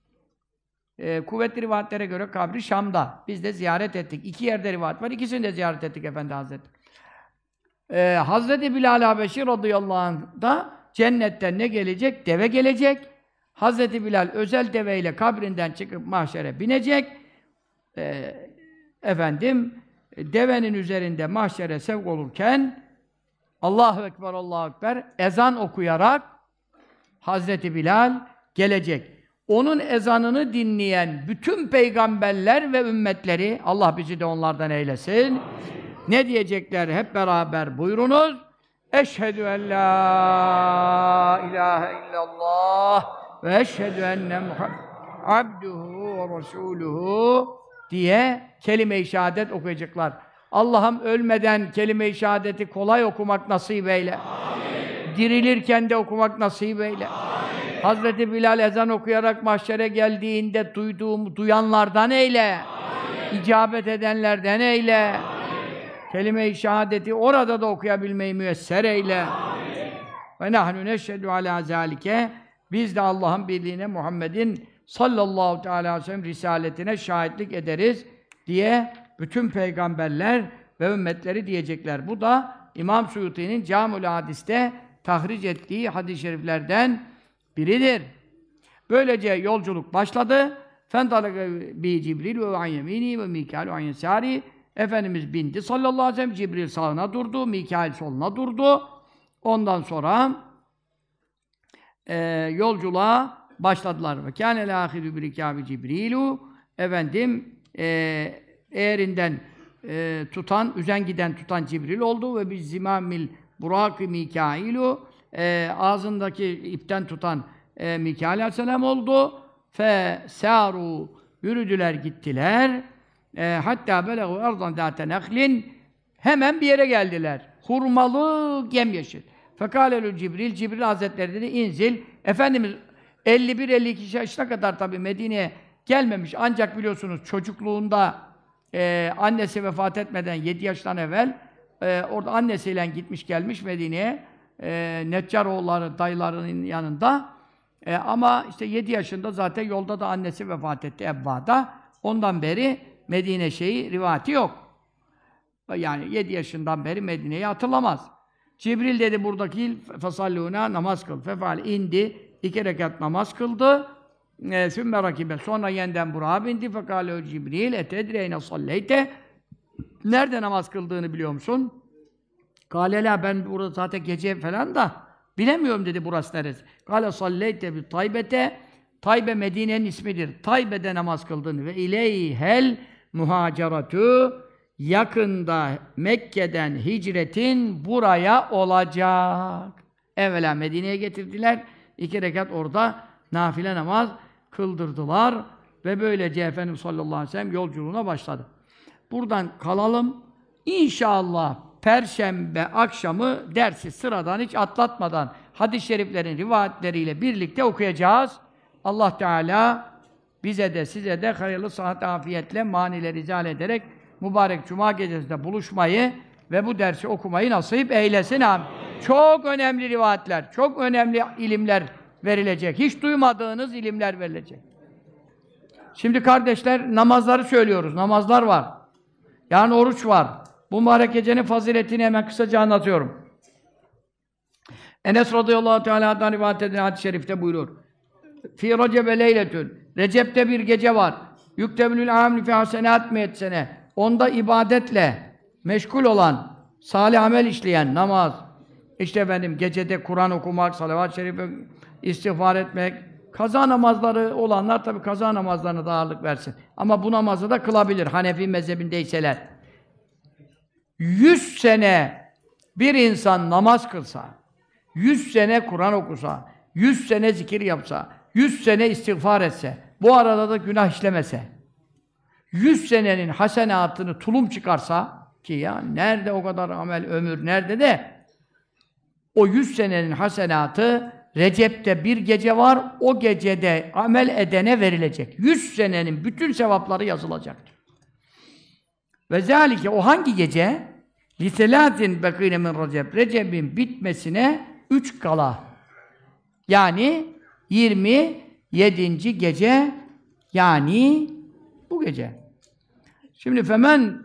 A: e, kuvvetli rivayetlere göre kabri Şam'da. Biz de ziyaret ettik. İki yerde rivayet var. İkisini de ziyaret ettik Efendi Hazretleri. E, Hazreti Bilal Habeşi radıyallahu anh da cennetten ne gelecek? Deve gelecek. Hazreti Bilal özel deveyle kabrinden çıkıp mahşere binecek. E, efendim, devenin üzerinde mahşere sevk olurken Allahu Ekber, Allahu Ekber ezan okuyarak Hazreti Bilal gelecek. Onun ezanını dinleyen bütün peygamberler ve ümmetleri, Allah bizi de onlardan eylesin. Ne diyecekler hep beraber buyurunuz. Eşhedü en la ilahe illallah ve eşhedü enne Muhammed abduhu ve resuluhu diye kelime-i şehadet okuyacaklar. Allah'ım ölmeden kelime-i şehadeti kolay okumak nasip eyle. Amin. Dirilirken de okumak nasip eyle. Amin. Hazreti Bilal ezan okuyarak mahşere geldiğinde duyduğum duyanlardan eyle. Amin. İcabet edenlerden eyle. Amin. Kelime-i şehadeti orada da okuyabilmeyi müyesser eyle. Amin. Ve nahnu neşhedü alâ zâlike. Biz de Allah'ın birliğine, Muhammed'in sallallahu teâlâ aleyhi ve sellem risaletine şahitlik ederiz diye bütün peygamberler ve ümmetleri diyecekler. Bu da İmam Suyuti'nin Câmül Hadis'te tahric ettiği hadis-i şeriflerden biridir. Böylece yolculuk başladı. Fendalaka bi Cibril ve an yemini ve Mikail ve an yesari. Efendimiz bindi sallallahu aleyhi ve sellem. Cibril sağına durdu, Mikail soluna durdu. Ondan sonra e, yolculuğa başladılar. Ve kâne lâhidü birikâbi Cibrilu. Efendim e, eğerinden e, tutan, üzen giden tutan Cibril oldu ve biz zimamil Burak-ı Mikailu e, ağzındaki ipten tutan e, Mikail aleyhisselam oldu. Fe sâru yürüdüler gittiler. E, hatta belegu erdan zâte nehlin hemen bir yere geldiler. Hurmalı, yemyeşil. Fekâlelü Cibril, Cibril Hazretleri dedi inzil. Efendimiz elli bir elli iki yaşına kadar tabii Medine'ye gelmemiş. Ancak biliyorsunuz çocukluğunda e, annesi vefat etmeden yedi yaştan evvel e, orada annesiyle gitmiş gelmiş Medine'ye. E, Neccaroğulları, dayılarının yanında. E, ama işte yedi yaşında zaten yolda da annesi vefat etti Ebba'da. Ondan beri Medine şeyi, rivayeti yok. Yani yedi yaşından beri Medine'yi hatırlamaz. Cibril dedi buradaki fesallûnâ namaz kıl. Fefal indi. İki rekat namaz kıldı. Sümme rakibe. Sonra yeniden Burak'a bindi. Fekâlû Cibril etedri eyne salleyte. Nerede namaz kıldığını biliyor musun? Kâlelâ ben burada zaten gece falan da bilemiyorum dedi burası neresi. Kâle salleyte bi Taybete. Taybe Medine'nin ismidir. Taybe'de namaz kıldığını ve ileyhel muhaceratu. Yakında Mekke'den hicretin buraya olacak. Evvela Medine'ye getirdiler. İki rekat orada nafile namaz kıldırdılar. Ve böylece Efendimiz sallallahu aleyhi ve sellem yolculuğuna başladı. Buradan kalalım. İnşallah Perşembe akşamı dersi sıradan hiç atlatmadan hadis-i şeriflerin rivayetleriyle birlikte okuyacağız. Allah Teala bize de size de hayırlı sıhhat afiyetle manileri izale ederek mübarek Cuma gecesinde buluşmayı ve bu dersi okumayı nasip eylesin. Amin. Çok önemli rivayetler, çok önemli ilimler verilecek. Hiç duymadığınız ilimler verilecek. Şimdi kardeşler namazları söylüyoruz. Namazlar var. Yani oruç var. Bu mübarek gecenin faziletini hemen kısaca anlatıyorum. Enes radıyallahu teala'dan rivayet edilen hadis-i şerifte buyurur. Fî recebe leyletün. Recep'te bir gece var. Yüktebülül amli fî hasenât miyet sene. Onda ibadetle meşgul olan, salih amel işleyen, namaz, işte efendim gecede Kur'an okumak, salavat-ı şerife istiğfar etmek, kaza namazları olanlar tabii kaza namazlarına da ağırlık versin. Ama bu namazı da kılabilir, Hanefi mezhebindeyseler. Yüz sene bir insan namaz kılsa, yüz sene Kur'an okusa, yüz sene zikir yapsa, yüz sene istiğfar etse, bu arada da günah işlemese, yüz senenin hasenatını tulum çıkarsa, ki ya nerede o kadar amel, ömür, nerede de, o yüz senenin hasenatı, Recep'te bir gece var, o gecede amel edene verilecek. yüz senenin bütün sevapları yazılacak. Ve zâlike, o hangi gece? لِسَلَاتٍ بَقِينَ مِنْ Recep. Recep'in bitmesine üç kala. Yani yirmi yedinci gece, yani bu gece. Şimdi femen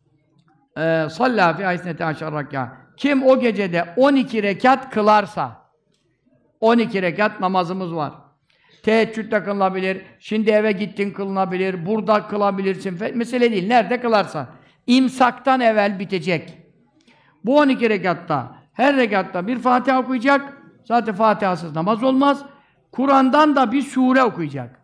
A: e, sallâ fî aysnete aşar rakâ. Kim o gecede on iki rekat kılarsa, on iki rekat namazımız var. Teheccüd de kılınabilir, şimdi eve gittin kılınabilir, burada kılabilirsin. Mesele değil, nerede kılarsan. İmsaktan evvel bitecek. Bu on iki rekatta, her rekatta bir Fatiha okuyacak. Zaten Fatiha'sız namaz olmaz. Kur'an'dan da bir sure okuyacak.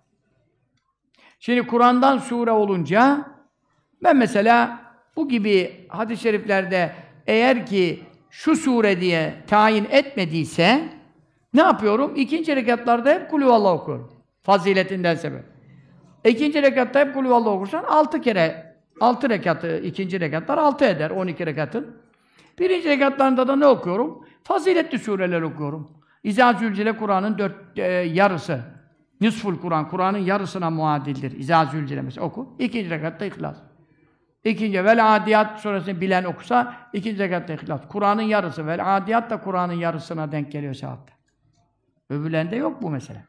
A: Şimdi Kur'an'dan sure olunca, ben mesela bu gibi hadis-i şeriflerde eğer ki şu sure diye tayin etmediyse, ne yapıyorum? İkinci rekatlarda hep Kulüvallah okuyorum. Faziletinden sebep. İkinci rekatta hep Kulüvallah okursan altı kere, altı rekatı, ikinci rekatlar altı eder, on iki rekatın. Birinci rekatlarında da ne okuyorum? Faziletli sureler okuyorum. İzâ Zülcile Kur'an'ın dört e, yarısı. Nisful Kur'an, Kur'an'ın yarısına muadildir. İzâ Zülcile mesela oku. İkinci rekatta İhlas. İkinci Vel Adiyat suresini bilen okusa, ikinci rekatta İhlas. Kur'an'ın yarısı, Vel Adiyat da Kur'an'ın yarısına denk geliyor sevapta. Öbürlerinde yok bu mesele.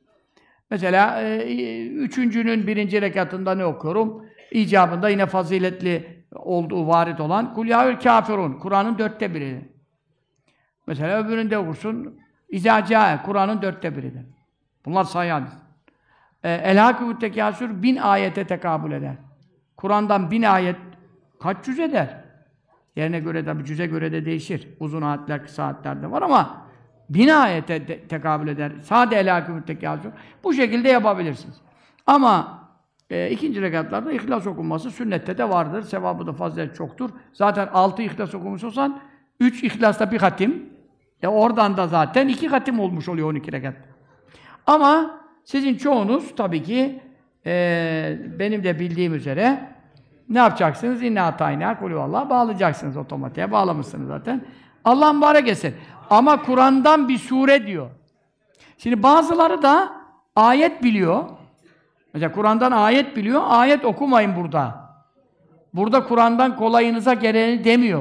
A: Mesela e, üçüncünün birinci rekatında ne okuyorum? İcabında yine faziletli olduğu varit olan Kul yâül kâfirun, Kur'an'ın dörtte biri. Mesela öbüründe okursun İzâ câe, Kur'an'ın dörtte biridir. Bunlar sahih hadis. E, El-Hâkû Tekâsür bin ayete tekabül eder. Kur'an'dan bin ayet kaç cüz eder? Yerine göre tabi cüze göre de değişir. Uzun ayetler, kısa ayetler de var ama bin ayete te tekabül eder. Sade El-Hâkû Tekâsür. Bu şekilde yapabilirsiniz. Ama e, ikinci rekatlarda İhlas okunması sünnette de vardır. Sevabı da fazla çoktur. Zaten altı İhlas okumuş olsan üç İhlas'ta bir hatim. E oradan da zaten iki hatim olmuş oluyor on iki rekat. Ama sizin çoğunuz tabii ki e, benim de bildiğim üzere ne yapacaksınız? İnna atayna kulüvallah bağlayacaksınız otomatiğe. Bağlamışsınız zaten. Allah mübarek etsin. Ama Kur'an'dan bir sure diyor. Şimdi bazıları da ayet biliyor. Mesela Kur'an'dan ayet biliyor. Ayet okumayın burada. Burada Kur'an'dan kolayınıza geleni demiyor.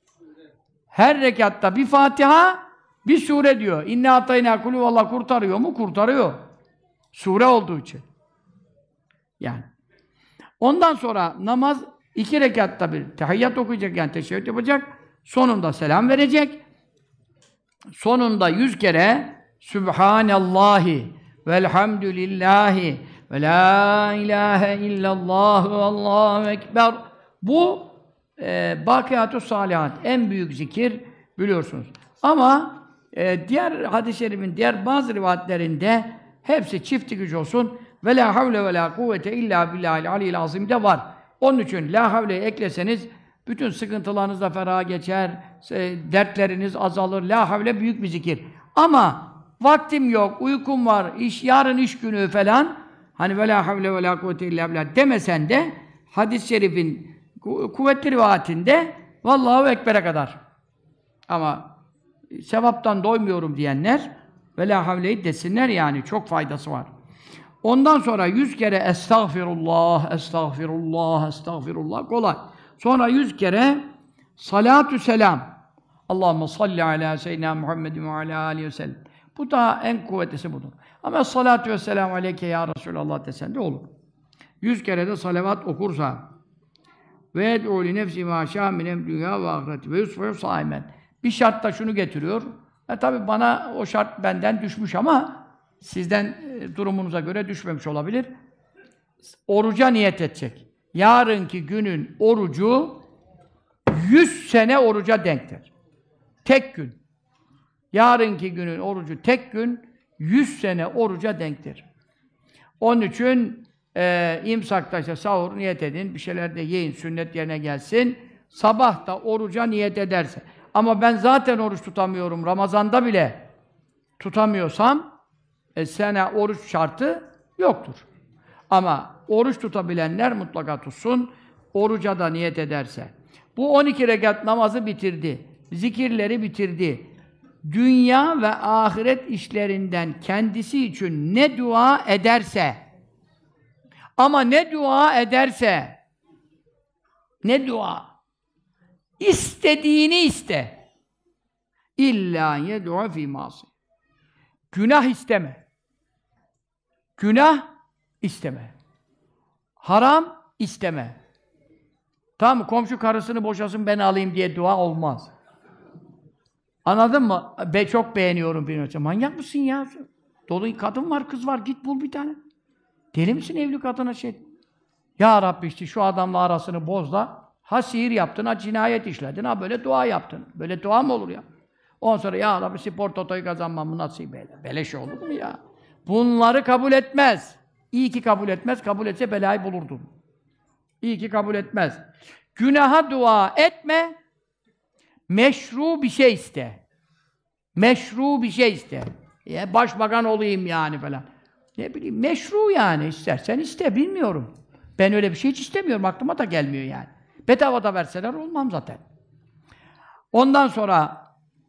A: Her rekatta bir Fatiha, bir sure diyor. İnne atayna kulüvallah kurtarıyor mu? Kurtarıyor. Sure olduğu için. Yani. Ondan sonra namaz iki rekatta bir tehiyyat okuyacak, yani teşehhüd yapacak. Sonunda selam verecek. Sonunda yüz kere Sübhanallahi velhamdülillahi ve la ilahe illallah ve Allahu ekber. Bu e, Bakiyatü Salihat, en büyük zikir biliyorsunuz. Ama e, diğer hadis-i şerifin diğer bazı rivayetlerinde hepsi çifti güç olsun. Ve la havle ve la kuvvete illa billahil aliyyil azim'de var. Onun için la havleyi ekleseniz bütün sıkıntılarınız da feraha geçer, dertleriniz azalır. La havle büyük bir zikir. Ama vaktim yok, uykum var, iş, yarın iş günü falan, hani ve la havle ve la kuvvete illa billah demesen de hadis-i şerifin kuvvetli rivayetinde vallahu ekber'e kadar. Ama sevaptan doymuyorum diyenler ve la havleyi desinler, yani çok faydası var. Ondan sonra yüz kere estağfirullah, estağfirullah, estağfirullah kolay. Sonra yüz kere salatü selam. Allahumme salli ala seyyidina Muhammedin ve ala aleyhi ve sellem. Bu da en kuvvetlisi budur. Ama salatü ve selamu aleyke ya Resulallah desen de olur. Yüz kere de salavat okursa ve ed'u li nefsi ma şâ min emdünya ve ahireti ve yusfa'yu sâimen. Bir şart da şunu getiriyor. E tabi bana o şart benden düşmüş ama sizden e, durumunuza göre düşmemiş olabilir. Oruca niyet edecek. Yarınki günün orucu yüz sene oruca denktir. Tek gün. Yarınki günün orucu tek gün yüz sene oruca denktir. Onun için e, imsakta işte sahur niyet edin, bir şeyler de yiyin, sünnet yerine gelsin. Sabah da oruca niyet ederse. Ama ben zaten oruç tutamıyorum, Ramazan'da bile tutamıyorsam e, sene oruç şartı yoktur. Ama oruç tutabilenler mutlaka tutsun. Oruca da niyet ederse. Bu on iki rekat namazı bitirdi. Zikirleri bitirdi. Dünya ve ahiret işlerinden kendisi için ne dua ederse, ama ne dua ederse, ne dua, istediğini iste. İllâ yed'u fî mâsi. Günah isteme. Günah isteme. Haram isteme. Tamam mı? Komşu karısını boşasın ben alayım diye dua olmaz. Anladın mı? Be çok beğeniyorum beni. Manyak mısın ya? Dolu kadın var, kız var. Git bul bir tane. Deli misin evli kadına şey? Ya Rabbi işte şu adamla arasını boz da ha sihir yaptın, ha cinayet işledin, ha böyle dua yaptın. Böyle dua mı olur ya? Ondan sonra ya Rabbi spor totoyu kazanmamı nasip eyle. Beleş olur mu ya? Bunları kabul etmez. İyi ki kabul etmez. Kabul etse belayı bulurdum. İyi ki kabul etmez. Günaha dua etme. Meşru bir şey iste. Meşru bir şey iste. Ya başbakan olayım yani falan. Ne bileyim, meşru yani. İstersen iste, bilmiyorum. Ben öyle bir şey hiç istemiyorum. Aklıma da gelmiyor yani. Bedava da verseler olmam zaten. Ondan sonra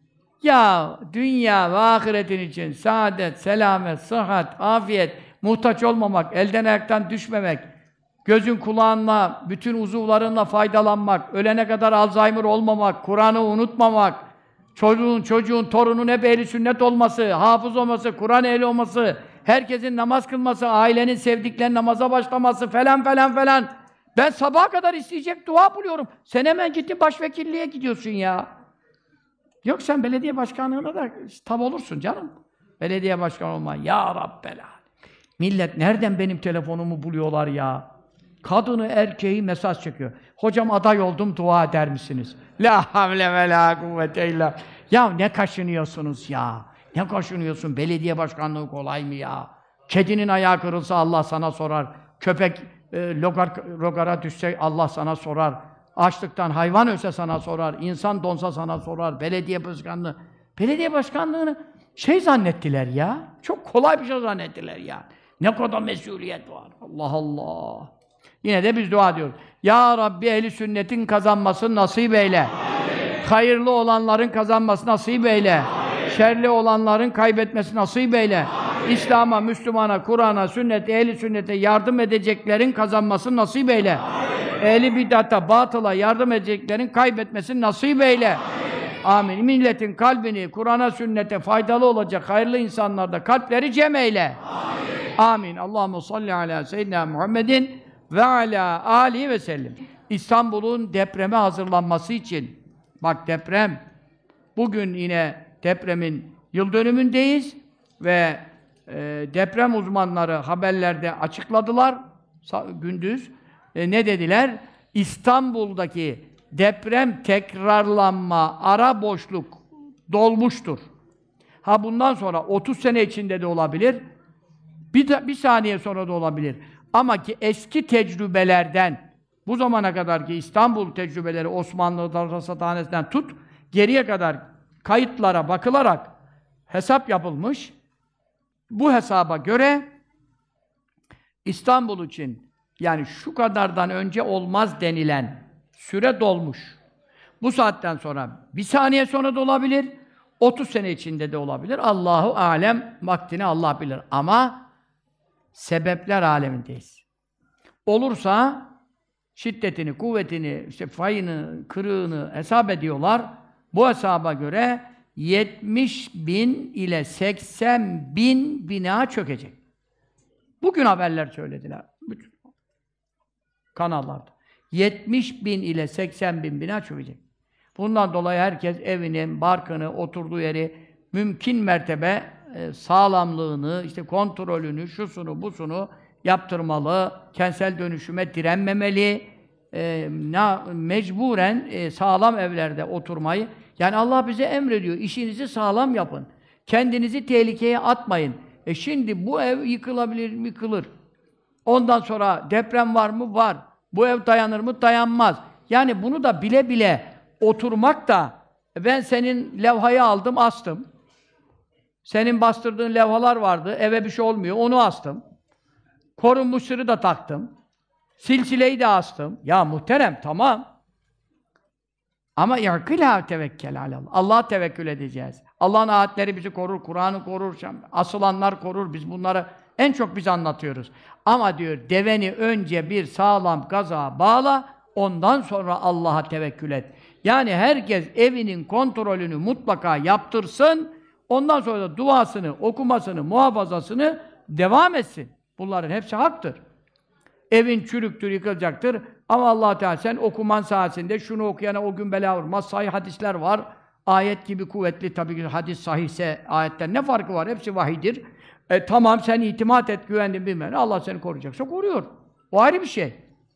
A: ya dünya ve ahiretin için saadet, selamet, sıhhat, afiyet, muhtaç olmamak, elden ayaktan düşmemek, gözün kulağınla, bütün uzuvlarınla faydalanmak, ölene kadar Alzheimer olmamak, Kur'an'ı unutmamak, çocuğun, çocuğun, torunun hep ehli sünnet olması, hafız olması, Kur'an ehli olması, herkesin namaz kılması, ailenin sevdiklerinin namaza başlaması falan falan falan. Ben sabaha kadar isteyecek dua buluyorum. Sen hemen ciddi başvekilliğe gidiyorsun ya. Yok sen belediye başkanlığına da tabi olursun canım. Belediye başkanı olma. Ya Rabbel. Millet nereden benim telefonumu buluyorlar ya? Kadını, erkeği mesaj çekiyor. Hocam aday oldum, dua eder misiniz? La havle ve la kuvvete illa. Ya ne kaşınıyorsunuz ya? Ne kaşınıyorsun? Belediye başkanlığı kolay mı ya? Kedinin ayağı kırılsa Allah sana sorar. Köpek e, logar, logara düşse Allah sana sorar. Açlıktan hayvan ölse sana sorar. İnsan donsa sana sorar. Belediye başkanlığı. Belediye başkanlığını şey zannettiler ya. Çok kolay bir şey zannettiler ya. Ne kadar mesuliyet var. Allah Allah. Yine de biz dua ediyoruz. Ya Rabbi ehli sünnetin kazanması nasip eyle. Amin. Hayırlı olanların kazanması nasip eyle. Amin. Şerli olanların kaybetmesi nasip eyle. İslam'a, Müslümana, Kur'an'a, sünnete, ehli sünnete yardım edeceklerin kazanması nasip eyle. Amin. Ehli bid'ata, batıla yardım edeceklerin kaybetmesi nasip eyle. Amin. Amin. Milletin kalbini Kur'an'a, sünnete faydalı olacak hayırlı insanlarda kalpleri cem eyle. Amin. Amin. Allahumme salli ala seyyidina Muhammedin ve ala alihi ve sellem. İstanbul'un depreme hazırlanması için, bak deprem, bugün yine depremin yıl dönümündeyiz ve e, deprem uzmanları haberlerde açıkladılar, gündüz. E, ne dediler? İstanbul'daki deprem tekrarlanma, ara boşluk dolmuştur. Ha bundan sonra otuz sene içinde de olabilir, bir, bir saniye sonra da olabilir. Ama ki eski tecrübelerden, bu zamana kadarki İstanbul tecrübeleri, Osmanlı Rasathanesi'nden tut, geriye kadar kayıtlara bakılarak hesap yapılmış. Bu hesaba göre İstanbul için, yani şu kadardan önce olmaz denilen süre dolmuş. Bu saatten sonra, bir saniye sonra da olabilir, otuz sene içinde de olabilir. Allahu alem, vaktini Allah bilir. Ama sebepler alemindeyiz. Olursa şiddetini, kuvvetini, işte fayını, kırığını hesap ediyorlar. Bu hesaba göre yetmiş bin ile seksen bin bina çökecek. Bugün haberler söylediler. Bütün kanallarda. yetmiş bin ile seksen bin bina çökecek. Bundan dolayı herkes evinin, barkını, oturduğu yeri mümkün mertebe e, sağlamlığını, işte kontrolünü, şusunu, busunu yaptırmalı, kentsel dönüşüme direnmemeli, e, na, mecburen e, sağlam evlerde oturmayı, yani Allah bize emrediyor, işinizi sağlam yapın, kendinizi tehlikeye atmayın. E şimdi bu ev yıkılabilir mi? Yıkılır. Ondan sonra deprem var mı? Var. Bu ev dayanır mı? Dayanmaz. Yani bunu da bile bile oturmak da, ben senin levhayı aldım, astım. Senin bastırdığın levhalar vardı, eve bir şey olmuyor, onu astım. Korunmuş sırrı da taktım. Silsileyi de astım. Ya muhterem, tamam. Ama yâkılâ tevekkel alâllah. Allah'a tevekkül edeceğiz. Allah'ın ayetleri bizi korur, Kur'an'ı korur, asılanlar korur. Biz bunları en çok biz anlatıyoruz. Ama diyor, deveni önce bir sağlam gaza bağla, ondan sonra Allah'a tevekkül et. Yani herkes evinin kontrolünü mutlaka yaptırsın, ondan sonra da duasını, okumasını, muhafazasını devam etsin. Bunların hepsi haktır. Evin çürüktür, yıkılacaktır. Ama Allah Teala sen okuman sayesinde şunu okuyana o gün bela vurmaz. Sahih hadisler var. Ayet gibi kuvvetli, tabii ki hadis sahihse ayetten ne farkı var? Hepsi vahidir. E, tamam sen itimat et, güvendin bilmem. Allah seni koruyacaksa koruyor. O ayrı bir şey.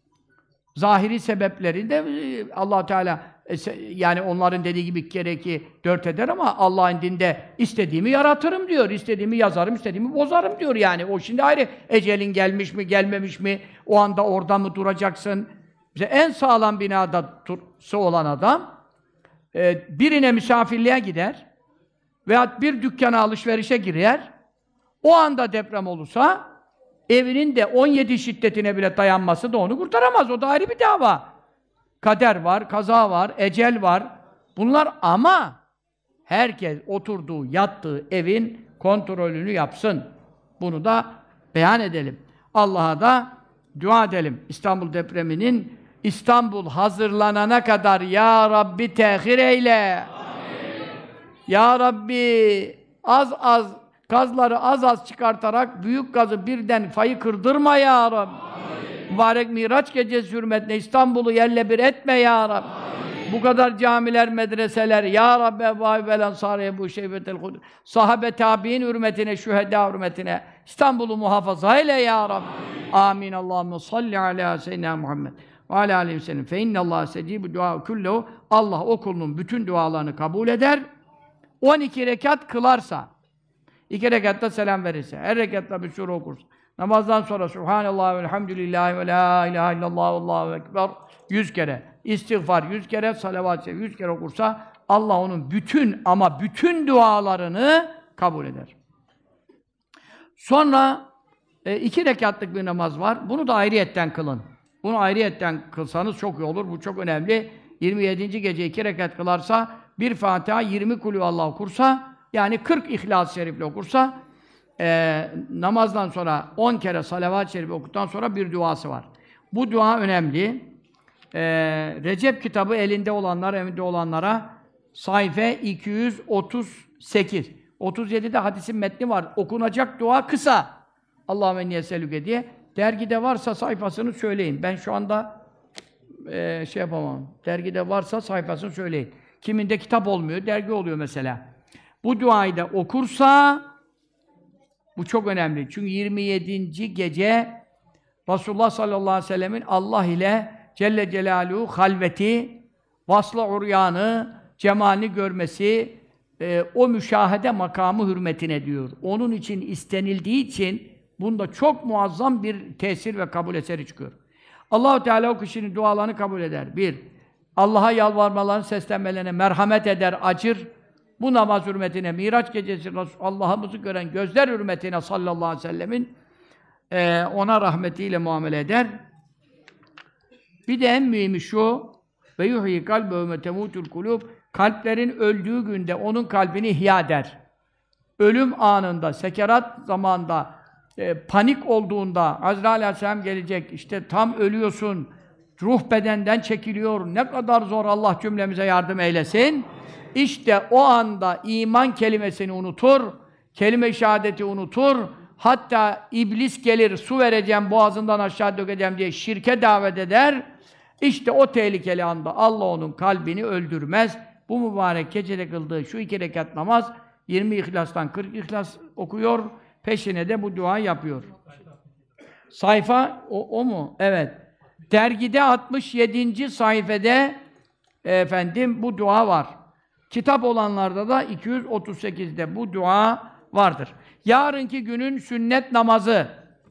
A: Zahiri sebepleri de Allah Teala e, yani onların dediği gibi gerekli dört eder ama Allah'ın dinde istediğimi yaratırım diyor. İstediğimi yazarım, istediğimi bozarım diyor yani. O şimdi ayrı. Ecelin gelmiş mi, gelmemiş mi? O anda orada mı duracaksın? Bize en sağlam binada tursu olan adam e, birine misafirliğe gider veya bir dükkana alışverişe girer. O anda deprem olursa evinin de on yedi şiddetine bile dayanması da onu kurtaramaz. O da ayrı bir dava. Kader var, kaza var, ecel var. Bunlar ama herkes oturduğu, yattığı evin kontrolünü yapsın. Bunu da beyan edelim. Allah'a da dua edelim. İstanbul depreminin İstanbul hazırlanana kadar Ya Rabbi tehir eyle. Amin. Ya Rabbi az az gazları az az çıkartarak büyük gazı birden fayı kırdırma Ya Rabbi. Amin. Mübarek Miraç gecesi hürmetine İstanbul'u yerle bir etme Ya Rabbi. Amin. Bu kadar camiler, medreseler, Ya Rabbi Ebu vel Ensâr, bu Şeybetel Hudud, sahabe tabi'in hürmetine, şühedâ hürmetine İstanbul'u muhafaza eyle Ya Rabbi. Amin. Amin. Allahümme salli ala seyyidina Muhammed ve ala aleyhi ve sellem. Fe innallâhe secîbü duâ kullehu. Allah o kulunun bütün dualarını kabul eder. on iki rekat kılarsa, iki rekatta selam verirse, her rekatta bir sure okursa, namazdan sonra Subhanallah ve elhamdülillahi ve la ilahe illallah ve allahu ekber yüz kere, istiğfar yüz kere, salavat yüz kere okursa, Allah onun bütün ama bütün dualarını kabul eder. Sonra e, iki rekatlık bir namaz var. Bunu da ayrıyetten kılın. Bunu ayrıyetten kılsanız çok iyi olur. Bu çok önemli. yirmi yedinci gece iki rekat kılarsa, bir Fatiha, yirmi Kulüvallah okursa, yani kırk İhlas-ı Şerif'le okursa, e, namazdan sonra on kere salavat-ı şerife okuduktan sonra bir duası var. Bu dua önemli. E, Recep kitabı elinde olanlar, evinde olanlara sayfa iki yüz otuz sekiz. otuz yedide hadisin metni var. Okunacak dua kısa. Allahümme niyeselüke diye. Dergide varsa sayfasını söyleyin. Ben şu anda e, şey yapamam. Dergide varsa sayfasını söyleyin. Kiminde kitap olmuyor, dergi oluyor mesela. Bu duayı da okursa, bu çok önemli. Çünkü yirmi yedinci gece Resulullah sallallahu aleyhi ve sellemin Allah ile Celle Celaluhu halveti, vasla uryanı, cemalini görmesi, e, o müşahede makamı hürmetine diyor. Onun için istenildiği için bunda çok muazzam bir tesir ve kabul eseri çıkıyor. Allah-u Teala o kişinin dualarını kabul eder. Bir, Allah'a yalvarmalarını, seslenmelerine merhamet eder, acır. Bu namaz hürmetine, Miraç gecesi Allah'ımızı gören gözler hürmetine sallallahu aleyhi ve sellemin e, ona rahmetiyle muamele eder. Bir de en mühimi şu, ve yuhyi kalbehu ve temutul kulub, kalplerin öldüğü günde onun kalbini ihya eder. Ölüm anında, sekerat zamanında, e, panik olduğunda, Azrail aleyhisselam gelecek, işte tam ölüyorsun, ruh bedenden çekiliyor, ne kadar zor, Allah cümlemize yardım eylesin. İşte o anda iman kelimesini unutur, kelime-i şehadeti unutur, hatta iblis gelir, su vereceğim, boğazından aşağı dökeceğim diye şirke davet eder. İşte o tehlikeli anda Allah onun kalbini öldürmez. Bu mübarek gecede kıldığı şu iki rekat namaz, yirmi İhlas'tan kırk İhlas okuyor, peşine de bu dua yapıyor. Sayfa o, o mu? Evet. Dergide altmış yedinci sayfede efendim bu dua var. Kitap olanlarda da iki yüz otuz sekizde bu dua vardır. Yarınki günün sünnet namazı.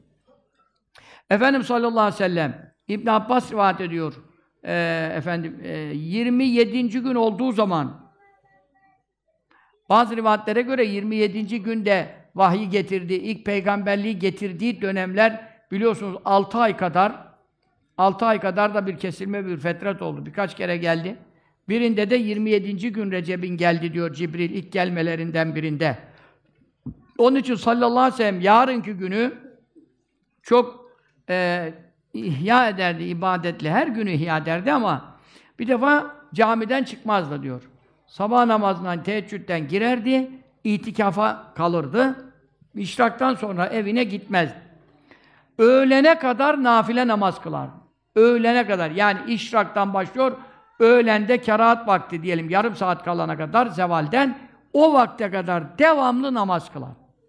A: Efendimiz sallallahu aleyhi ve sellem İbn Abbas rivayet ediyor. Ee, efendim e, yirmi yedinci gün olduğu zaman Bazı rivayetlere göre yirmi yedinci günde vahyi getirdiği, ilk peygamberliği getirdiği dönemler biliyorsunuz altı ay kadar altı ay kadar da bir kesilme, bir fetret oldu. Birkaç kere geldi. Birinde de yirmi yedinci gün Recep'in geldi diyor Cibril ilk gelmelerinden birinde. Onun için sallallahu aleyhi ve sellem yarınki günü çok e, ihya ederdi ibadetle. Her günü ihya ederdi ama bir defa camiden çıkmazdı diyor. Sabah namazından, teheccüden girerdi, itikafa kalırdı. İşraktan sonra evine gitmezdi. Öğlene kadar nafile namaz kılar. Öğlene kadar. Yani işraktan başlıyor, öğlende kerahat vakti diyelim, yarım saat kalana kadar zevalden, o vakte kadar devamlı namaz kılar.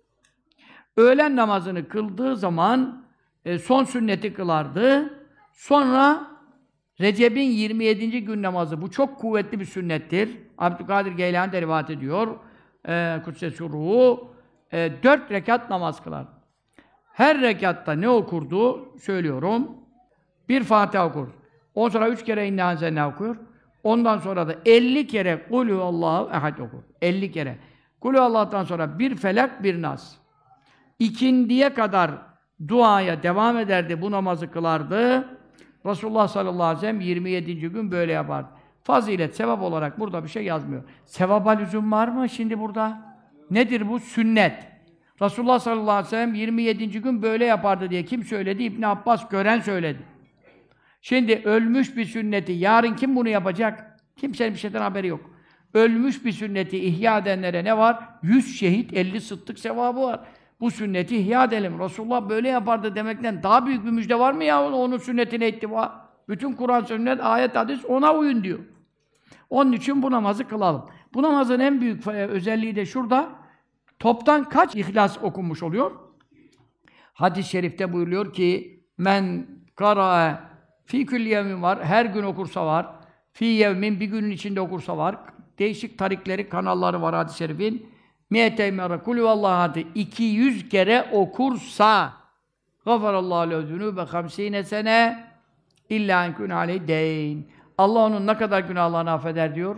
A: Öğlen namazını kıldığı zaman e, son sünneti kılardı. Sonra Recep'in yirmi yedinci gün namazı, bu çok kuvvetli bir sünnettir. Abdülkadir Geylani de rivayet ediyor. E, Kudsesi Ruhu e, dört rekat namaz kılar. Her rekatta ne okurdu? Söylüyorum. Bir Fatiha okur. Ondan sonra üç kere İnna Enzelna okur. Ondan sonra da elli kere Kul huvallahu ehad okur. elli kere. Kul Allah'tan sonra bir Felak, bir Nas. İkindiye kadar duaya devam ederdi, bu namazı kılardı. Resulullah sallallahu aleyhi ve sellem yirmi yedinci gün böyle yapardı. Fazilet, sevap olarak burada bir şey yazmıyor. Sevaba lüzum var mı şimdi burada? Nedir bu? Sünnet. Resulullah sallallahu aleyhi ve sellem yirmi yedinci gün böyle yapardı diye kim söyledi? İbn Abbas gören söyledi. Şimdi ölmüş bir sünneti, yarın kim bunu yapacak? Kimsenin bir şeyden haberi yok. Ölmüş bir sünneti ihya edenlere ne var? yüz şehit, elli sıddık sevabı var. Bu sünneti ihya edelim. Resulullah böyle yapardı demekten daha büyük bir müjde var mı ya? Onun sünnetine ittiba. Bütün Kur'an, sünnet, ayet, hadis ona uyun diyor. Onun için bu namazı kılalım. Bu namazın en büyük özelliği de şurada. Toptan kaç ihlas okunmuş oluyor? Hadis-i şerifte buyuruyor ki men kara'a fi külli yevmin var. Her gün okursa var. Fi yevmin bir günün içinde okursa var. Değişik tarikleri, kanalları var hadis-i şerifin. Miyete mera kulü vallahadı iki yüz kere okursa gafarallahu lehu zunube hamsine sene illa en kun aleyh deyn. Allah onun ne kadar günahlarını affeder diyor.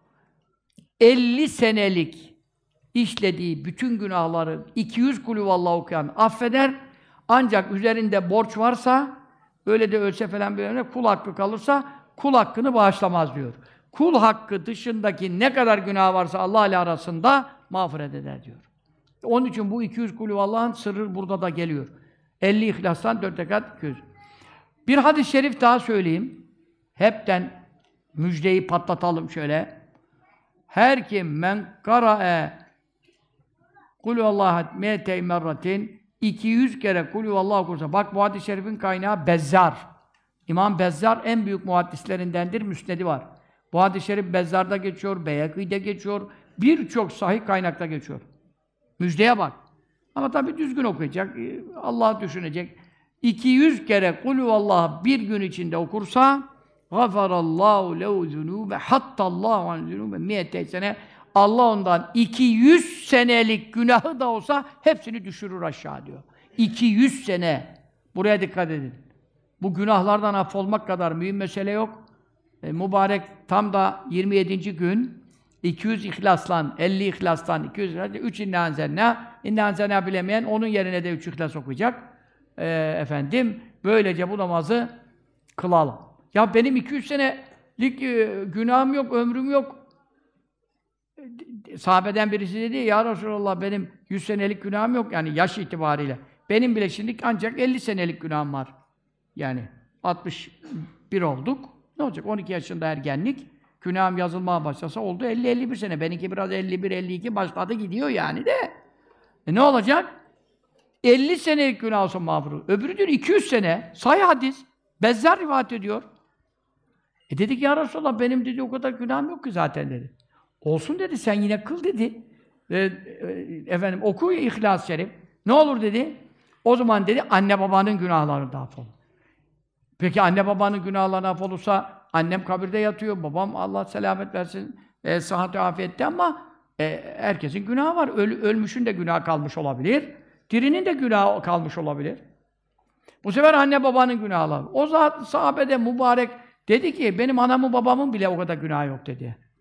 A: elli senelik işlediği bütün günahları iki yüz kulü vallahi okuyan affeder. Ancak üzerinde borç varsa, öyle de ölse falan bir öyle kul hakkı kalırsa kul hakkını bağışlamaz diyor. Kul hakkı dışındaki ne kadar günah varsa Allah ile arasında mağfiret eder diyor. Onun için bu iki yüz kulü Allah'ın sırrı burada da geliyor. elli ihlastan dört rekat iki yüz. Bir hadis-i şerif daha söyleyeyim. Hepten müjdeyi patlatalım şöyle. Her kim men kara'e kulü Allah'a miyete merratin iki yüz kere kulü Allah okursa. Bak bu hadis-i şerifin kaynağı Bezzar. İmam Bezzar en büyük muhaddislerindendir, müsnedi var. Bu hadis-i şerif Bezzar'da geçiyor, Beyhekî'de geçiyor, birçok sahih kaynakta geçiyor. Müjdeye bak. Ama tabii düzgün okuyacak, Allah'ı düşünecek. iki yüz kere kulü Allah bir gün içinde okursa gafarallahu lehu zunube hattallahu an zunube miyete sene Allah ondan iki yüz senelik günahı da olsa hepsini düşürür aşağı diyor. iki yüz sene. Buraya dikkat edin. Bu günahlardan affolmak kadar mühim mesele yok. E, mübarek tam da yirmi yedinci gün iki yüz ihlaslan, elli ihlastan, iki yüz ihlastan, üç inna enzelna, inna enzelna bilemeyen onun yerine de üç ihlas okuyacak. E, efendim, böylece bu namazı kılalım. Ya benim iki yüz senelik e, günahım yok, ömrüm yok. E, sahabeden birisi dedi, ya Resulallah benim yüz senelik günahım yok, yani yaş itibariyle. Benim bile şimdi ancak elli senelik günahım var. Yani altmış bir olduk. Ne olacak? on iki yaşında ergenlik. Günahım yazılmaya başlasa oldu elli elli bir sene. Benimki biraz elli bir elli iki başladı gidiyor yani de. E ne olacak? elli senelik günah olsa mağfur. Öbürü diyor iki yüz sene. Sahih hadis. Bezzar rivayet ediyor. E dedik ya Resulallah benim dedi o kadar günahım yok ki zaten dedi. Olsun dedi sen yine kıl dedi. E, e, efendim oku İhlas-ı Şerif. Ne olur dedi. O zaman dedi anne babanın günahları da affolur. Peki anne babanın günahları affolursa annem kabirde yatıyor, babam Allah selamet versin, e, sıhhat-i afiyette ama e, herkesin günahı var. Öl, ölmüşün de günahı kalmış olabilir. Dirinin de günahı kalmış olabilir. Bu sefer anne babanın günahları. O zat sahabede mübarek dedi ki benim anamın babamın bile o kadar günahı yok dedi.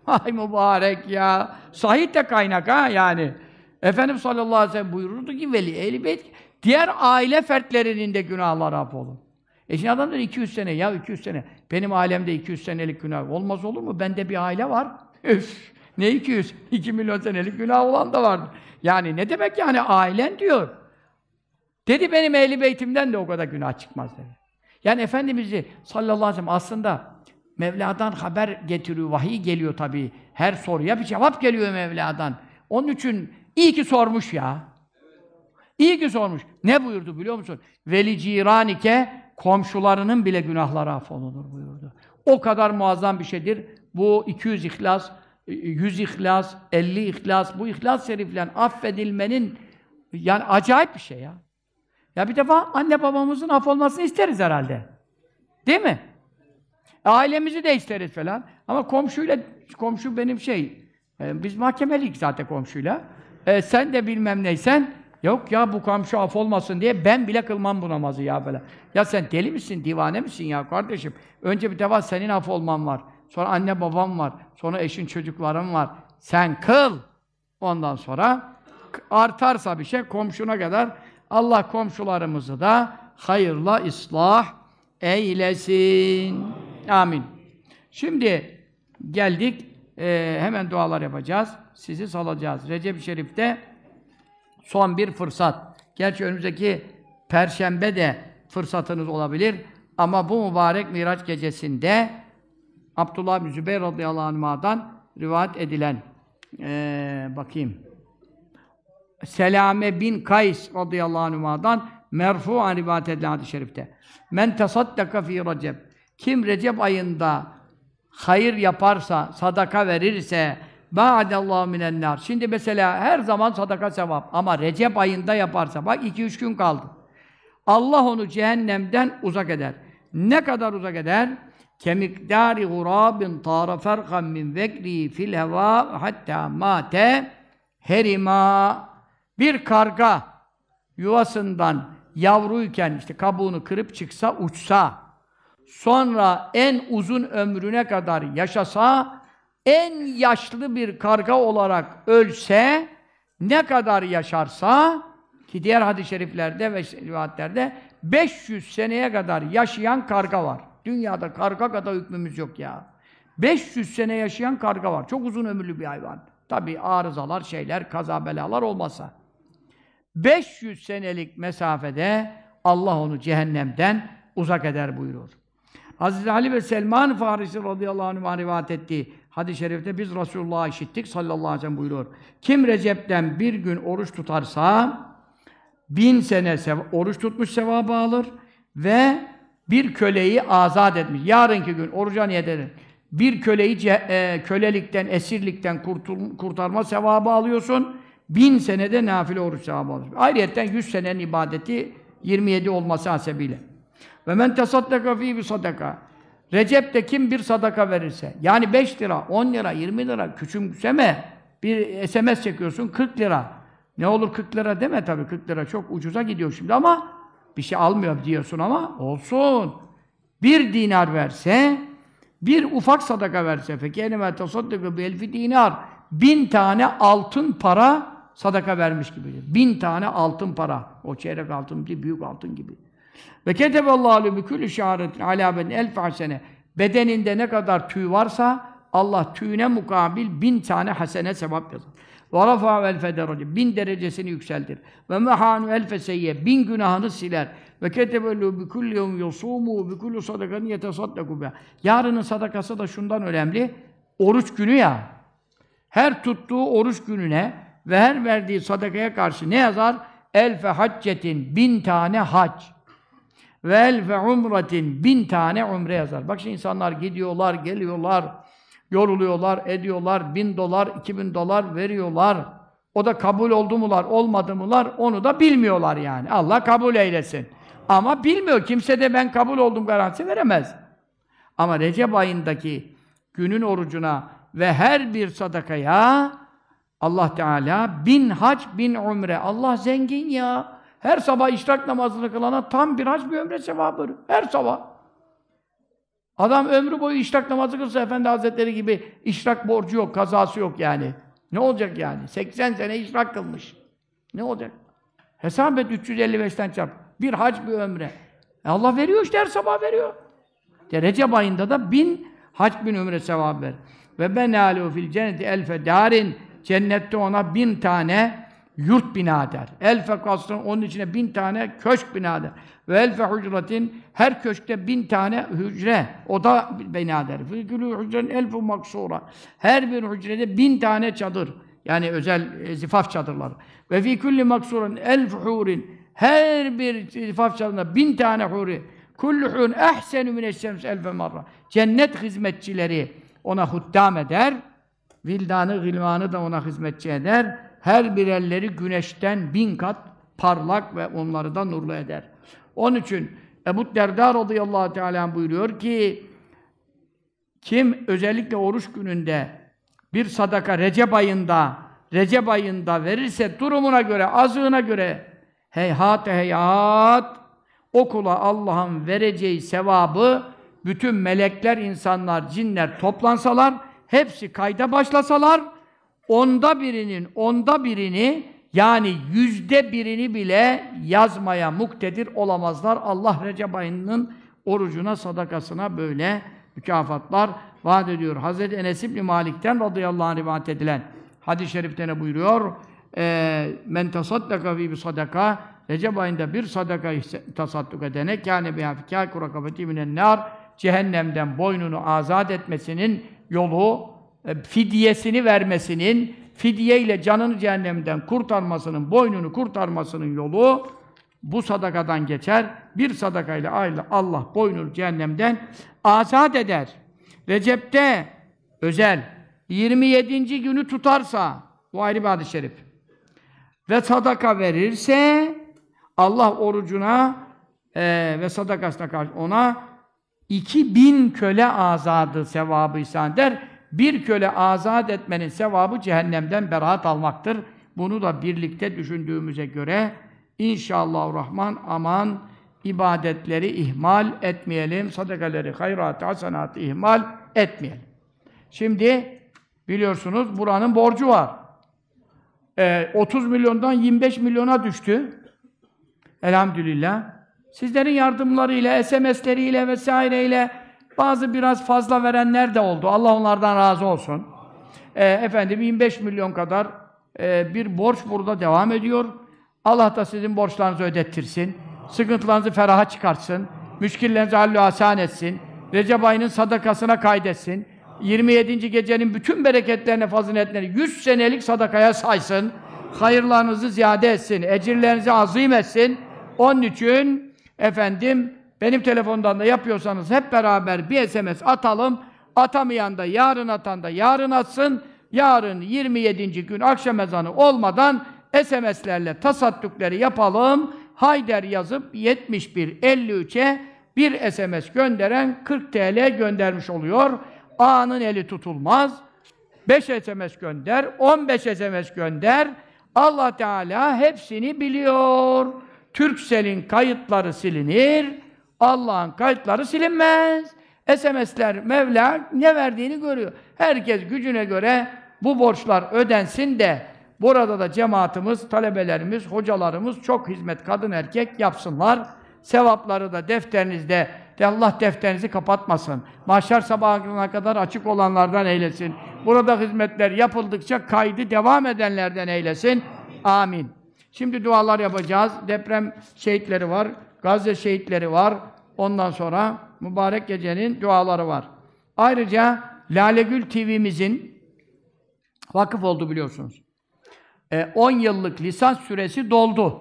A: Ay mübarek ya. Sahih de kaynak ha yani. Efendimiz sallallahu aleyhi ve sellem buyururdu ki veli ehl-i beyt diğer aile fertlerinin de günahları affolur. E şimdi adam diyor iki yüz sene ya iki yüz sene. Benim ailemde iki yüz senelik günah olmaz olur mu? Bende bir aile var. Üf. Ne iki yüz? iki milyon senelik günah olan da vardı. Yani ne demek yani ailen diyor. Dedi benim ehl-i beytimden de o kadar günah çıkmaz dedi. Yani Efendimiz'i sallallahu aleyhi ve sellem aslında Mevla'dan haber getiriyor, vahiy geliyor tabii. Her soruya bir cevap geliyor Mevla'dan. Onun için iyi ki sormuş ya. İyi ki sormuş. Ne buyurdu biliyor musun? Veli ciranike komşularının bile günahları affolunur buyurdu. O kadar muazzam bir şeydir. Bu iki yüz ihlas, yüz ihlas, elli ihlas, bu ihlas şeriflerin affedilmenin yani acayip bir şey ya. Ya bir defa anne babamızın affolmasını isteriz herhalde. Değil mi? Ailemizi de isteriz falan. Ama komşuyla, komşu benim şey, e, biz mahkemelik zaten komşuyla. E, sen de bilmem neysen, yok ya bu komşu affolmasın diye ben bile kılmam bu namazı ya böyle. Ya sen deli misin, divane misin ya kardeşim? Önce bir defa senin affolman var. Sonra anne babam var. Sonra eşin çocukların var. Sen kıl. Ondan sonra artarsa bir şey komşuna kadar Allah komşularımızı da hayırla ıslah eylesin. Amin. Şimdi geldik, e, hemen dualar yapacağız. Sizi salacağız. Recep-i Şerif'te son bir fırsat. Gerçi önümüzdeki Perşembe de fırsatınız olabilir. Ama bu mübarek Miraç gecesinde Abdullah bin Zübeyir radıyallahu anh'dan rivayet edilen e, bakayım. Selame bin Kays radıyallahu anh'dan merfu'an rivayet edilen hadis-i şerifte. Men tasaddaka fi Recep. Kim Recep ayında hayır yaparsa, sadaka verirse ba'dallahu minen nar. Şimdi mesela her zaman sadaka sevap ama Recep ayında yaparsa bak iki üç gün kaldı. Allah onu cehennemden uzak eder. Ne kadar uzak eder? Kemikdari gurabin tara ferkan min vekri fil heva hatta mate herima. Bir karga yuvasından yavruyken işte kabuğunu kırıp çıksa, uçsa, sonra en uzun ömrüne kadar yaşasa, en yaşlı bir karga olarak ölse, ne kadar yaşarsa, ki diğer hadis-i şeriflerde ve rivayetlerde beş yüz seneye kadar yaşayan karga var. Dünyada karga kadar hükmümüz yok ya. beş yüz sene yaşayan karga var. Çok uzun ömürlü bir hayvan. Tabii arızalar, şeyler, kaza belalar olmasa. beş yüz senelik mesafede Allah onu cehennemden uzak eder buyurur. Hazreti Ali ve Selman Farisi radıyallahu anh'a rivayet ettiği hadis-i şerifte biz Resulullah'ı işittik sallallahu aleyhi ve sellem buyuruyor. Kim Recep'ten bir gün oruç tutarsa bin sene oruç tutmuş sevabı alır ve bir köleyi azat etmiş. Yarınki gün oruca niyet edin. Bir köleyi e, kölelikten, esirlikten kurtul, kurtarma sevabı alıyorsun. Bin senede nafile oruç sevabı alıyorsun. Ayrıyeten yüz senenin ibadeti yirmi yedi olması hasebiyle. Ve men tasaddaka fî bi sadaka. Recep'te kim bir sadaka verirse, yani beş lira, on lira, yirmi lira, küçümseme, bir S M S çekiyorsun, kırk lira. Ne olur kırk lira deme tabii, kırk lira çok ucuza gidiyor şimdi ama bir şey almıyor diyorsun ama olsun. Bir dinar verse, bir ufak sadaka verse, فَكَيْنَمَا تَصَدَّقَ بِاَلْفِ dinar, bin tane altın para sadaka vermiş gibidir. Bin tane altın para. O çeyrek altın değil, büyük altın gibi. Ve keteballahu bi kulli şa'ratin ala ben elf hasene. Bedeninde ne kadar tüy varsa Allah tüyüne mukabil bin tane hasene sevap yazar. Ve rafa elfe derece. Bin derecesini yükseltir. Ve mehanu elfe seyye. Bin günahını siler. Ve ketebellu bi kulli yevm yusumu bi kulli sadakatin yetesaddaku biha. Yarının sadakası da şundan önemli. Oruç günü ya. Her tuttuğu oruç gününe ve her verdiği sadakaya karşı ne yazar? Elfe haccetin. Bin tane hac. Ve elfe umretin, bin tane umre yazar. Bak şimdi insanlar gidiyorlar, geliyorlar, yoruluyorlar, ediyorlar, bin dolar, iki bin dolar veriyorlar. O da kabul oldu mular, olmadı mılar, onu da bilmiyorlar yani. Allah kabul eylesin. Ama bilmiyor, kimse de ben kabul oldum garantisi veremez. Ama Recep ayındaki günün orucuna ve her bir sadakaya Allah Teala bin hac, bin umre. Allah zengin ya. Her sabah işrak namazını kılana tam bir hac bir ömre sevabı. Her sabah. Adam ömrü boyu işrak namazı kılsa Efendi Hazretleri gibi işrak borcu yok, kazası yok yani. Ne olacak yani? seksen sene işrak kılmış. Ne olacak? Hesap et üç yüz elli beşten çarp. Bir hac bir ömre. E Allah veriyor işte her sabah veriyor. De Recep ayında da bin hac bin ömre sevabı ver. Ve ben âlehu fil cenneti elfe darin. Cennette ona bin tane yurt bina eder. Elfe kasrın onun içine bin tane köşk bina eder. Ve elfe hücretin her köşkte bin tane hücre oda bina eder. Fî külü hücrenin elfu maksura. Her bir hücrede bin tane çadır. Yani özel e, zifaf çadırları. Ve fî külli maksurun elf hurin. Her bir zifaf çadırında bin tane huri. Kullu hurun ehsenu mineşşems elfe marra. Cennet hizmetçileri ona huddam eder. Vildanı, gılmanı da ona hizmetçi eder. Her birerleri güneşten bin kat parlak ve onları da nurlu eder. Onun için Ebu Derda radıyallahu teala buyuruyor ki kim özellikle oruç gününde bir sadaka Recep ayında Recep ayında verirse durumuna göre, azığına göre heyhat heyhat o kula Allah'ın vereceği sevabı bütün melekler, insanlar, cinler toplansalar, hepsi kayda başlasalar, onda birinin, onda birini yani yüzde birini bile yazmaya muktedir olamazlar. Allah Recep ayının orucuna, sadakasına böyle mükafatlar vaat ediyor. Hazreti Enes İbni Malik'ten radıyallahu anh rivayet edilen hadis-i şerifte ne buyuruyor? Men tasaddaka fi bir sadaka Recep ayında bir sadaka tasadduk edene kâne biha fikâ kurakabeti minen nâr cehennemden boynunu azat etmesinin yolu, fidyesini vermesinin, fidye ile canını cehennemden kurtarmasının, boynunu kurtarmasının yolu bu sadakadan geçer. Bir sadakayla Allah boynunu cehennemden azat eder. Recep'te özel yirmi yedinci günü tutarsa, bu ayrı bir hadis-i şerif. Ve sadaka verirse Allah orucuna e, ve sadakasına karşı ona iki bin köle azadı sevabı ihsan eder. Bir köle azat etmenin sevabı cehennemden beraat almaktır. Bunu da birlikte düşündüğümüze göre inşallahurrahman aman ibadetleri ihmal etmeyelim. Sadakaları, hayratı, hasenatı ihmal etmeyelim. Şimdi biliyorsunuz buranın borcu var. Ee, otuz milyondan yirmi beş milyona düştü. Elhamdülillah. Sizlerin yardımlarıyla, S M S'leriyle vesaireyle bazı biraz fazla verenler de oldu. Allah onlardan razı olsun. Ee, efendim yirmi beş milyon kadar e, bir borç burada devam ediyor. Allah da sizin borçlarınızı ödettirsin. Sıkıntılarınızı feraha çıkartsın. Müşkillerinizi hallü asan etsin. Recep ayının sadakasına kaydetsin. yirmi yedinci gecenin bütün bereketlerine, faziletlerine yüz senelik sadakaya saysın. Hayırlarınızı ziyade etsin. Ecirlerinizi azim etsin. Onun için efendim benim telefondan da yapıyorsanız hep beraber bir S M S atalım. Atamayan da yarın atan da yarın atsın. Yarın yirmi yedinci gün akşam ezanı olmadan S M S'lerle tasaddukları yapalım. Hayder yazıp yetmiş bir elli üçe bir S M S gönderen kırk TL göndermiş oluyor. A'nın eli tutulmaz. beş S M S gönder, on beş S M S gönder. Allah Teala hepsini biliyor. Turkcell'in kayıtları silinir. Allah'ın kayıtları silinmez. S M S'ler Mevla ne verdiğini görüyor. Herkes gücüne göre bu borçlar ödensin de burada da cemaatimiz, talebelerimiz, hocalarımız çok hizmet kadın erkek yapsınlar. Sevapları da defterinizde de Allah defterinizi kapatmasın. Mahşer sabahına kadar açık olanlardan eylesin. Burada hizmetler yapıldıkça kaydı devam edenlerden eylesin. Amin. Şimdi dualar yapacağız. Deprem şehitleri var. Gazze şehitleri var. Ondan sonra mübarek gecenin duaları var. Ayrıca Lalegül T V'mizin vakıf oldu biliyorsunuz. on yıllık lisans süresi doldu.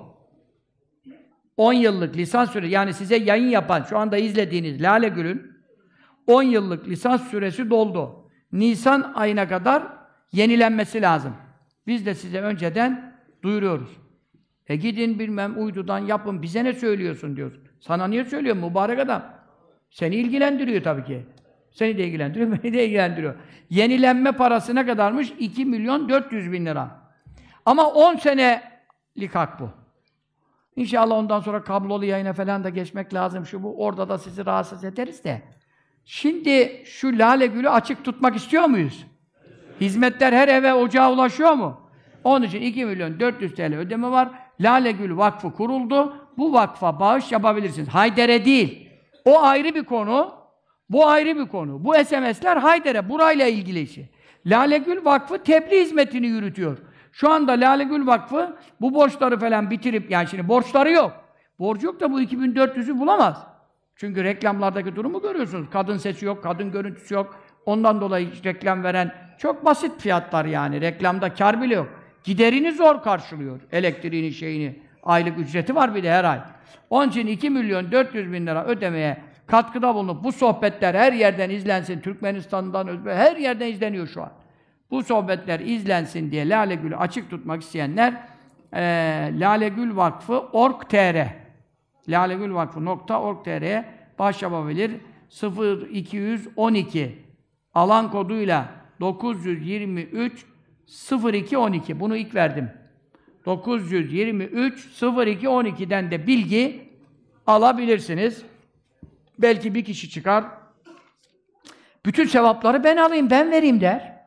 A: on yıllık lisans süresi, yani size yayın yapan, şu anda izlediğiniz Lalegül'ün on yıllık lisans süresi doldu. Nisan ayına kadar yenilenmesi lazım. Biz de size önceden duyuruyoruz. E gidin bilmem uydudan yapın, bize ne söylüyorsun diyorsun. Sana niye söylüyorum mübarek adam? Seni ilgilendiriyor tabii ki. Seni de ilgilendiriyor, beni de ilgilendiriyor. Yenilenme parası ne kadarmış? iki milyon dört yüz bin lira. Ama on senelik hak bu. İnşallah ondan sonra kablolu yayına falan da geçmek lazım. Şu bu, orada da sizi rahatsız ederiz de. Şimdi şu Lale Gül'ü açık tutmak istiyor muyuz? Hizmetler her eve, ocağa ulaşıyor mu? Onun için iki milyon dört yüz TL ödeme var. Lale Gül Vakfı kuruldu. Bu vakfa bağış yapabilirsiniz. Hayder'e değil. O ayrı bir konu. Bu ayrı bir konu. Bu S M S'ler Hayder'e, burayla ilgili işi. Lale Gül Vakfı tebliğ hizmetini yürütüyor. Şu anda Lale Gül Vakfı bu borçları falan bitirip, yani şimdi borçları yok. Borcu yok da bu iki bin dört yüzü bulamaz. Çünkü reklamlardaki durumu görüyorsunuz. Kadın sesi yok, kadın görüntüsü yok. Ondan dolayı hiç reklam veren çok basit fiyatlar yani. Reklamda kar bile yok. Giderini zor karşılıyor. Elektriğini, şeyini. Aylık ücreti var bir de her ay. Onun için iki milyon dört yüz bin lira ödemeye katkıda bulunup bu sohbetler her yerden izlensin. Türkmenistan'dan, Özbek, her yerden izleniyor şu an. Bu sohbetler izlensin diye Lale Gül'ü açık tutmak isteyenler e, lalegül vakfı nokta org nokta tr lalegül vakfı nokta org nokta tr'ye bağış yapabilir. sıfır iki yüz on iki alan koduyla dokuz yüz yirmi üç sıfır iki on iki. Bunu ilk verdim. dokuz yüz yirmi üç sıfır iki on iki'den de bilgi alabilirsiniz. Belki bir kişi çıkar. Bütün sevapları ben alayım, ben vereyim der.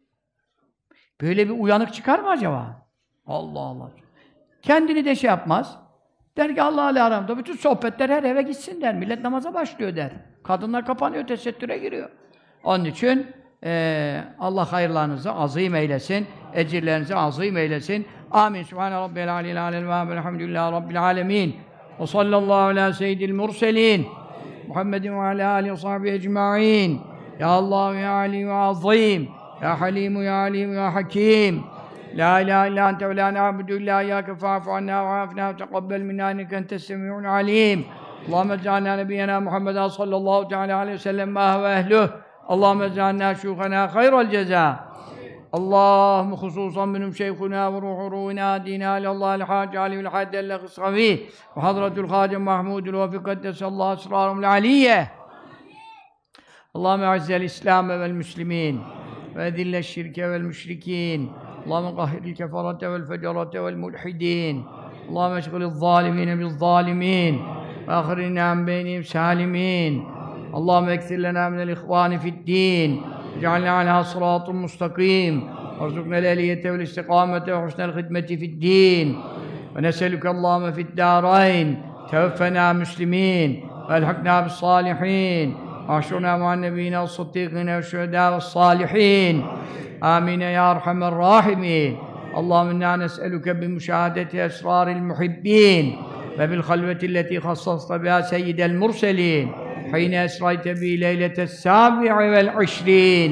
A: Böyle bir uyanık çıkar mı acaba? Allah Allah. Kendini de şey yapmaz. Der ki Allah ile aramda bütün sohbetler her eve gitsin der. Millet namaza başlıyor der. Kadınlar kapanıyor, tesettüre giriyor. Onun için e, Allah hayırlarınızı azim eylesin. Ecirlerinizi azim eylesin. Amin. Sübhane Rabbil aleyhi aleyhi ve elhamdülillahi Rabbil alemin. Ve sallallahu ala seyyidil murselin. Muhammedin ve ala alihi ve sahbihi ecma'in. Ya Allah ya Ali ve azim. Ya Halim ya Alim ya Hakim. La ilahe illa ente ve la na'budu illa iyyake fa'fu anna ve afina ve teqabbel minna inneke entes-semi'ul alim. Allahumme ec'alna nebiyyena Muhammeden sallallahu teala aleyhi ve sellem ma ve ehluh. Allahumme ec'alna şuyukhana hayral ceza. Allahümme hususan benim şeyhuna ve ruhu ruhina dina ilallahi l-hâci aleyhi ve l-haddelle kısravi ve hadratül hâcem mahmudül ve fikaddesallahu esrarumul aliyye. Allahümme azzel İslam vel müslimin ve zille şirke vel müşrikîn. Allahümme gahhiril keferate vel fecerate vel mulhidin. Allahümme eşgılil zalimine bil zalimin ve ahirina min beynihim salimin. Allahümme ektir lena minel ihvani fid din. Ec'alna alâ sıratun mustakîm. Verzuknel ehliyete vel istikamete ve husnel hidmeti fid din. Ve neselüke Allahümme fid dârayn. Teveffena müslimîn. Ve elhakna bis salihin. Ahşurna ma'an nebiyyine ve sıddîkîne ve şühedâ ve salihin. Amin ya erhamer rahimin. Allahümme inna nes'eluke bi müşahadeti esraril muhibbin ve bil halvetilleti hassasta biha seyyidel murselin. Hine esrayte bi leyletes sabi'i vel işrin.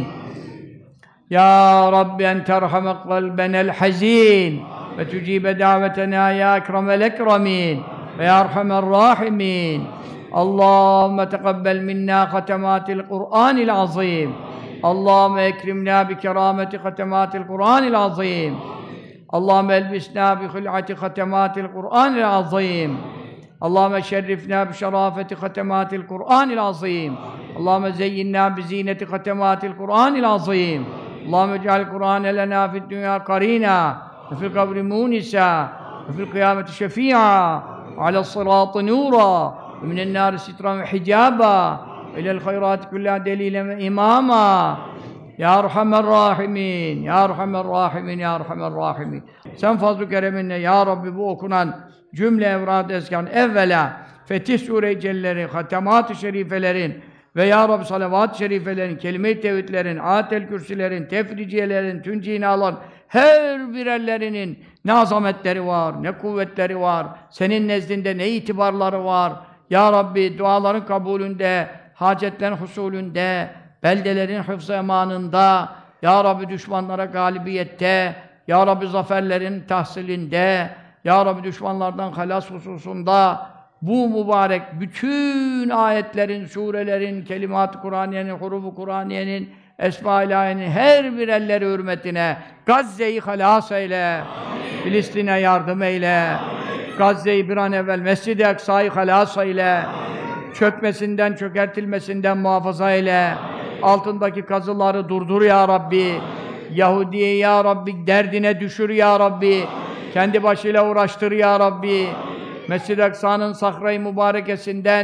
A: Ya Rabbi en terhamek kalbenel hazin ve tücibe davetena ya ekremel ekremin ve ya erhamer rahimin. Allahümme teqabbel minna hatematil Kur'anil azim. Allahümme ekrimna bi kerameti hatematil Kur'anil azim. Allahümme elbisna bi hül'ati hatematil Kur'anil azim. Allahümme şerrifna bi şerafeti hatematil Kur'anil azim. Allahümme zeyyinna bi zineti hatematil Kur'anil azim. Allahümme ec'al Kur'ane lena fid dünya karina ve fil kabri munisa ve fil kıyameti şefi'a ve alel sıratı nura ve minen nâri sitran ve hicaba ve ilel hayrâti kullâ delîlen ve imâma. Ya Erhamer Rahimin, Ya Erhamer Rahimin, Ya Erhamer Rahimin. Sen fazl-ı kereminle Ya Rabbi bu okunan cümle evrad-ı eskan evvela Fetih Sure-i Celle'leri, Hatemat-ı Şerifelerin ve Ya Rabbi salavat-ı şerifelerin, kelime-i tevhidlerin, ayetel kürsülerin, tefriciyelerin, tüncinaların her birerlerinin ne azametleri var, ne kuvvetleri var, senin nezdinde ne itibarları var. Ya Rabbi duaların kabulünde, hacetlerin husulünde, beldelerin hıfz-ı emanında, Ya Rabbi düşmanlara galibiyette, Ya Rabbi zaferlerin tahsilinde, Ya Rabbi düşmanlardan halas hususunda, bu mübarek bütün ayetlerin, surelerin, kelimat-ı Kur'aniyenin, hurufu Kur'aniyenin, Esma-i İlahiye'nin her bir elleri hürmetine Gazze'yi halas eyle, amin. Filistin'e yardım eyle, amin. Gazze'yi bir an evvel Mescid-i Aksa'yı halas eyle, amin. Çökmesinden, çökertilmesinden muhafaza eyle, amin. Altındaki kazıları durdur ya Rabbi, amin. Yahudi'yi ya Rabbi derdine düşür ya Rabbi, amin. Kendi başıyla uğraştır ya Rabbi, Mescid-i Aksa'nın sahra-i mübarekesinden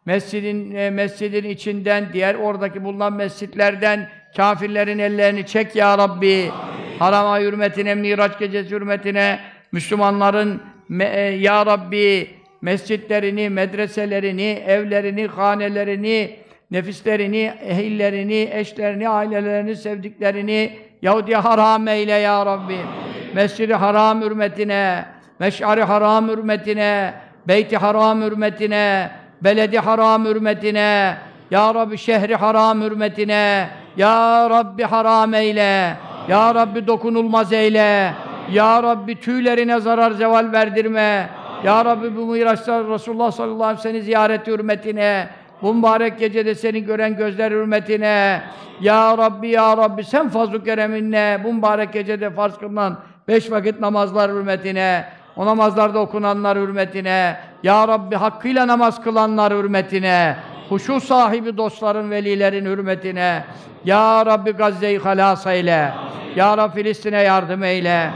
A: mescidin, e, mescidin içinden, diğer oradaki bulunan mescitlerden kâfirlerin ellerini çek ya Rabbi. Harama hürmetine, Miraç gecesi hürmetine, Müslümanların e, ya Rabbi mescitlerini, medreselerini, evlerini, hanelerini, nefislerini, ehillerini, eşlerini, ailelerini, sevdiklerini Yahudi haram eyle ya Rabbi. Mescid-i Haram hürmetine, Meş'ar-ı Haram hürmetine, Beyt-i Haram hürmetine, Beled-i Haram hürmetine, ya Rabbi şehri haram hürmetine, ya Rabbi haram eyle, ya Rabbi dokunulmaz eyle, ya Rabbi tüylerine zarar zeval verdirme, ya Rabbi bu Miraç'ta Resulullah sallallahu aleyhi ve sellem seni ziyaret hürmetine, bu mübarek gecede seni gören gözler hürmetine, ya Rabbi ya Rabbi sen fazl-ı kereminle bu mübarek gecede farz kılınan beş vakit namazlar hürmetine, o namazlarda okunanlar hürmetine, ya Rabbi hakkıyla namaz kılanlar hürmetine, huşu sahibi dostların, velilerin hürmetine, ya Rabbi Gazze'yi halas eyle, ya Rabbi Filistin'e yardım eyle,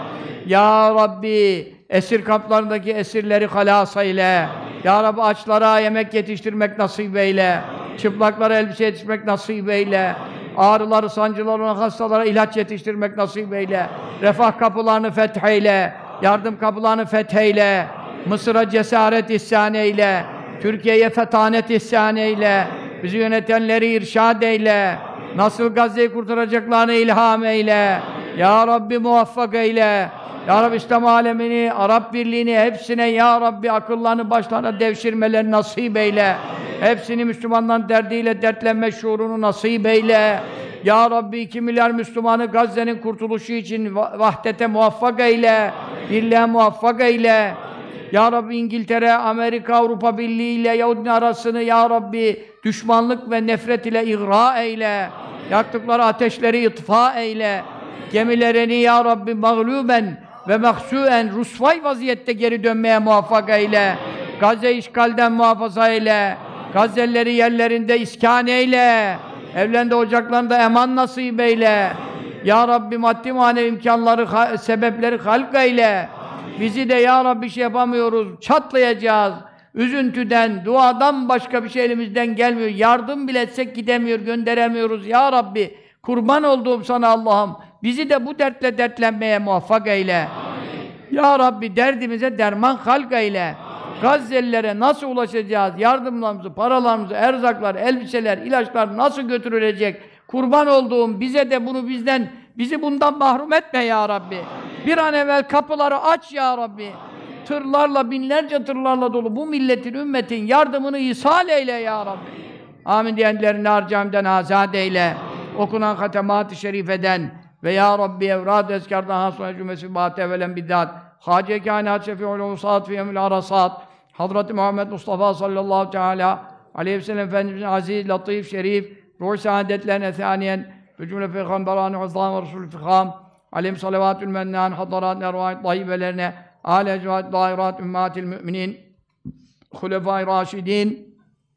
A: ya Rabbi esir kamplarındaki esirleri halas eyle, ya Rabbi açlara yemek yetiştirmek nasip eyle, çıplaklara elbise yetiştirmek nasip eyle, ağrıları, sancıları, hastalara ilaç yetiştirmek nasip eyle, refah kapılarını fetheyle, yardım kapılarını fetheyle, Mısır'a cesaret ihsan eyle, Türkiye'ye fetanet ihsan eyle, bizi yönetenleri irşad eyle, nasıl Gazze'yi kurtaracaklarını ilham eyle, ya Rabbi muvaffak eyle, ya Rabbi İslam alemini, Arap birliğini, hepsine ya Rabbi akıllarını başlarına devşirmeleri nasip eyle, hepsini Müslümanların derdiyle dertlenme şuurunu nasip eyle, ya Rabbi iki milyar Müslümanı Gazze'nin kurtuluşu için vahdete muvaffak eyle, birliğe muvaffak eyle, ya Rabbi İngiltere, Amerika, Avrupa Birliği ile Yahudi arasını ya Rabbi düşmanlık ve nefret ile igra eyle, yaktıkları ateşleri itfa eyle, gemilerini ya Rabbi mağluben ve mahsuen rusvay vaziyette geri dönmeye muvaffak eyle, Gazze işgalden muhafaza eyle, Gazze'lileri yerlerinde iskan eyle, evlerinde ocaklarında eman nasip eyle, ya Rabbi maddi manevi imkanları, sebepleri halk eyle, bizi de ya Rabbi şey yapamıyoruz, çatlayacağız, üzüntüden, duadan başka bir şey elimizden gelmiyor, yardım bile etsek gidemiyor, gönderemiyoruz ya Rabbi, kurban olduğum sana Allah'ım, bizi de bu dertle dertlenmeye muvaffak eyle. Amin. Ya Rabbi derdimize derman halk eyle. Gazze'lilere nasıl ulaşacağız? Yardımlarımızı, paralarımızı, erzaklar, elbiseler, ilaçlar nasıl götürülecek? Kurban olduğum bize de bunu bizden, bizi bundan mahrum etme ya Rabbi. Bir an evvel kapıları aç ya Rabbi. Tırlarla, binlerce tırlarla dolu bu milletin, ümmetin yardımını ihsal eyle ya Rabbi. Amin diyenlerini harcamden azad eyle. Okunan hatemat-ı şerifeden ve ya Rabbi evrad-ı ezkardan hasuna cümlesi bâti evvelen biddat Hâce-i Kâinat şefî'ul usâd fi yevmil arasâd Hazreti Muhammed Mustafa sallallahu teâlâ aleyhi ve sellem Efendimizin aziz, latif, şerif ruh saadetlerine thâniyen ve cümle peygamberâni uzâm ve resûl-i fîkhâm aleyhim salavatül mennân hadarât ervâit dayyibelerine âle ecvâit dâirât ümmâtil müminin hulefâ-i râşidîn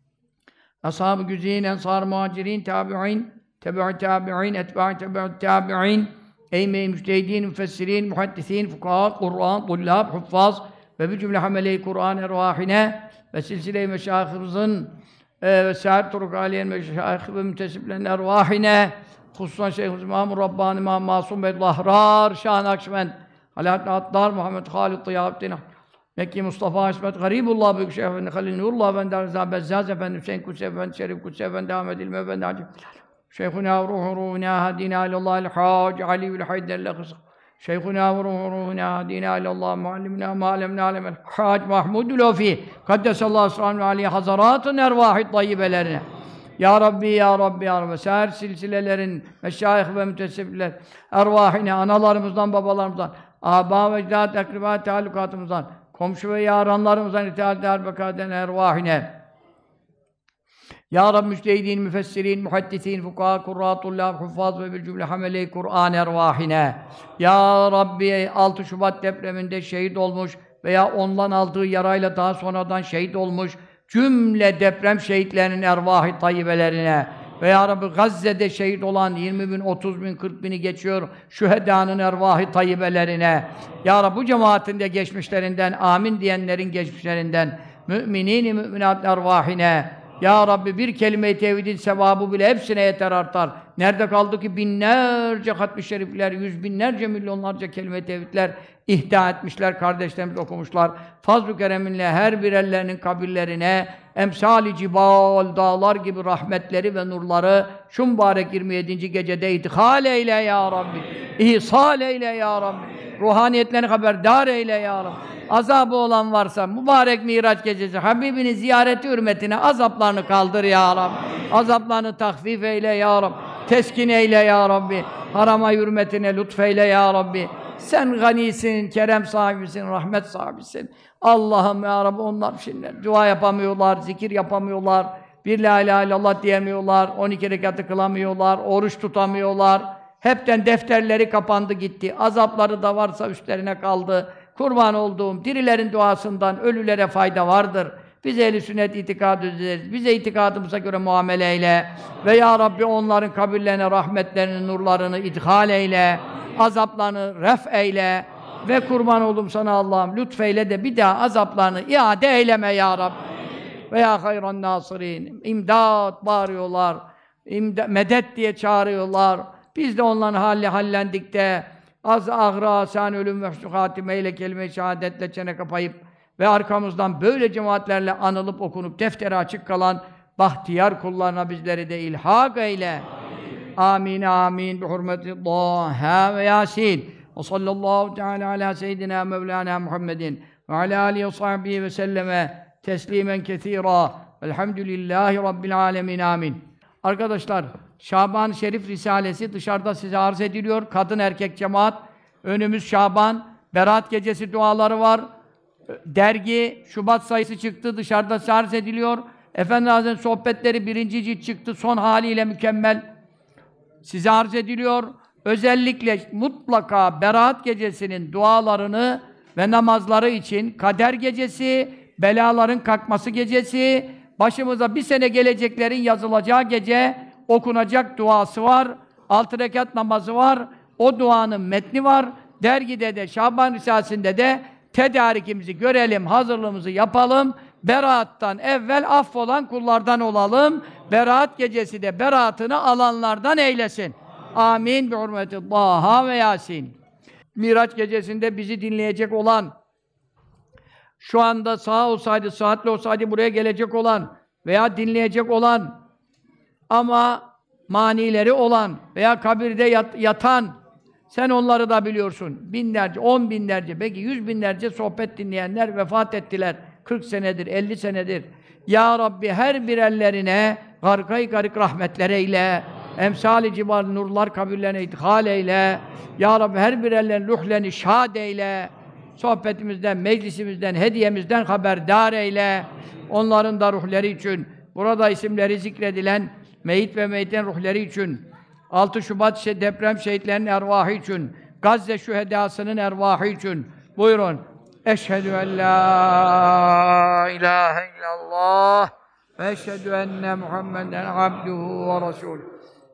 A: ashâb-ı güzîn, ensâr-ı muhacirin, tâbi'in tebe'ü tâbi'in, etbâ'i tebe'ü tâbi'in eym-i müçtehidîn, müfessirin, muhaddisîn, fukâh, Kur'an, tullâb, huffaz ve bir cümle hamele-i Kur'an ervâhine ve silsile-i meşâihimizin e, ve sâir turuk âliyen meşâih ve müntesiplerin ervâhine hususan Şeyhimiz İmam-ı Rabbani İmam Masum Beydül Ahrar Şah-ı Nakşibend Alâddin Attar Muhammed Halid Tıyahattin Mekki Mustafa İsmet Garibullah Büyük Şeyh Efendi Halil Nurullah Efendi Rıza Bezzaz Efendi Hüseyin Kutsi Efendi Şerif Kutsi Efendi Ahmed İlmi Efendi Hacı Şeyhuna ruhu ruhuna hadina ilallahil hâc Ali vel Haydar lehıs Şeyhuna ruhu ruhuna hadina illallah muallimina ma alemna alemel hâc Mahmudul Ofi Kaddesallahu sallallahu aleyhi hazaratın ervâhi tayyibelerine Ya Rabbi, Ya Rabbi, Ya Rabbi, sâir silsilelerin, meşâih ve mütessifler, ervâhine, analarımızdan, babalarımızdan, âbâ ve ecdâd, ekribat, teallukatımızdan, komşu ve yaranlarımızdan, itaat-ı erbekaden ervâhine, Ya Rabbi, müçtehidîn, müfessirin, muhaddisîn, fukâh, kurrâ, tullâb, huffaz ve bir cümle hamele-i Kur'an ervâhine, Ya Rabbi, altı Şubat depreminde şehit olmuş veya ondan aldığı yarayla daha sonradan şehit olmuş, cümle deprem şehitlerinin ervâh-ı tayyibelerine ve ya Rabbi Gazze'de şehit olan yirmi bin, otuz bin, kırk bini geçiyor şühedânın ervâh-ı tayyibelerine ya Rabbi bu cemaatin de geçmişlerinden, amin diyenlerin geçmişlerinden müminin-i müminat ervâhine Ya Rabbi bir kelime-i tevhidin sevabı bile hepsine yeter artar. Nerede kaldı ki binlerce hatmi şerifler, yüz binlerce, milyonlarca kelime-i tevhidler ihda etmişler, kardeşlerimiz okumuşlar. Fazl-ı kereminle her birerlerinin kabirlerine emsal-i cibal, dağlar gibi rahmetleri ve nurları şu mübarek yirmi yedinci gecede idhal eyle ya Rabbi. İhsal eyle ya Rabbi. Ruhaniyetlerini haberdar eyle ya Rabbi. Azabı olan varsa mübarek Miraç gecesi Habibini ziyareti hürmetine azaplarını kaldır ya Rabbi. Azaplarını tahfif eyle ya Rabbi. Teskin eyle ya Rabbi. Harama hürmetine lütfeyle ya Rabbi. Sen ganisin, kerem sahibisin, rahmet sahibisin. Allah'ım ya Rabbi onlar şimdi dua yapamıyorlar, zikir yapamıyorlar. Bir la ilahe illallah diyemiyorlar, on iki rekatı kılamıyorlar, oruç tutamıyorlar. Hepten defterleri kapandı gitti. Azapları da varsa üstlerine kaldı. Kurban olduğum dirilerin duasından ölülere fayda vardır. Biz ehl-i sünnet itikad ederiz. Bize itikadımıza göre muamele eyle. Ve ya Rabbi onların kabirlerine rahmetlerini, nurlarını idhal eyle. Azaplarını ref eyle. Ve kurban oldum sana Allah'ım lütfeyle de bir daha azaplarını iade eyleme ya Rabbi. Ve ya hayran nasirin. İmdat bağırıyorlar. İmdat, medet diye çağırıyorlar. Biz de onların halle hallendik de az ahra sen ölüm ve hüsnü hatimeyle kelime-i şehadetle çene kapayıp ve arkamızdan böyle cemaatlerle anılıp okunup defteri açık kalan bahtiyar kullarına bizleri de ilhak eyle. Amin amin. Bi hurmeti Taha ve Yasin. Ve sallallahu teala ala seyyidina Mevlana Muhammedin ve ala alihi ve sahbihi ve selleme teslimen kethira. Elhamdülillahi Rabbil alemin. Amin. Arkadaşlar, Şaban-ı Şerif Risalesi dışarıda size arz ediliyor. Kadın erkek cemaat. Önümüz Şaban. Berat gecesi duaları var. Dergi, Şubat sayısı çıktı. Dışarıda size arz ediliyor. Efendi Hazretleri sohbetleri birinci cilt çıktı. Son haliyle mükemmel. Size arz ediliyor. Özellikle mutlaka Berat gecesinin dualarını ve namazları için kader gecesi, belaların kalkması gecesi, başımıza bir sene geleceklerin yazılacağı gece okunacak duası var. Altı rekat namazı var. O duanın metni var. Dergide de, Şaban Risalesi'nde de tedarikimizi görelim, hazırlığımızı yapalım. Berat'tan evvel affolan kullardan olalım. Berat gecesi de beratını alanlardan eylesin. Amin. Bi hurmeti Taha ve Yasin. Miraç gecesinde bizi dinleyecek olan, şu anda sağ olsaydı, sıhhatli olsaydı buraya gelecek olan veya dinleyecek olan ama manileri olan veya kabirde yat, yatan, sen onları da biliyorsun. Binlerce, on binlerce, belki yüz binlerce sohbet dinleyenler vefat ettiler. kırk senedir, elli senedir. Ya Rabbi her birerlerine gargay garık rahmetler eyle. Emsal-i cibar nurlar kabirlerine idhal eyle. Ya Rabbi her birerlerinin ruhlerini şad eyle. Sohbetimizden, meclisimizden, hediyemizden haberdar eyle. Onların da ruhları için, burada isimleri zikredilen meyit ve meyitin ruhları için, altı Şubat deprem şehitlerinin ervahı için, Gazze şühedasının ervahı için. Buyurun. Eşhedü en la ilahe illallah ve eşhedü enne Muhammeden abduhu ve resulü.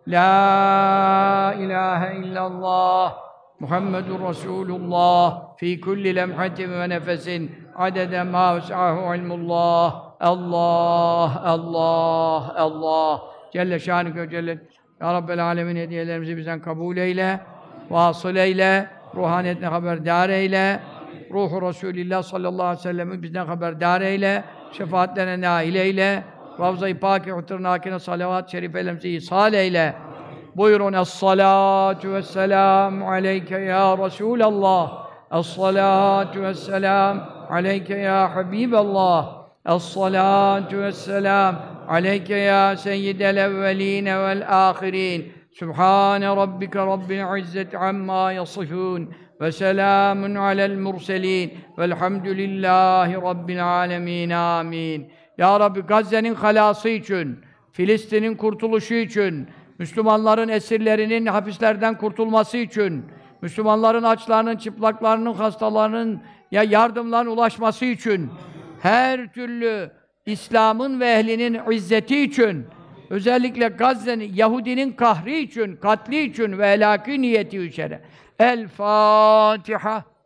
A: La ilahe illallah Muhammedur Resulullah fi kulli lemhatin ve nefesin adede ma vesi'ahu ilmullah. Allah, Allah, Allah. Celle şanüke celle. Ya Rabbel alemin hediyelerimizi bizden kabul eyle, vasıl eyle, ruhaniyetine haberdar eyle, ruhu Resulillah sallallahu aleyhi ve sellem'i bizden haberdar eyle, şefaatlerine nail eyle, Ravza-i Pâk-i Hutırnâkine salavat-ı şerifelerimizi ihsal eyle. Buyurun, es-salâtu vesselâmu aleyke ya Resulallah, es-salâtu vesselâmu aleyke ya Habiballah, es-salâtu vesselâmu aleyke ya seyyidel evvelîne vel âhirîn. Sübhâne rabbike rabbil izzeti ammâ yasifûn ve selâmun alel murselîn velhamdülillâhi rabbil âlemîn. Amin. Ya Rabbi Gazze'nin halası için, Filistin'in kurtuluşu için, Müslümanların esirlerinin hapislerden kurtulması için, Müslümanların açlarının, çıplaklarının, hastalarının ya yardımların ulaşması için, her türlü İslam'ın ve ehlinin izzeti için, özellikle Gazze'nin, Yahudinin kahri için, katli için ve helâkî niyeti üzere. El Fatiha.